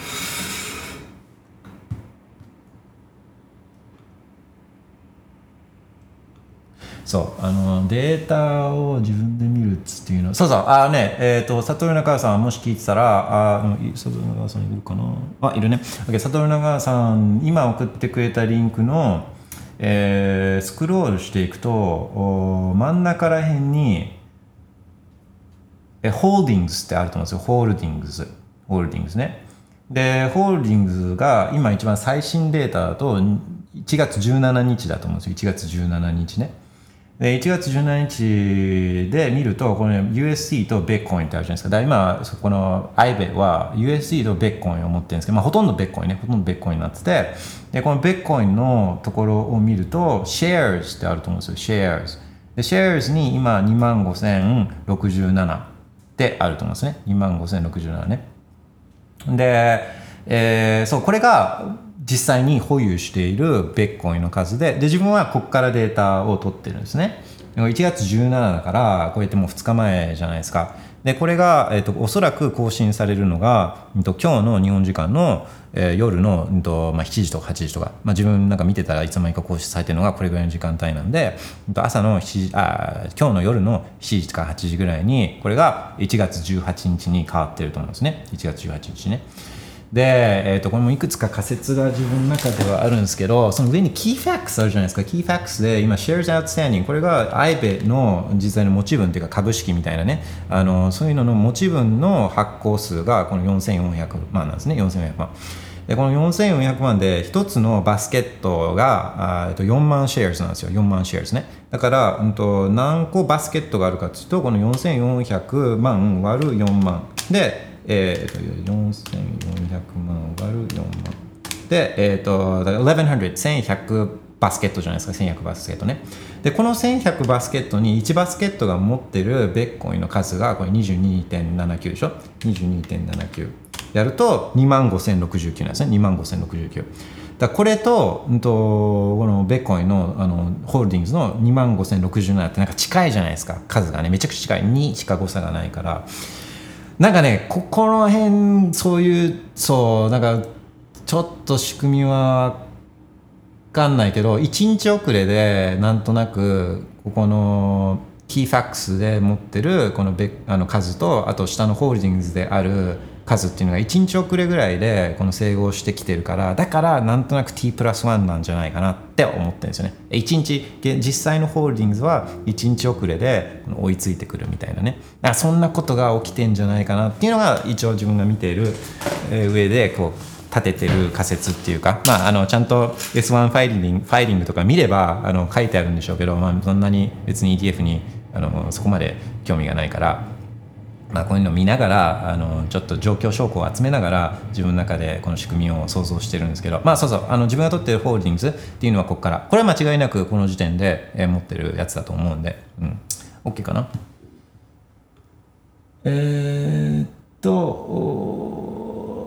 そうあのデータを自分で見るっていうの、そうそうあねえっ、ー、と佐藤中川さんもし聞いてたら、あ佐藤中川さんいるかなあいるね。佐藤中川さん今送ってくれたリンクの、えー、スクロールしていくと真ん中らへんにえホールディングスってあると思うんですよ。ホールディングスホールディングスね。でホールディングスが今一番最新データだといちがつじゅうしちにちだと思うんですよ。いちがつじゅうしちにちね。でいちがつじゅうしちにちで見るとこの ユーエスディー とベッコインってあるじゃないですか。だから今そこの アイベイ は ユーエスディー とベッコインを持ってるんですけど、まあ、ほとんどベッコインねほとんどベッコインになってて、でこのベッコインのところを見ると shares ってあると思うんですよ。 shares で shares に今 にまんごせんろくじゅうなな ってあると思うんですね。にまんごせんろくじゅうななね。で、えー、そうこれが実際に保有しているベッコインの数で、で自分はここからデータを取ってるんですね。いちがつじゅうしちだからこうやってもうふつかまえじゃないですか。でこれが、えー、とおそらく更新されるのが、えー、と今日の日本時間の、えー、夜の、えーとまあ、しちじとかはちじとか、まあ、自分なんか見てたらいつの間にか更新されてるのがこれぐらいの時間帯なんで、えー、と朝のしちじあ今日の夜のしちじとかはちじぐらいにこれがいちがつじゅうはちにちに変わってると思うんですね。いちがつじゅうはちにちね。で、えー、とこれもいくつか仮説が自分の中ではあるんですけど、その上にキーファックスあるじゃないですか。キーファックスで今 shares outstanding これが アイベイ の実際の持ち分というか株式みたいなね、あのそういうのの持ち分の発行数がこのよんせんよんひゃくまんなんですね。よんせんよんひゃくまんでこのよんせんよんひゃくまんでひとつのバスケットがあ、えっと、よんまんシェアーズなんですよ。よんまんシェアーズね。だから、うん、と何個バスケットがあるかというとこのよんせんよんひゃくまん割るよんまんで、えー、とよんせんよんひゃくまん割るよんまんで、えー、とだからせんひゃくバスケットじゃないですか。せんひゃくバスケットね。でこのせんひゃくバスケットにいちバスケットが持ってるベッコインの数がこれ にじゅうにてんななきゅう でしょ。 にじゅうにてんななきゅう やると にまんごせんろくじゅうきゅう なんですね。にまんごせんろくじゅうきゅうだからこれと、うん、とこのベッコイン の, あのホールディングスの にまんごせんろくじゅうなな ってなんか近いじゃないですか。数がねめちゃくちゃ近い。にしか誤差がないからなんかねここの辺そういうそうなんかちょっと仕組みは分かんないけどいちにち遅れでなんとなくここのキーファックスで持ってるこのベあの数とあと下のホールディングスである数っていうのがいちにち遅れぐらいでこの整合してきてるからだからなんとなく T プラスワンなんじゃないかなって思ってるんですよね。いちにち実際のホールディングスはいちにち遅れで追いついてくるみたいなね。だからそんなことが起きてんじゃないかなっていうのが一応自分が見ている上でこう立ててる仮説っていうか、まあ、あのちゃんと エスワン ファイリング、ファイリングとか見ればあの書いてあるんでしょうけど、まあ、そんなに別に イーティーエフ にあのそこまで興味がないから、まあ、こういうのを見ながらあのちょっと状況証拠を集めながら自分の中でこの仕組みを想像してるんですけど、まあそうそうあの自分が取ってるホールディングスっていうのはここからこれは間違いなくこの時点で、えー、持ってるやつだと思うんで、うん、OK かな。えー、っと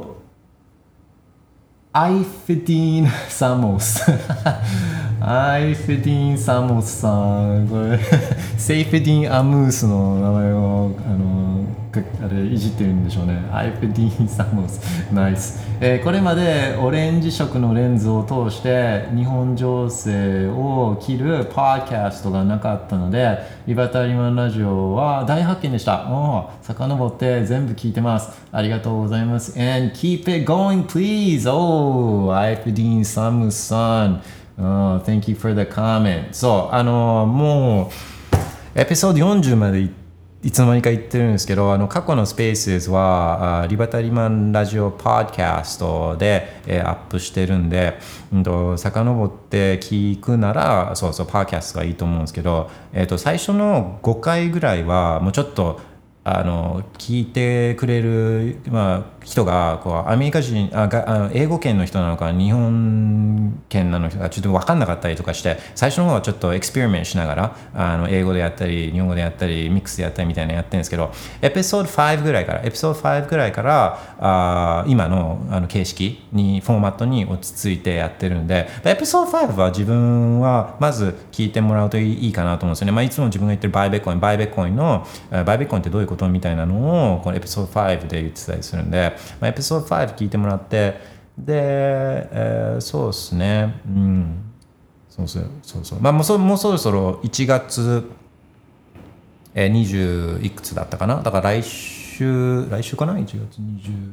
アイフェディーン・サモスアイフェディーン・サモスさんこれセイフェディーン・アムースの名前をあのあれいじってるんでしょうね。アイフェディーン・サモスナイス、えー、これまでオレンジ色のレンズを通して日本情勢を切るパーキャストがなかったのでリバタリマンラジオは大発見でした。お遡って全部聞いてます。ありがとうございます。 And keep it going please. Oh, アイフェディーン・サムさん、oh, Thank you for the comment. そうあのー、もうエピソードよんじゅうまで行っていつの間にか言ってるんですけどあの過去のスペースはリバタリマンラジオポッドキャストで、えー、アップしてるんで、うん、と遡って聞くならそうそうポッドキャストがいいと思うんですけど、えー、と最初のごかいぐらいはもうちょっとあの聞いてくれる、まあ、人がこうアメリカ人あが英語圏の人なのか日本圏なのかちょっと分かんなかったりとかして最初の方はちょっとエクスペリメントしながらあの英語でやったり日本語でやったりミックスでやったりみたいなのやってるんですけどエピソードごぐらいからエピソードごぐらいからあ今 の, あの形式にフォーマットに落ち着いてやってるんでエピソードごは自分はまず聞いてもらうといいかなと思うんですよね。まあ、いつも自分が言ってるバイベコインバイベコインのバイベコインってどういうことみたいなのをこのエピソードごで言ってたりするんで、まあ、エピソードご聞いてもらってで、えー、そうですねうんそうそうそうそうまあもう そ, もうそろそろいちがつ、えー、にじゅういくつだったかなだから来週来週かないちがつにじゅう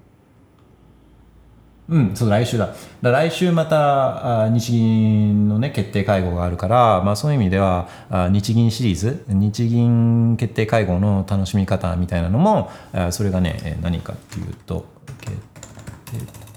うんそう来週だだ来週また日銀のね決定会合があるから、まあ、そういう意味では日銀シリーズ日銀決定会合の楽しみ方みたいなのもそれがね何かっていうと決定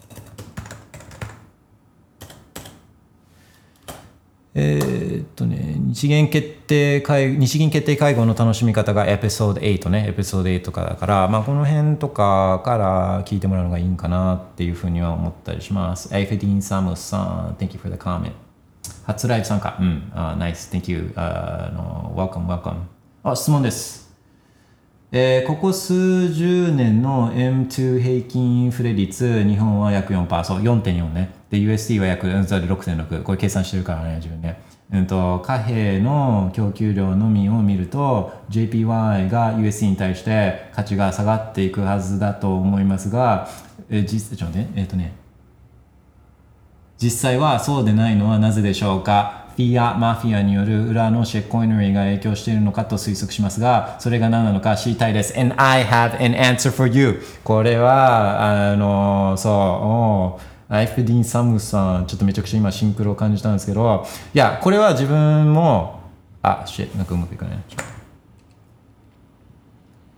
えー、っとね日銀決定会日銀決定会合の楽しみ方がエピソードはちねエピソードはちとかだから、まあ、この辺とかから聞いてもらうのがいいんかなっていうふうには思ったりします。エイフェディーン・サムさん Thank you for the comment 初ライブ参加うん、uh, Nice Thank you、uh, no, Welcome Welcome あ質問です、えー、ここ数十年の エムツー 平均インフレ率日本は約 よんパーセント そう よんてんよん ねで ユーエスディー は約 ろくてんろく これ計算してるからね自分ね、うん、と貨幣の供給量のみを見ると ジェーピーワイ が ユーエスディー に対して価値が下がっていくはずだと思いますが、えー、実ちょっと待って、えーとね、実際はそうでないのはなぜでしょうか。フィアマフィアによる裏のシェッコイノリーが影響しているのかと推測しますがそれが何なのか知りたいです。 And I have an answer for you これはあのそうアイフェディーン・サムさんちょっとめちゃくちゃ今シンクロを感じたんですけどいやこれは自分もあシェなんかうまくいかない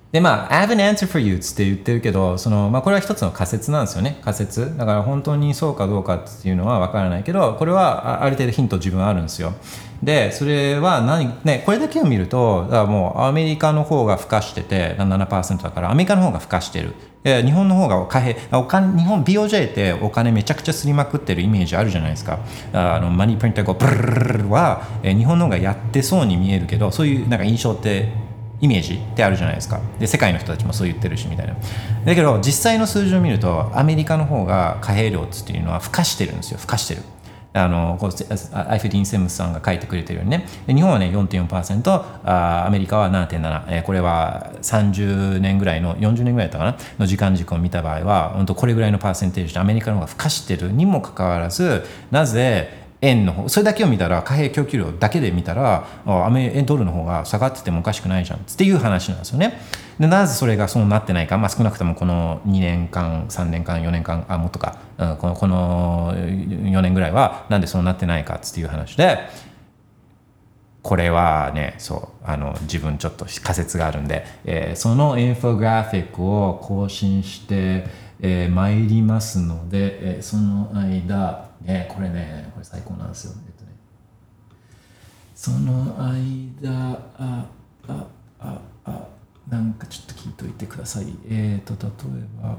でまあ I have an answer for you っつって言ってるけど、そのまあこれは一つの仮説なんですよね。仮説だから本当にそうかどうかっていうのは分からないけど、これはある程度ヒント自分はあるんですよ。でそれは何ね、これだけを見るとだからもうアメリカの方が付加してて ななパーセント だからアメリカの方が付加してる。日本の方が貨幣お金日本 ビーオージェー ってお金めちゃくちゃすりまくってるイメージあるじゃないですか。あのマニープリンターがブルルルルは日本の方がやってそうに見えるけど、そういうなんか印象ってイメージってあるじゃないですか。で世界の人たちもそう言ってるしみたいな。だけど実際の数字を見るとアメリカの方が貨幣量っていうのは付加してるんですよ。付加してる。あのこうアイフディン・セムスさんが書いてくれてるようにね、日本はね よんてんよんパーセント、 あアメリカは ななてんなな、えー、これはさんじゅうねんぐらいのよんじゅうねんぐらいだったかなの時間軸を見た場合は本当これぐらいのパーセンテージでアメリカの方が付加してるにもかかわらず、なぜ円の方それだけを見たら貨幣供給量だけで見たらアメ円ドルの方が下がっててもおかしくないじゃんっていう話なんですよね。でなぜそれがそうなってないか、まあ、少なくともこのにねんかんさんねんかんよねんかんあもっとか、うん、このこのよねんぐらいはなんでそうなってないかっていう話で、これはねそうあの自分ちょっと仮説があるんで、えー、そのインフォグラフィックを更新してえー、参りますので、えー、その間、ね、これね、これ最高なんですよ。えっとね、その間、あ、あ、あ、あ、なんかちょっと聞いといてください。えっと、例えば、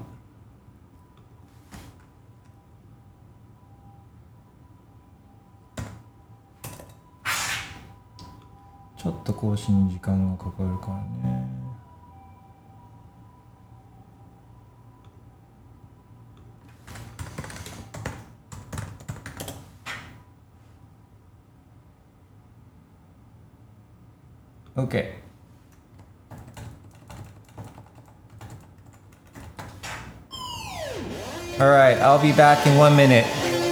ちょっと更新に時間がかかるからね。Okay. All right, I'll be back in one minute.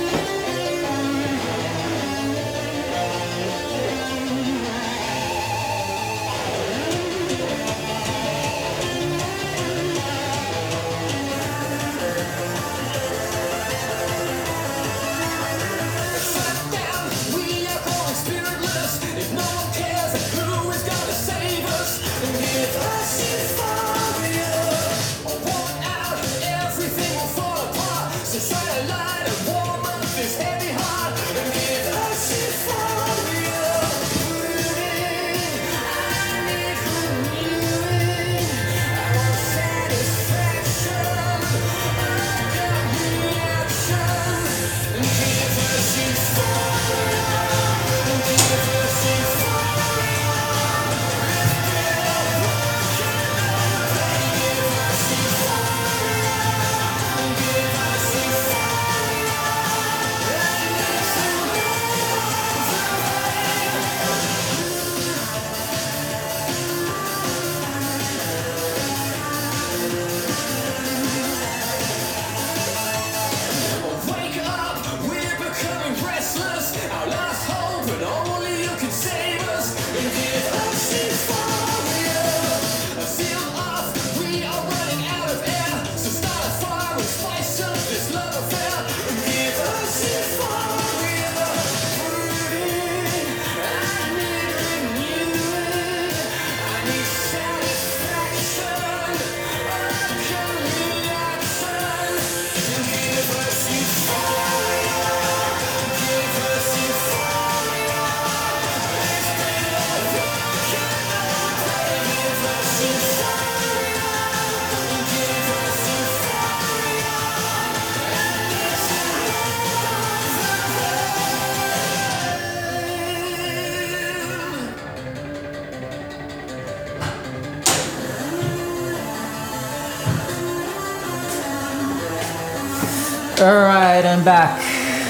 Alright, I'm back.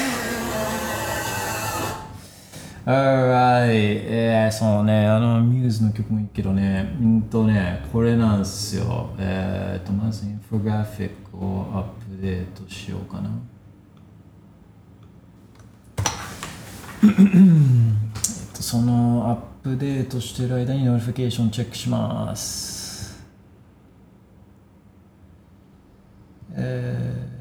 Alright, えー、そうね、あのミューズの曲もいいけどね、うんとね、これなんですよ。えーと、まずインフォグラフィックをアップデートしようかな。えっと、そのアップデートしてる間にノリフィケーションチェックします。えー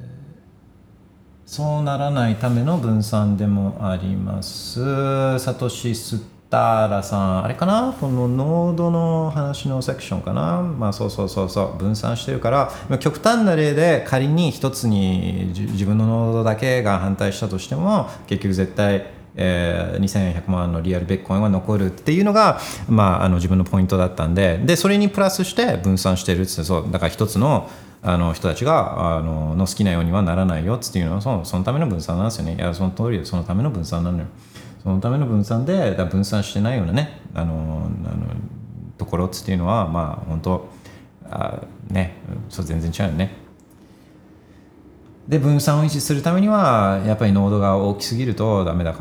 そうならないための分散でもあります。サトシ吸ったらさんあれかな、このノードの話のセクションかな、まあそうそうそうそう分散してるから、極端な例で仮に一つに自分のノードだけが反対したとしても結局絶対えー、にせんひゃくまんのリアルベッコインは残るっていうのが、まあ、あの自分のポイントだったんで、でそれにプラスして分散してるって、そうだから一つのあの人たちがあのの好きなようにはならないよっていうのはそのそのための分散なんですよね。いやその通りで、そのための分散なのよ。そのための分散で、だ分散してないようなねあのあのところっていうのはまあ本当あね、そう全然違うよね。で分散を維持するためにはやっぱりノードが大きすぎるとダメだから、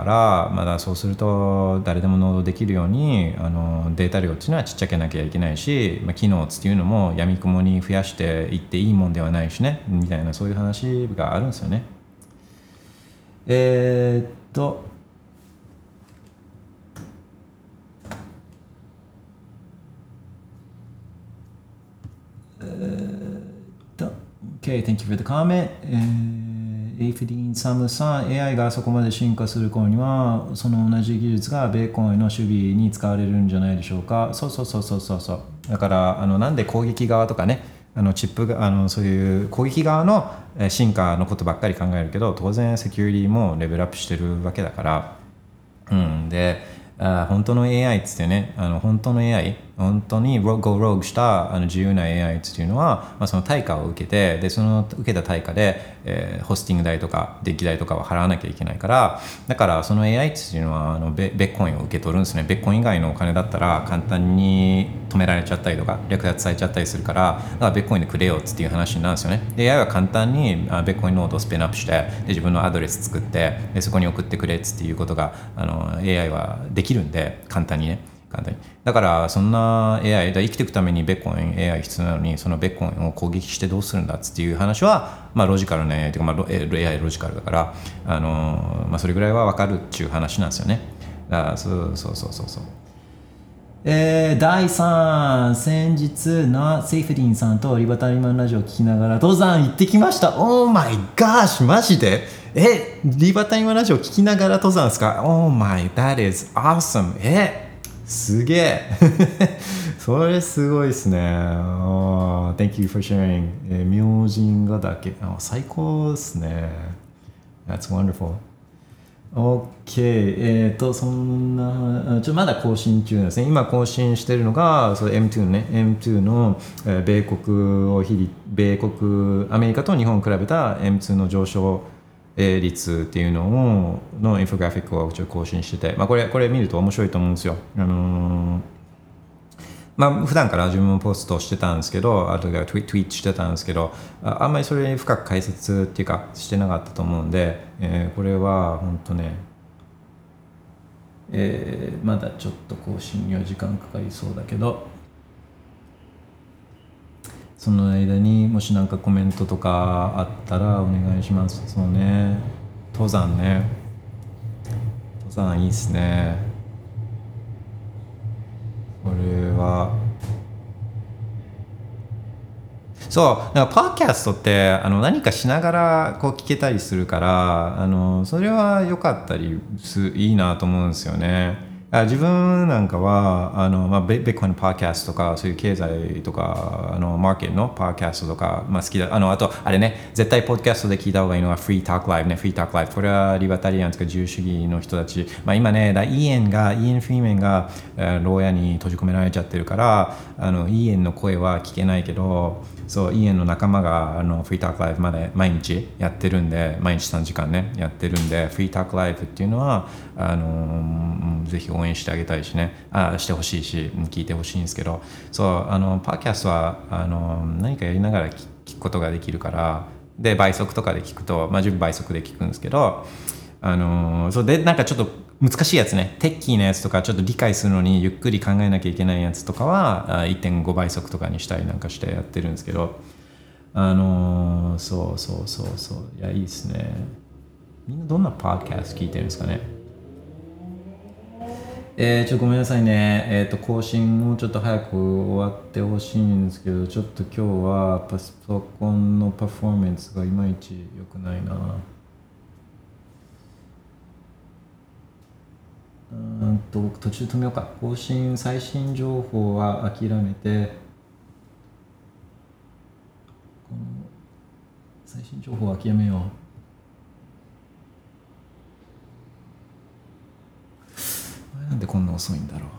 まだそうすると誰でもノードできるようにあのデータ量っていうのはちっちゃけなきゃいけないし、まあ、機能っていうのもやみくもに増やしていっていいもんではないしね、みたいなそういう話があるんですよね。えー、っとえー、っと OK, thank you for the comment. えー、エイフディーンサムさん、エーアイ がそこまで進化する頃には、その同じ技術がベーコンの守備に使われるんじゃないでしょうか。そうそうそうそうそうそう。だからあのなんで攻撃側とかね、あのチップがあのそういう攻撃側の進化のことばっかり考えるけど、当然セキュリティもレベルアップしてるわけだから、うん、で。あ本当の エーアイ っつってね、あの本当の エーアイ、本当に Go Rogue したあの自由な エーアイ っていうのは、まあ、その対価を受けて、でその受けた対価で、えー、ホスティング代とか電気代とかは払わなきゃいけないから、だからその エーアイ っていうのはあのベッコインを受け取るんですね。ベッコイン以外のお金だったら簡単に止められちゃったりとか略奪されちゃったりするから、だからベッコインでくれよっていう話になるんですよね。で エーアイ は簡単にベッコインノードをスピンアップして、で自分のアドレス作って、でそこに送ってくれっていうことがあの エーアイ はできるんで、簡単にね、簡単に。だからそんな エーアイ、だ生きていくためにベッコイン エーアイ 必要なのに、そのベッコインを攻撃してどうするんだっていう話は、まあロジカルな エーアイ というか、まあ エーアイ ロジカルだから、あのまあそれぐらいは分かるっていう話なんですよね。だからそうそうそうそうそう。えー、だいさん、先日なセイフディンさんとリバタリマンラジオを聞きながら登山行ってきました。オーマイガーシュ、マジでえ、リバタリマンラジオ聞きながら登山ですか？ Oh my, that is awesome. え、すげえそれすごいですね。oh, Thank you for sharing. えー、明神ヶ岳、oh, 最高ですね。That's wonderful.OK、えーと、そんな、ちょまだ更新中ですね。今更新しているのが、その エムツー ね、エムツー の、えー、米国を比率、米国、アメリカと日本を比べた エムツー の上昇率っていうのを、のインフォグラフィックをちょっと更新してて、まあこれ、これ見ると面白いと思うんですよ。あのーまあ、普段から自分もポストしてたんですけど、あとでツイートしてたんですけど、あ, あんまりそれに深く解説っていうかしてなかったと思うんで、えー、これは本当ね、えー、まだちょっと更新には時間かかりそうだけど、その間にもし何かコメントとかあったらお願いします。そうね、登山ね、登山いいっすね。これはそうなんかパーキャストってあの何かしながらこう聞けたりするから、あのそれは良かったりすいいなと思うんですよね。自分なんかはあの、まあ、ベッコイのパーキャストとかそういう経済とかあのマーケットのパーキャストとか、まあ、好きだ。あのあとあれね、絶対ポッドキャストで聞いた方がいいのはフリータークライブね。フリータークライブ、これはリバタリアンとか自由主義の人たち、まあ、今ねだイーエンがイーエン・フリーメンが、えー、牢屋に閉じ込められちゃってるから、あのイーエンの声は聞けないけど、そうイーエンの仲間があのフリータークライブまで毎日やってるんで、毎日さんじかんねやってるんで、フリータークライブっていうのはあのぜひ応援してあげたいしね、あしてほしいし聞いてほしいんですけど、そうあのパーキャストはあの何かやりながら聞くことができるから、で倍速とかで聞くと、まあ自分倍速で聞くんですけど、あのそうでなんかちょっと難しいやつね、テッキーなやつとかちょっと理解するのにゆっくり考えなきゃいけないやつとかは いってんご 倍速とかにしたりなんかしてやってるんですけど、あのそうそうそうそういやいいですね。みんなどんなパーキャスト聞いてるんですかね。えー、ちょっとごめんなさいね、えー、と更新もうちょっと早く終わってほしいんですけど、ちょっと今日はパソコンのパフォーマンスがいまいち良くないな。 うんと途中止めようか。更新最新情報は諦めて、この最新情報は諦めよう。なんでこんな遅いんだろ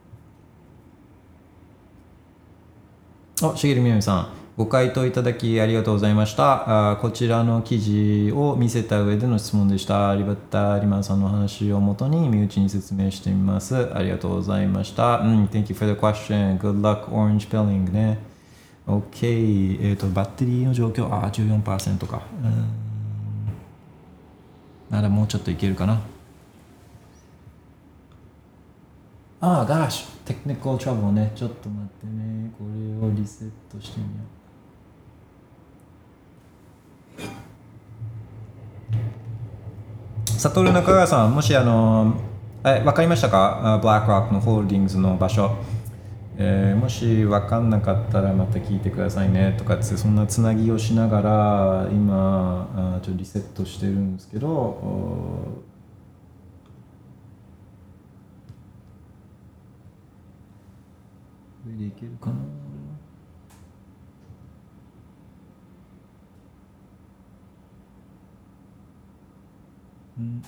う。あ、しげるみなみさん、ご回答いただきありがとうございました。あこちらの記事を見せた上での質問でした。リバッターリマンさんの話をもとに身内に説明してみます。ありがとうございました。うん、Thank you for the question. Good luck orange pilling ね。OK。えっと、バッテリーの状況、あ、じゅうよんパーセント か。うん。ならもうちょっといけるかな。ああ、ガーシュ、テクニカルトラブルね。ちょっと待ってね。これをリセットしてみよう。サトル中川さん、もしあの、え、わかりましたか？ブラックロックのホールディングスの場所。えー、もしわかんなかったらまた聞いてくださいねとかって、そんなつなぎをしながら、今、あちょっとリセットしてるんですけど、これでいけるかな。うん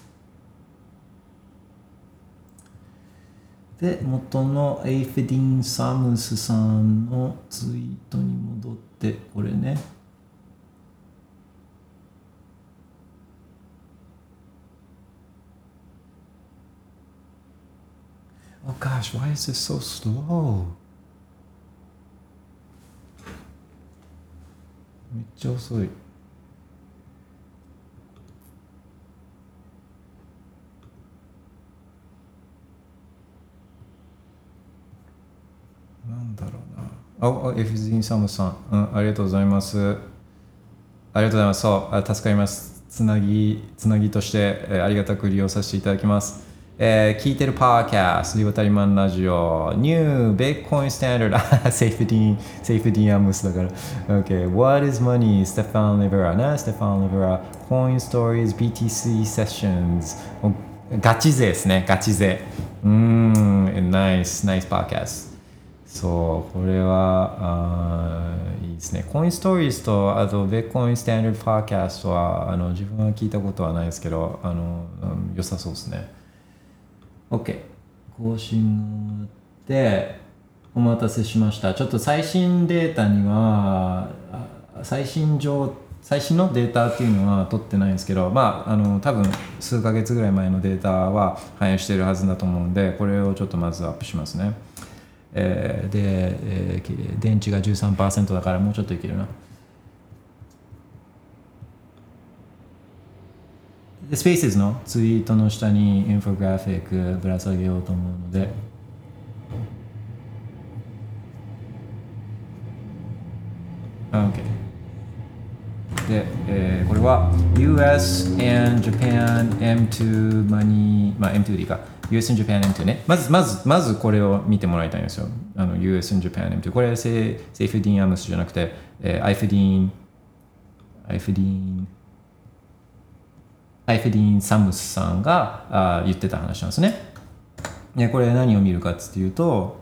で、元のエイフェディン・サムスさんのツイートに戻って、これね。Oh gosh, why is this so slow? めっちゃ遅い。なんだろうな。あ、エフジンサムさん、うん、ありがとうございます。ありがとうございます。そう、助かります。つなぎ、つなぎとして、えー、ありがたく利用させていただきます。えー、聞いてるパーキャスト、リバタリマンラジオ、ニュー、ビットコインスタンダード、セーフディーン、セーフディーンアムスだから。OK、What is money? ステファン・レベラね、ステファン・レベラ、コインストーリーズ、ビーティーシー セッションズ、ガチ勢ですね、ガチ勢。うーん、ナイス、ナイスパーキャスト。そう、これはあいいですね。コインストーリーズと、あと、ベッコインスタンダードパーキャストは、あの自分は聞いたことはないですけど、あの、うん、良さそうですね。OK。更新で、お待たせしました。ちょっと最新データには、最新上、最新のデータっていうのは取ってないんですけど、まあ、あの、多分数ヶ月ぐらい前のデータは反映しているはずだと思うんで、これをちょっとまずアップしますね。えー、で、えー、電池が じゅうさんパーセント だからもうちょっといけるな。で、スペースのツイートの下にインフォグラフィックぶら下げようと思うので、OK。で、えー、これは ユーエス and Japan エムツー マニー、まあ エムツー でいいか。ユーエス and Japan エムツー ね。まず、まず、まずこれを見てもらいたいんですよ。あの ユーエス and Japan エムツー。これはセーフディーン・アムスじゃなくて、えー、アイフェディーン、アイフェディーン、アイフェディーン・サムスさんがあ言ってた話なんですね。で、これ何を見るかっていうと、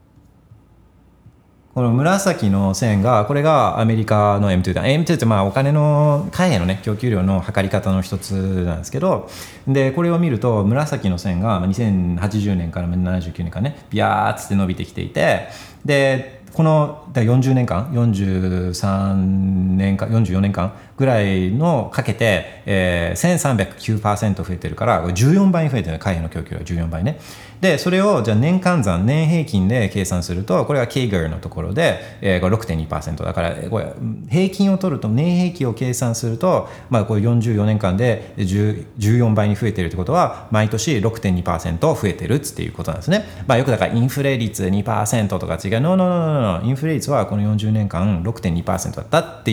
この紫の線が、これがアメリカの エムツー だ。エムツー ってまあお金の、貨幣のね、供給量の測り方の一つなんですけど、で、これを見ると、紫の線がにせんはちじゅうねんからななじゅうきゅうねんからね、ビヤーッつって伸びてきていて、で、このよんじゅうねんかん、よんじゅうさんねんかん、よんじゅうよねんかんぐらいのかけて、えー、せんさんびゃくきゅうパーセント 増えてるから、じゅうよんばいに増えてる、貨幣の供給がじゅうよんばいね。で、それをじゃあ年換算、年平均で計算すると、これは ケージャー のところで、えー、これ ろくてんにパーセント だから、これ平均を取ると、年平均を計算すると、まあこれよんじゅうよねんかんでじゅうよんばいに増えてるってことは、毎年 ろくてんにパーセント 増えてるっていうことなんですね。まあよくだからインフレ率 にパーセント とか違う、ノーノーノーノー、インフレ率はこのよんじゅうねんかん ろくてんにパーセント だったっていう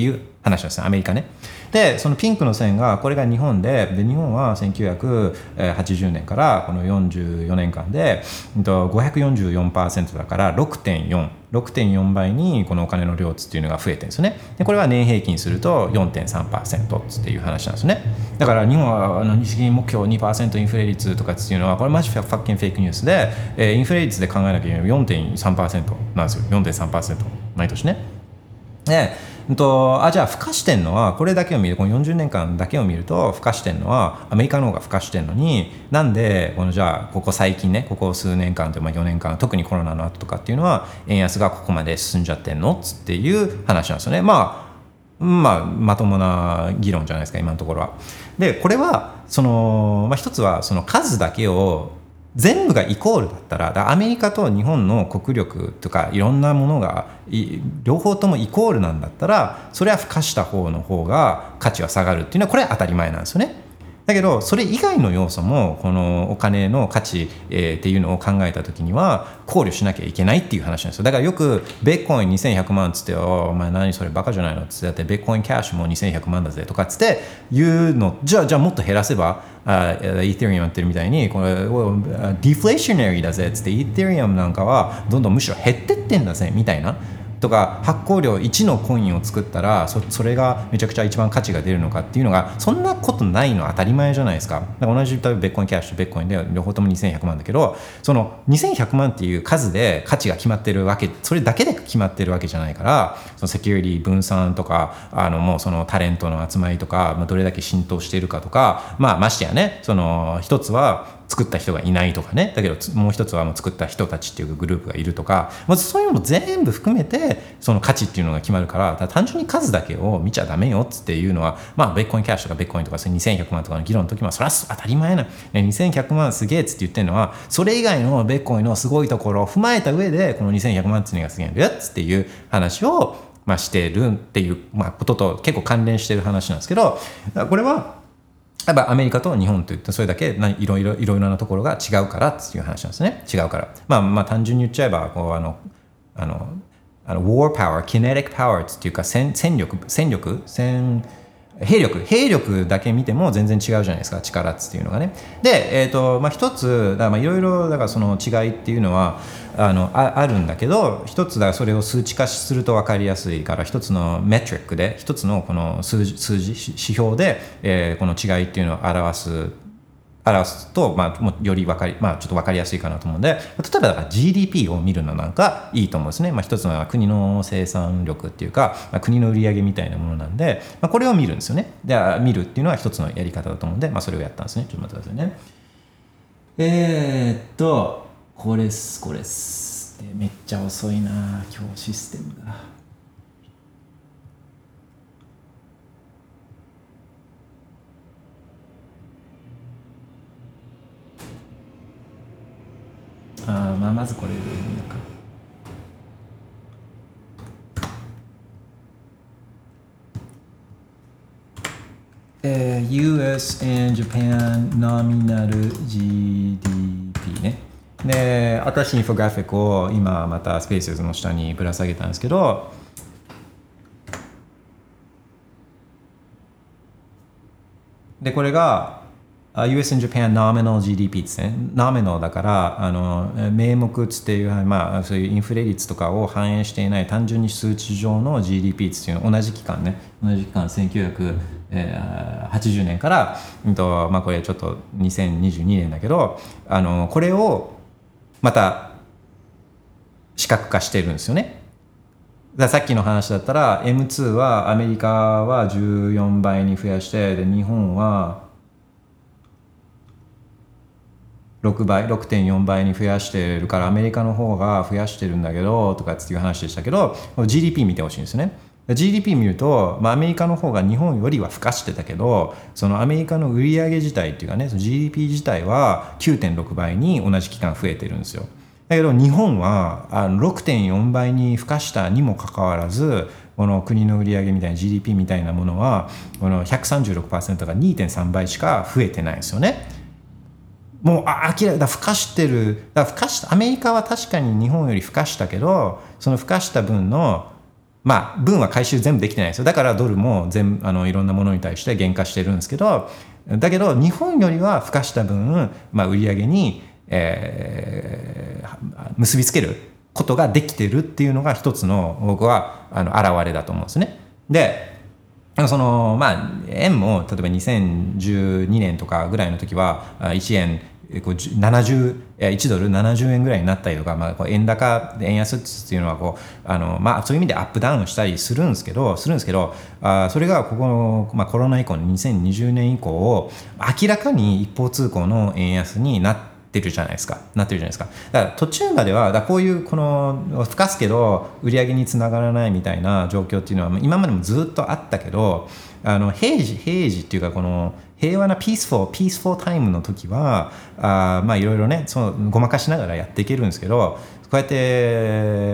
話なんですね、アメリカね。でそのピンクの線がこれが日本 で, で日本はせんきゅうひゃくはちじゅうねんからこのよんじゅうよねんかんでごひゃくよんじゅうよんパーセント だから ろくてんよん ろくてんよんばいにこのお金の量っていうのが増えてるんですよね。でこれは年平均すると よんてんさんパーセント っていう話なんですね。だから日本はあの日銀目標 にパーセント インフレ率とかっていうのはこれマジファッキンフェイクニュースで、えー、インフレ率で考えなきゃいけない よんてんさんパーセント なんですよ。 よんてんさんパーセント 毎年ね。でとあじゃあ付加してるのはこれだけを見るこのよんじゅうねんかんだけを見ると付加してるのはアメリカの方が付加してるのになんでこのじゃあここ最近ねここ数年間というかよねんかん特にコロナの後とかっていうのは円安がここまで進んじゃってんのっていう話なんですよね。まあまあまともな議論じゃないですか今のところは。でこれはその、まあ、一つはその数だけを全部がイコールだったら、だからアメリカと日本の国力とかいろんなものが両方ともイコールなんだったらそれは付加した方の方が価値は下がるっていうのはこれは当たり前なんですよね。だけどそれ以外の要素もこのお金の価値、えー、っていうのを考えた時には考慮しなきゃいけないっていう話なんですよ。だからよくベッコインにせんひゃくまんっつってお前何それバカじゃないのっつってだってベッコインキャッシュもにせんひゃくまんだぜとかっつって言うのじゃあじゃあもっと減らせばあイーテリアムやってるみたいにこれディフレーショナリーだぜっつってイーテリアムなんかはどんどんむしろ減ってってんだぜみたいなとか発行量いちのコインを作ったら そ, それがめちゃくちゃ一番価値が出るのかっていうのがそんなことないのは当たり前じゃないですか。だから同じベッコインキャッシュベッコインで両方ともにせんひゃくまんだけどそのにせんひゃくまんっていう数で価値が決まってるわけそれだけで決まってるわけじゃないからそのセキュリティ分散とかあのもうそのタレントの集まりとか、まあ、どれだけ浸透しているかとか、まあ、ましてやねその一つは作った人がいないとかねだけどもう一つはもう作った人たちっていうグループがいるとかまずそういうのも全部含めてその価値っていうのが決まるからだ単純に数だけを見ちゃダメよっていうのはまあベッコインキャッシュとかベッコインとかにせんひゃくまんとかの議論の時はそれは当たり前な、ね、にせんひゃくまんすげえっつって言ってるのはそれ以外のベッコインのすごいところを踏まえた上でこのにせんひゃくまんっていうのがすげえんだよっていう話をまあしてるっていうまあことと結構関連してる話なんですけどこれはやっぱアメリカと日本といってそれだけいろいろいろいろなところが違うからっていう話なんですね。違うからまあまあ単純に言っちゃえばこうあのあのあの war power kinetic power っていうか戦戦力戦力戦兵力兵力だけ見ても全然違うじゃないですか力っていうのがね。でえっ、ー、とまあ一つだからいろいろだからその違いっていうのはあの あ, あるんだけど一つだからそれを数値化すると分かりやすいから一つのメトリックで一つのこの数字数字指標で、えー、この違いっていうのを表す表すと、まあ、より分かり、まあ、ちょっと分かりやすいかなと思うんで例えばだから ジーディーピー を見るのなんかいいと思うんですね。まあ、一つのは国の生産力っていうか、まあ、国の売り上げみたいなものなんで、まあ、これを見るんですよね。で見るっていうのは一つのやり方だと思うんで、まあ、それをやったんですね。ちょっと待ってくださいね。えー、っとこれっすこれっすでめっちゃ遅いな今日システムが。あまあまずこれでいいのか。えー、ユーエス and Japan nominal ジーディーピー ね。で、新しいインフォグラフィックを今またスペースの下にぶら下げたんですけど、でこれがユーエス and Japan nominal ジーディーピー ですね。nominal だからあの名目つっていう、まあ、そういうインフレ率とかを反映していない単純に数値上の ジーディーピー っていうの同じ期間ね同じ期間せんきゅうひゃくはちじゅうねんから、うんとまあ、これちょっとにせんにじゅうにねんだけどあのこれをまた視覚化してるんですよね。ださっきの話だったら エムツー はアメリカはじゅうよんばいに増やしてで日本はろくばい ろくてんよんばいに増やしてるからアメリカの方が増やしてるんだけどとかっていう話でしたけど ジーディーピー 見てほしいんですよね。ジーディーピー 見ると、まあ、アメリカの方が日本よりは付加してたけどそのアメリカの売上自体っていうかねその ジーディーピー 自体は きゅうてんろくばいに同じ期間増えてるんですよ。だけど日本はあの ろくてんよんばいに付加したにもかかわらずこの国の売上みたいな ジーディーピー みたいなものはこの ひゃくさんじゅうろくパーセント が にてんさんばいしか増えてないんですよね。もうあ明らかだ付加してるだ付加したアメリカは確かに日本より付加したけどその付加した分のまあ分は回収全部できてないですよ。だからドルも全あのいろんなものに対して減価してるんですけど、だけど日本よりは付加した分、まあ、売上に、えー、結びつけることができてるっていうのが一つの僕はあの表れだと思うんですね。でそのまあ円も例えばにせんじゅうにねんとかぐらいの時はいちえんこうななじゅういちドルななじゅうえんぐらいになったりとか、まあ、こう円高円安っていうのはこうあの、まあ、そういう意味でアップダウンしたりするんですけどするんですけどあそれがここの、まあ、コロナ以降のにせんにじゅうねん以降明らかに一方通行の円安になっててるじゃないですかなってるじゃないですか。だから途中まではだこういうこの付加すけど売上につながらないみたいな状況っていうのは今までもずっとあったけど、あの平時平時っていうかこの平和なピースフォーピースフォータイムの時はあまあいろいろねそのごまかしながらやっていけるんですけど、こうやって、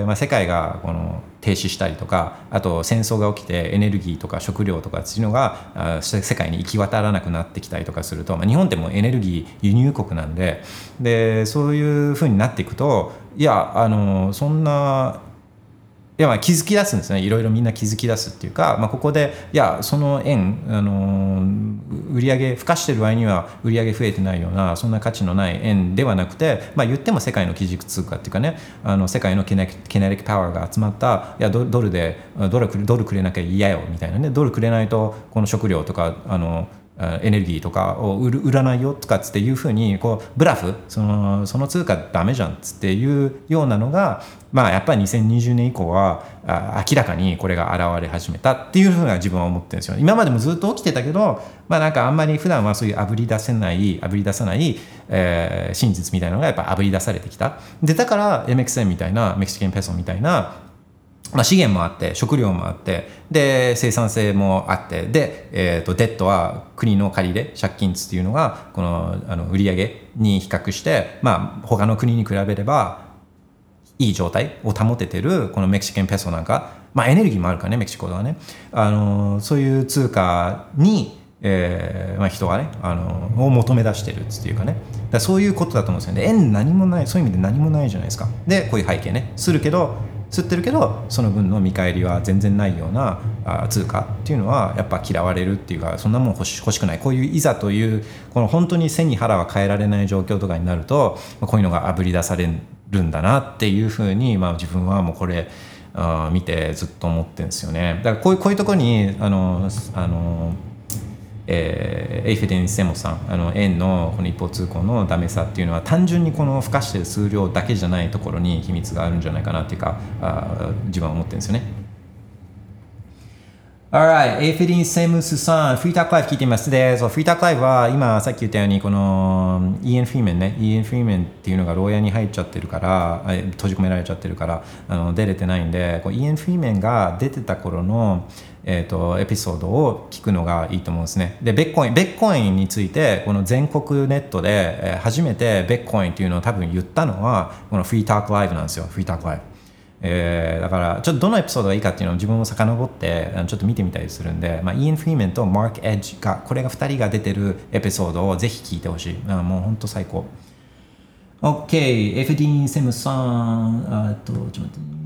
まあ、世界がこの停止したりとか、あと戦争が起きてエネルギーとか食料とかっていうのが世界に行き渡らなくなってきたりとかすると、まあ、日本ってもうエネルギー輸入国なんで、でそういう風になっていくと、いやあのそんないやまあ気づき出すんですね。いろいろみんな気づき出すっていうか、まあ、ここでいやその円あの売上付加してる場合には売上増えてないようなそんな価値のない円ではなくて、まあ、言っても世界の基軸通貨っていうかね、あの世界のケネケネリックパワーが集まったいや ド, ドルでドルドルくれなきゃ嫌よみたいなね、ドルくれないとこの食料とかあのエネルギーとかを売る売らないよとかっていうふうにこうブラフそのその通貨ダメじゃんっていうようなのが、まあやっぱりにせんにじゅうねん以降は明らかにこれが現れ始めたっていうふうな自分は思ってるんですよ。今までもずっと起きてたけど、まあなんかあんまり普段はそういうあぶり出せないあぶり出さない、えー、真実みたいなのがやっぱあぶり出されてきた。でだから エムエックスエム みたいなメキシカンペソみたいなまあ、資源もあって食料もあってで生産性もあってで、えー、とデッドは国の借り入れ借金っていうのがこのあの売上に比較して、まあ、他の国に比べればいい状態を保ててるこのメキシカンペソなんか、まあ、エネルギーもあるからねメキシコではね、あのそういう通貨に、えーまあ、人がねあのを求め出してるっていうかね、だそういうことだと思うんですよね。円何もないそういう意味で何もないじゃないですか。でこういう背景ねするけど吸ってるけどその分の見返りは全然ないようなあ通貨っていうのはやっぱ嫌われるっていうか、そんなもん欲し、欲しくない。こういういざというこの本当に背に腹は変えられない状況とかになるとこういうのがあぶり出されるんだなっていうふうに、まあ、自分はもうこれあ見てずっと思ってるんですよね。だからこういうこういうところにあのあのえー、エイフェデン・セモさんあの円のこの一方通行のダメさっていうのは単純にこの付加している数量だけじゃないところに秘密があるんじゃないかなっていうかあ自分は思ってるんですよね。Alright、エイフェデン・セムスさん、フリータークライブ聞いています。で、そう、フリータークライブは今さっき言ったようにこのイーエン・フリーメンね、イーエン・フリーメンっていうのが牢屋に入っちゃってるから閉じ込められちゃってるからあの出れてないんで、こうイーエン・フリーメンが出てた頃のえー、とエピソードを聞くのがいいと思うんですね。でベッコインベッコインについてこの全国ネットで、えー、初めてベッコインっていうのを多分言ったのはこのフリータークライブなんですよ。フリータークライブ、えー、だからちょっとどのエピソードがいいかっていうのを自分も遡ってちょっと見てみたりするんで、まあ、イーエン・フリーメンとマーク・エッジがこれがふたりが出てるエピソードをぜひ聞いてほしい。あもう本当最高。 OK、 エフディーン・セムさん、あとちょっと待って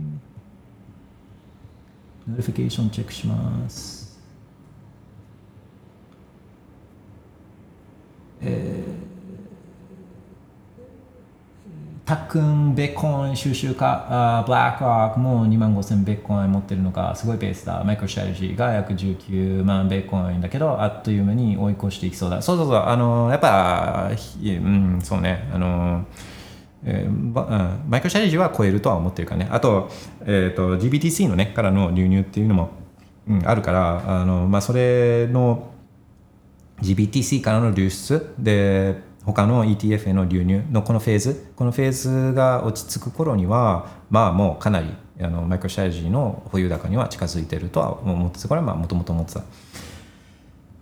ノリフィケーションチェックします。えー、タックンベッコイン収集家、ブラックロックもにまんごせんベッコイン持ってるのかすごいペースだ。マイクロストラテジーが約じゅうきゅうまんベッコインだけどあっという間に追い越していきそうだ。そうそうそう、あのやっぱ、うん、そうね、あのえーばうん、マイクロストラテジーは超えるとは思ってるからね。あと、えー、と ジービーティーシー の、ね、からの流入っていうのも、うん、あるからあの、まあ、それの ジービーティーシー からの流出で他の イーティーエフ への流入のこのフェーズこのフェーズが落ち着く頃にはまあもうかなりあのマイクロストラテジーの保有高には近づいてるとは思ってた。これはまあもともと思ってた。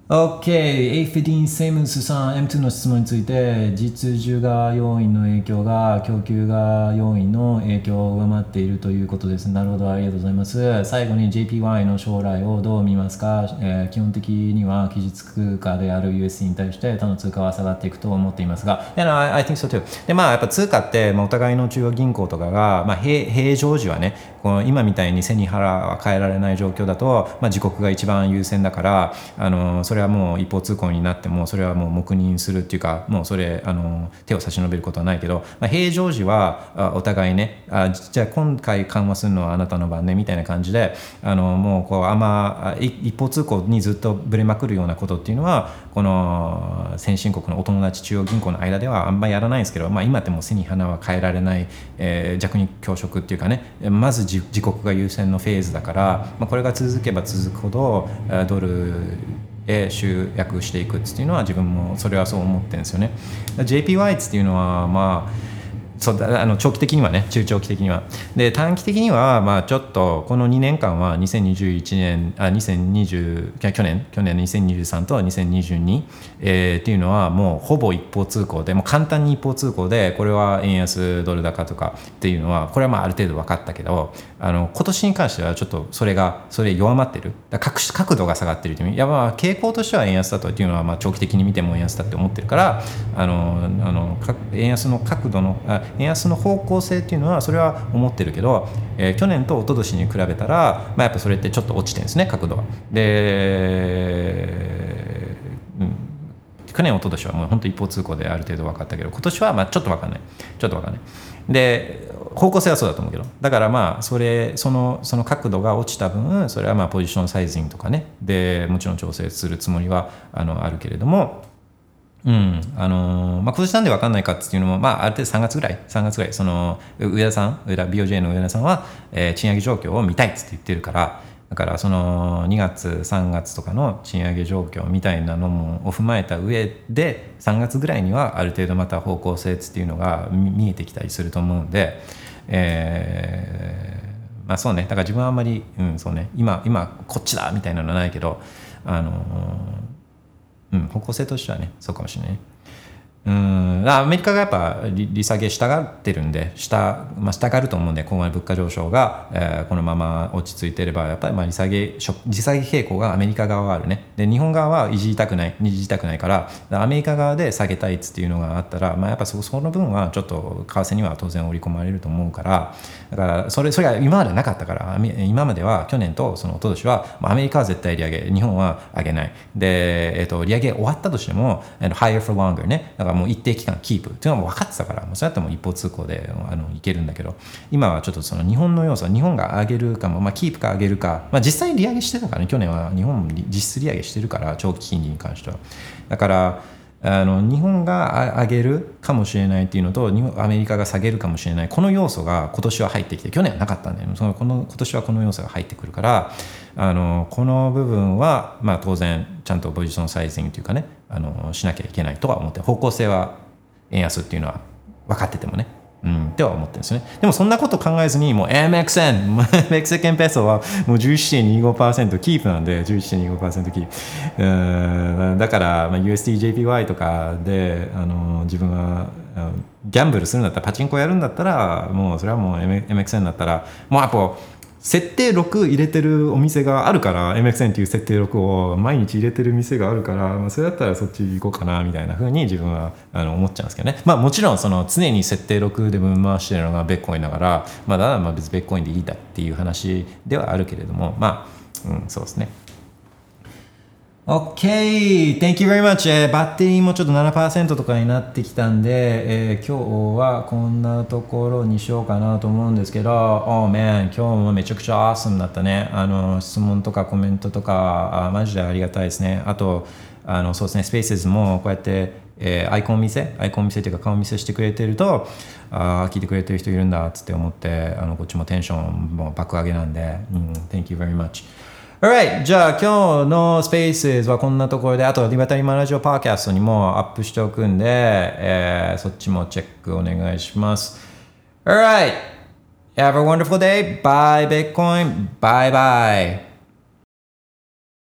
OK、エイフィフティーン セムスさん、エムツー の質問について、実需が要因の影響が供給が要因の影響を上回っているということです。なるほど、ありがとうございます。最後に ジェーピーワイ の将来をどう見ますか？えー、基本的には基実通貨である ユーエスディー に対して他の通貨は下がっていくと思っていますが、いや、I, I think so too。で、まあ、やっぱ通貨って、まあ、お互いの中央銀行とかが、まあ、平, 平常時はね、この今みたいに背に腹は変えられない状況だと、まあ、自国が一番優先だから、あのそれはもう一方通行になってもそれはもう黙認するっていうか、もうそれあの手を差し伸べることはないけど、まあ、平常時はお互いね、あじゃあ今回緩和するのはあなたの番ねみたいな感じで、あのもうこうあんま一方通行にずっとぶれまくるようなことっていうのはこの先進国のお友達中央銀行の間ではあんまりやらないんですけど、まあ、今ってもう背に花は変えられない、えー、弱肉強食っていうかね、まず自, 自国が優先のフェーズだから、まあ、これが続けば続くほどドルへ集約していくっていうのは自分もそれはそう思ってるんですよね。 ジェーピーワイ っていうのはまあそうだ、あの長期的にはね、中長期的にはで、短期的にはまあちょっとこのにねんかんはにせんにじゅういちねんあにせんにじゅう去年去年のにせんにじゅうさんとにせんにじゅうに、えー、っていうのはもうほぼ一方通行で、もう簡単に一方通行で、これは円安ドル高とかっていうのはこれはまあある程度分かったけど、あの今年に関してはちょっとそれがそれ弱まってる、だから角度が下がってるという、いやまあ傾向としては円安だというのはまあ長期的に見ても円安だって思ってるから、あのあの円安の角度のあ円安の方向性っていうのはそれは思ってるけど、えー、去年と一昨年に比べたら、まあ、やっぱそれってちょっと落ちてるんですね、角度は。で、うん、去年一昨年はもう本当一方通行である程度分かったけど、今年はまあちょっと分かんないちょっと分かんないで、方向性はそうだと思うけど、だからまあそれそのその角度が落ちた分、それはまあポジションサイズングとかねでもちろん調整するつもりはあのあるけれども、うんあのーまあ、今年なんで分かんないかっていうのも、まあ、ある程度さんがつぐらいさんがつぐらいその上田さん上田 ビーオージェー の上田さんは、えー、賃上げ状況を見たいって言ってるから、だからそのにがつさんがつとかの賃上げ状況みたいなのもを踏まえた上でさんがつぐらいにはある程度また方向性っていうのが見えてきたりすると思うんで、えー、まあそうね、だから自分はあんまり、うん、そうね、今今こっちだみたいなのはないけど、あのーうん、方向性としてはねそうかもしれない。うんアメリカがやっぱ利下げしたがってるんでしたまあ、したがると思うんで、今後の物価上昇が、えー、このまま落ち着いていればやっぱりまあ利下げ利下げ傾向がアメリカ側はあるね。で日本側はいじりたくないいじりたくないからアメリカ側で下げたいっていうのがあったら、まあ、やっぱ そ, その分はちょっと為替には当然織り込まれると思うから、だからそれそれが今までなかったから、今までは去年とその一昨年はアメリカは絶対利上げ、日本は上げないで、えー、と利上げ終わったとしても higher for longer ね、だからもう一定期間キープっていうのは分かってたから、もうそれだったらもう一方通行であのいけるんだけど、今はちょっとその日本の要素、日本が上げるかも、まあ、キープか上げるか、まあ、実際利上げしてたからね、去年は日本も実質利上げしてるから、長期金利に関しては。だからあの日本が上げるかもしれないっていうのと日本アメリカが下げるかもしれない、この要素が今年は入ってきて、去年はなかったんだよね。そのこの今年はこの要素が入ってくるから、あのこの部分は、まあ、当然ちゃんとポジションサイズングというかね、あのしなきゃいけないとは思って、方向性は円安っていうのは分かっててもね、うん、っては思ってるんですよね。でもそんなこと考えずにもう エムエックスエヌ メキシカンペソはもう じゅういちてんにじゅうごパーセント キープなんで じゅういちてんにじゅうごパーセント キープ、うんだから、まあ、ユーエスディージェーピーワイ とかであの自分はギャンブルするんだったら、パチンコやるんだったら、もうそれはもう エムエックスエヌ だったらもうやっぱ設定ろく入れてるお店があるから、 エムエックスエヌ っていう設定ろくを毎日入れてる店があるから、まあ、それだったらそっち行こうかなみたいな風に自分はあの思っちゃうんですけどね。まあもちろんその常に設定ろくで分回してるのがベッコインだから、まあ、だからまあ別にベッコインでいいだっていう話ではあるけれども、まあ、うん、そうですね。OK! Thank you very much! えー、バッテリーもちょっと ななパーセント とかになってきたんで、えー、今日はこんなところにしようかなと思うんですけど、Oh man! 今日もめちゃくちゃ awesome だったね。あの質問とかコメントとかあマジでありがたいですね。あとあのそうですね、スペースもこうやってえー、アイコン見せアイコン見せというか顔見せしてくれてると、あ聞いてくれてる人いるんだっつって思って、あのこっちもテンションも爆上げなんで、うん、Thank you very much!Alright! じゃあ今日の Spaces はこんなところで、あとリバタリマラジオパーキャストにもアップしておくんで、えー、そっちもチェックお願いします。Alright! Have a wonderful day! Bye Bitcoin! Bye bye!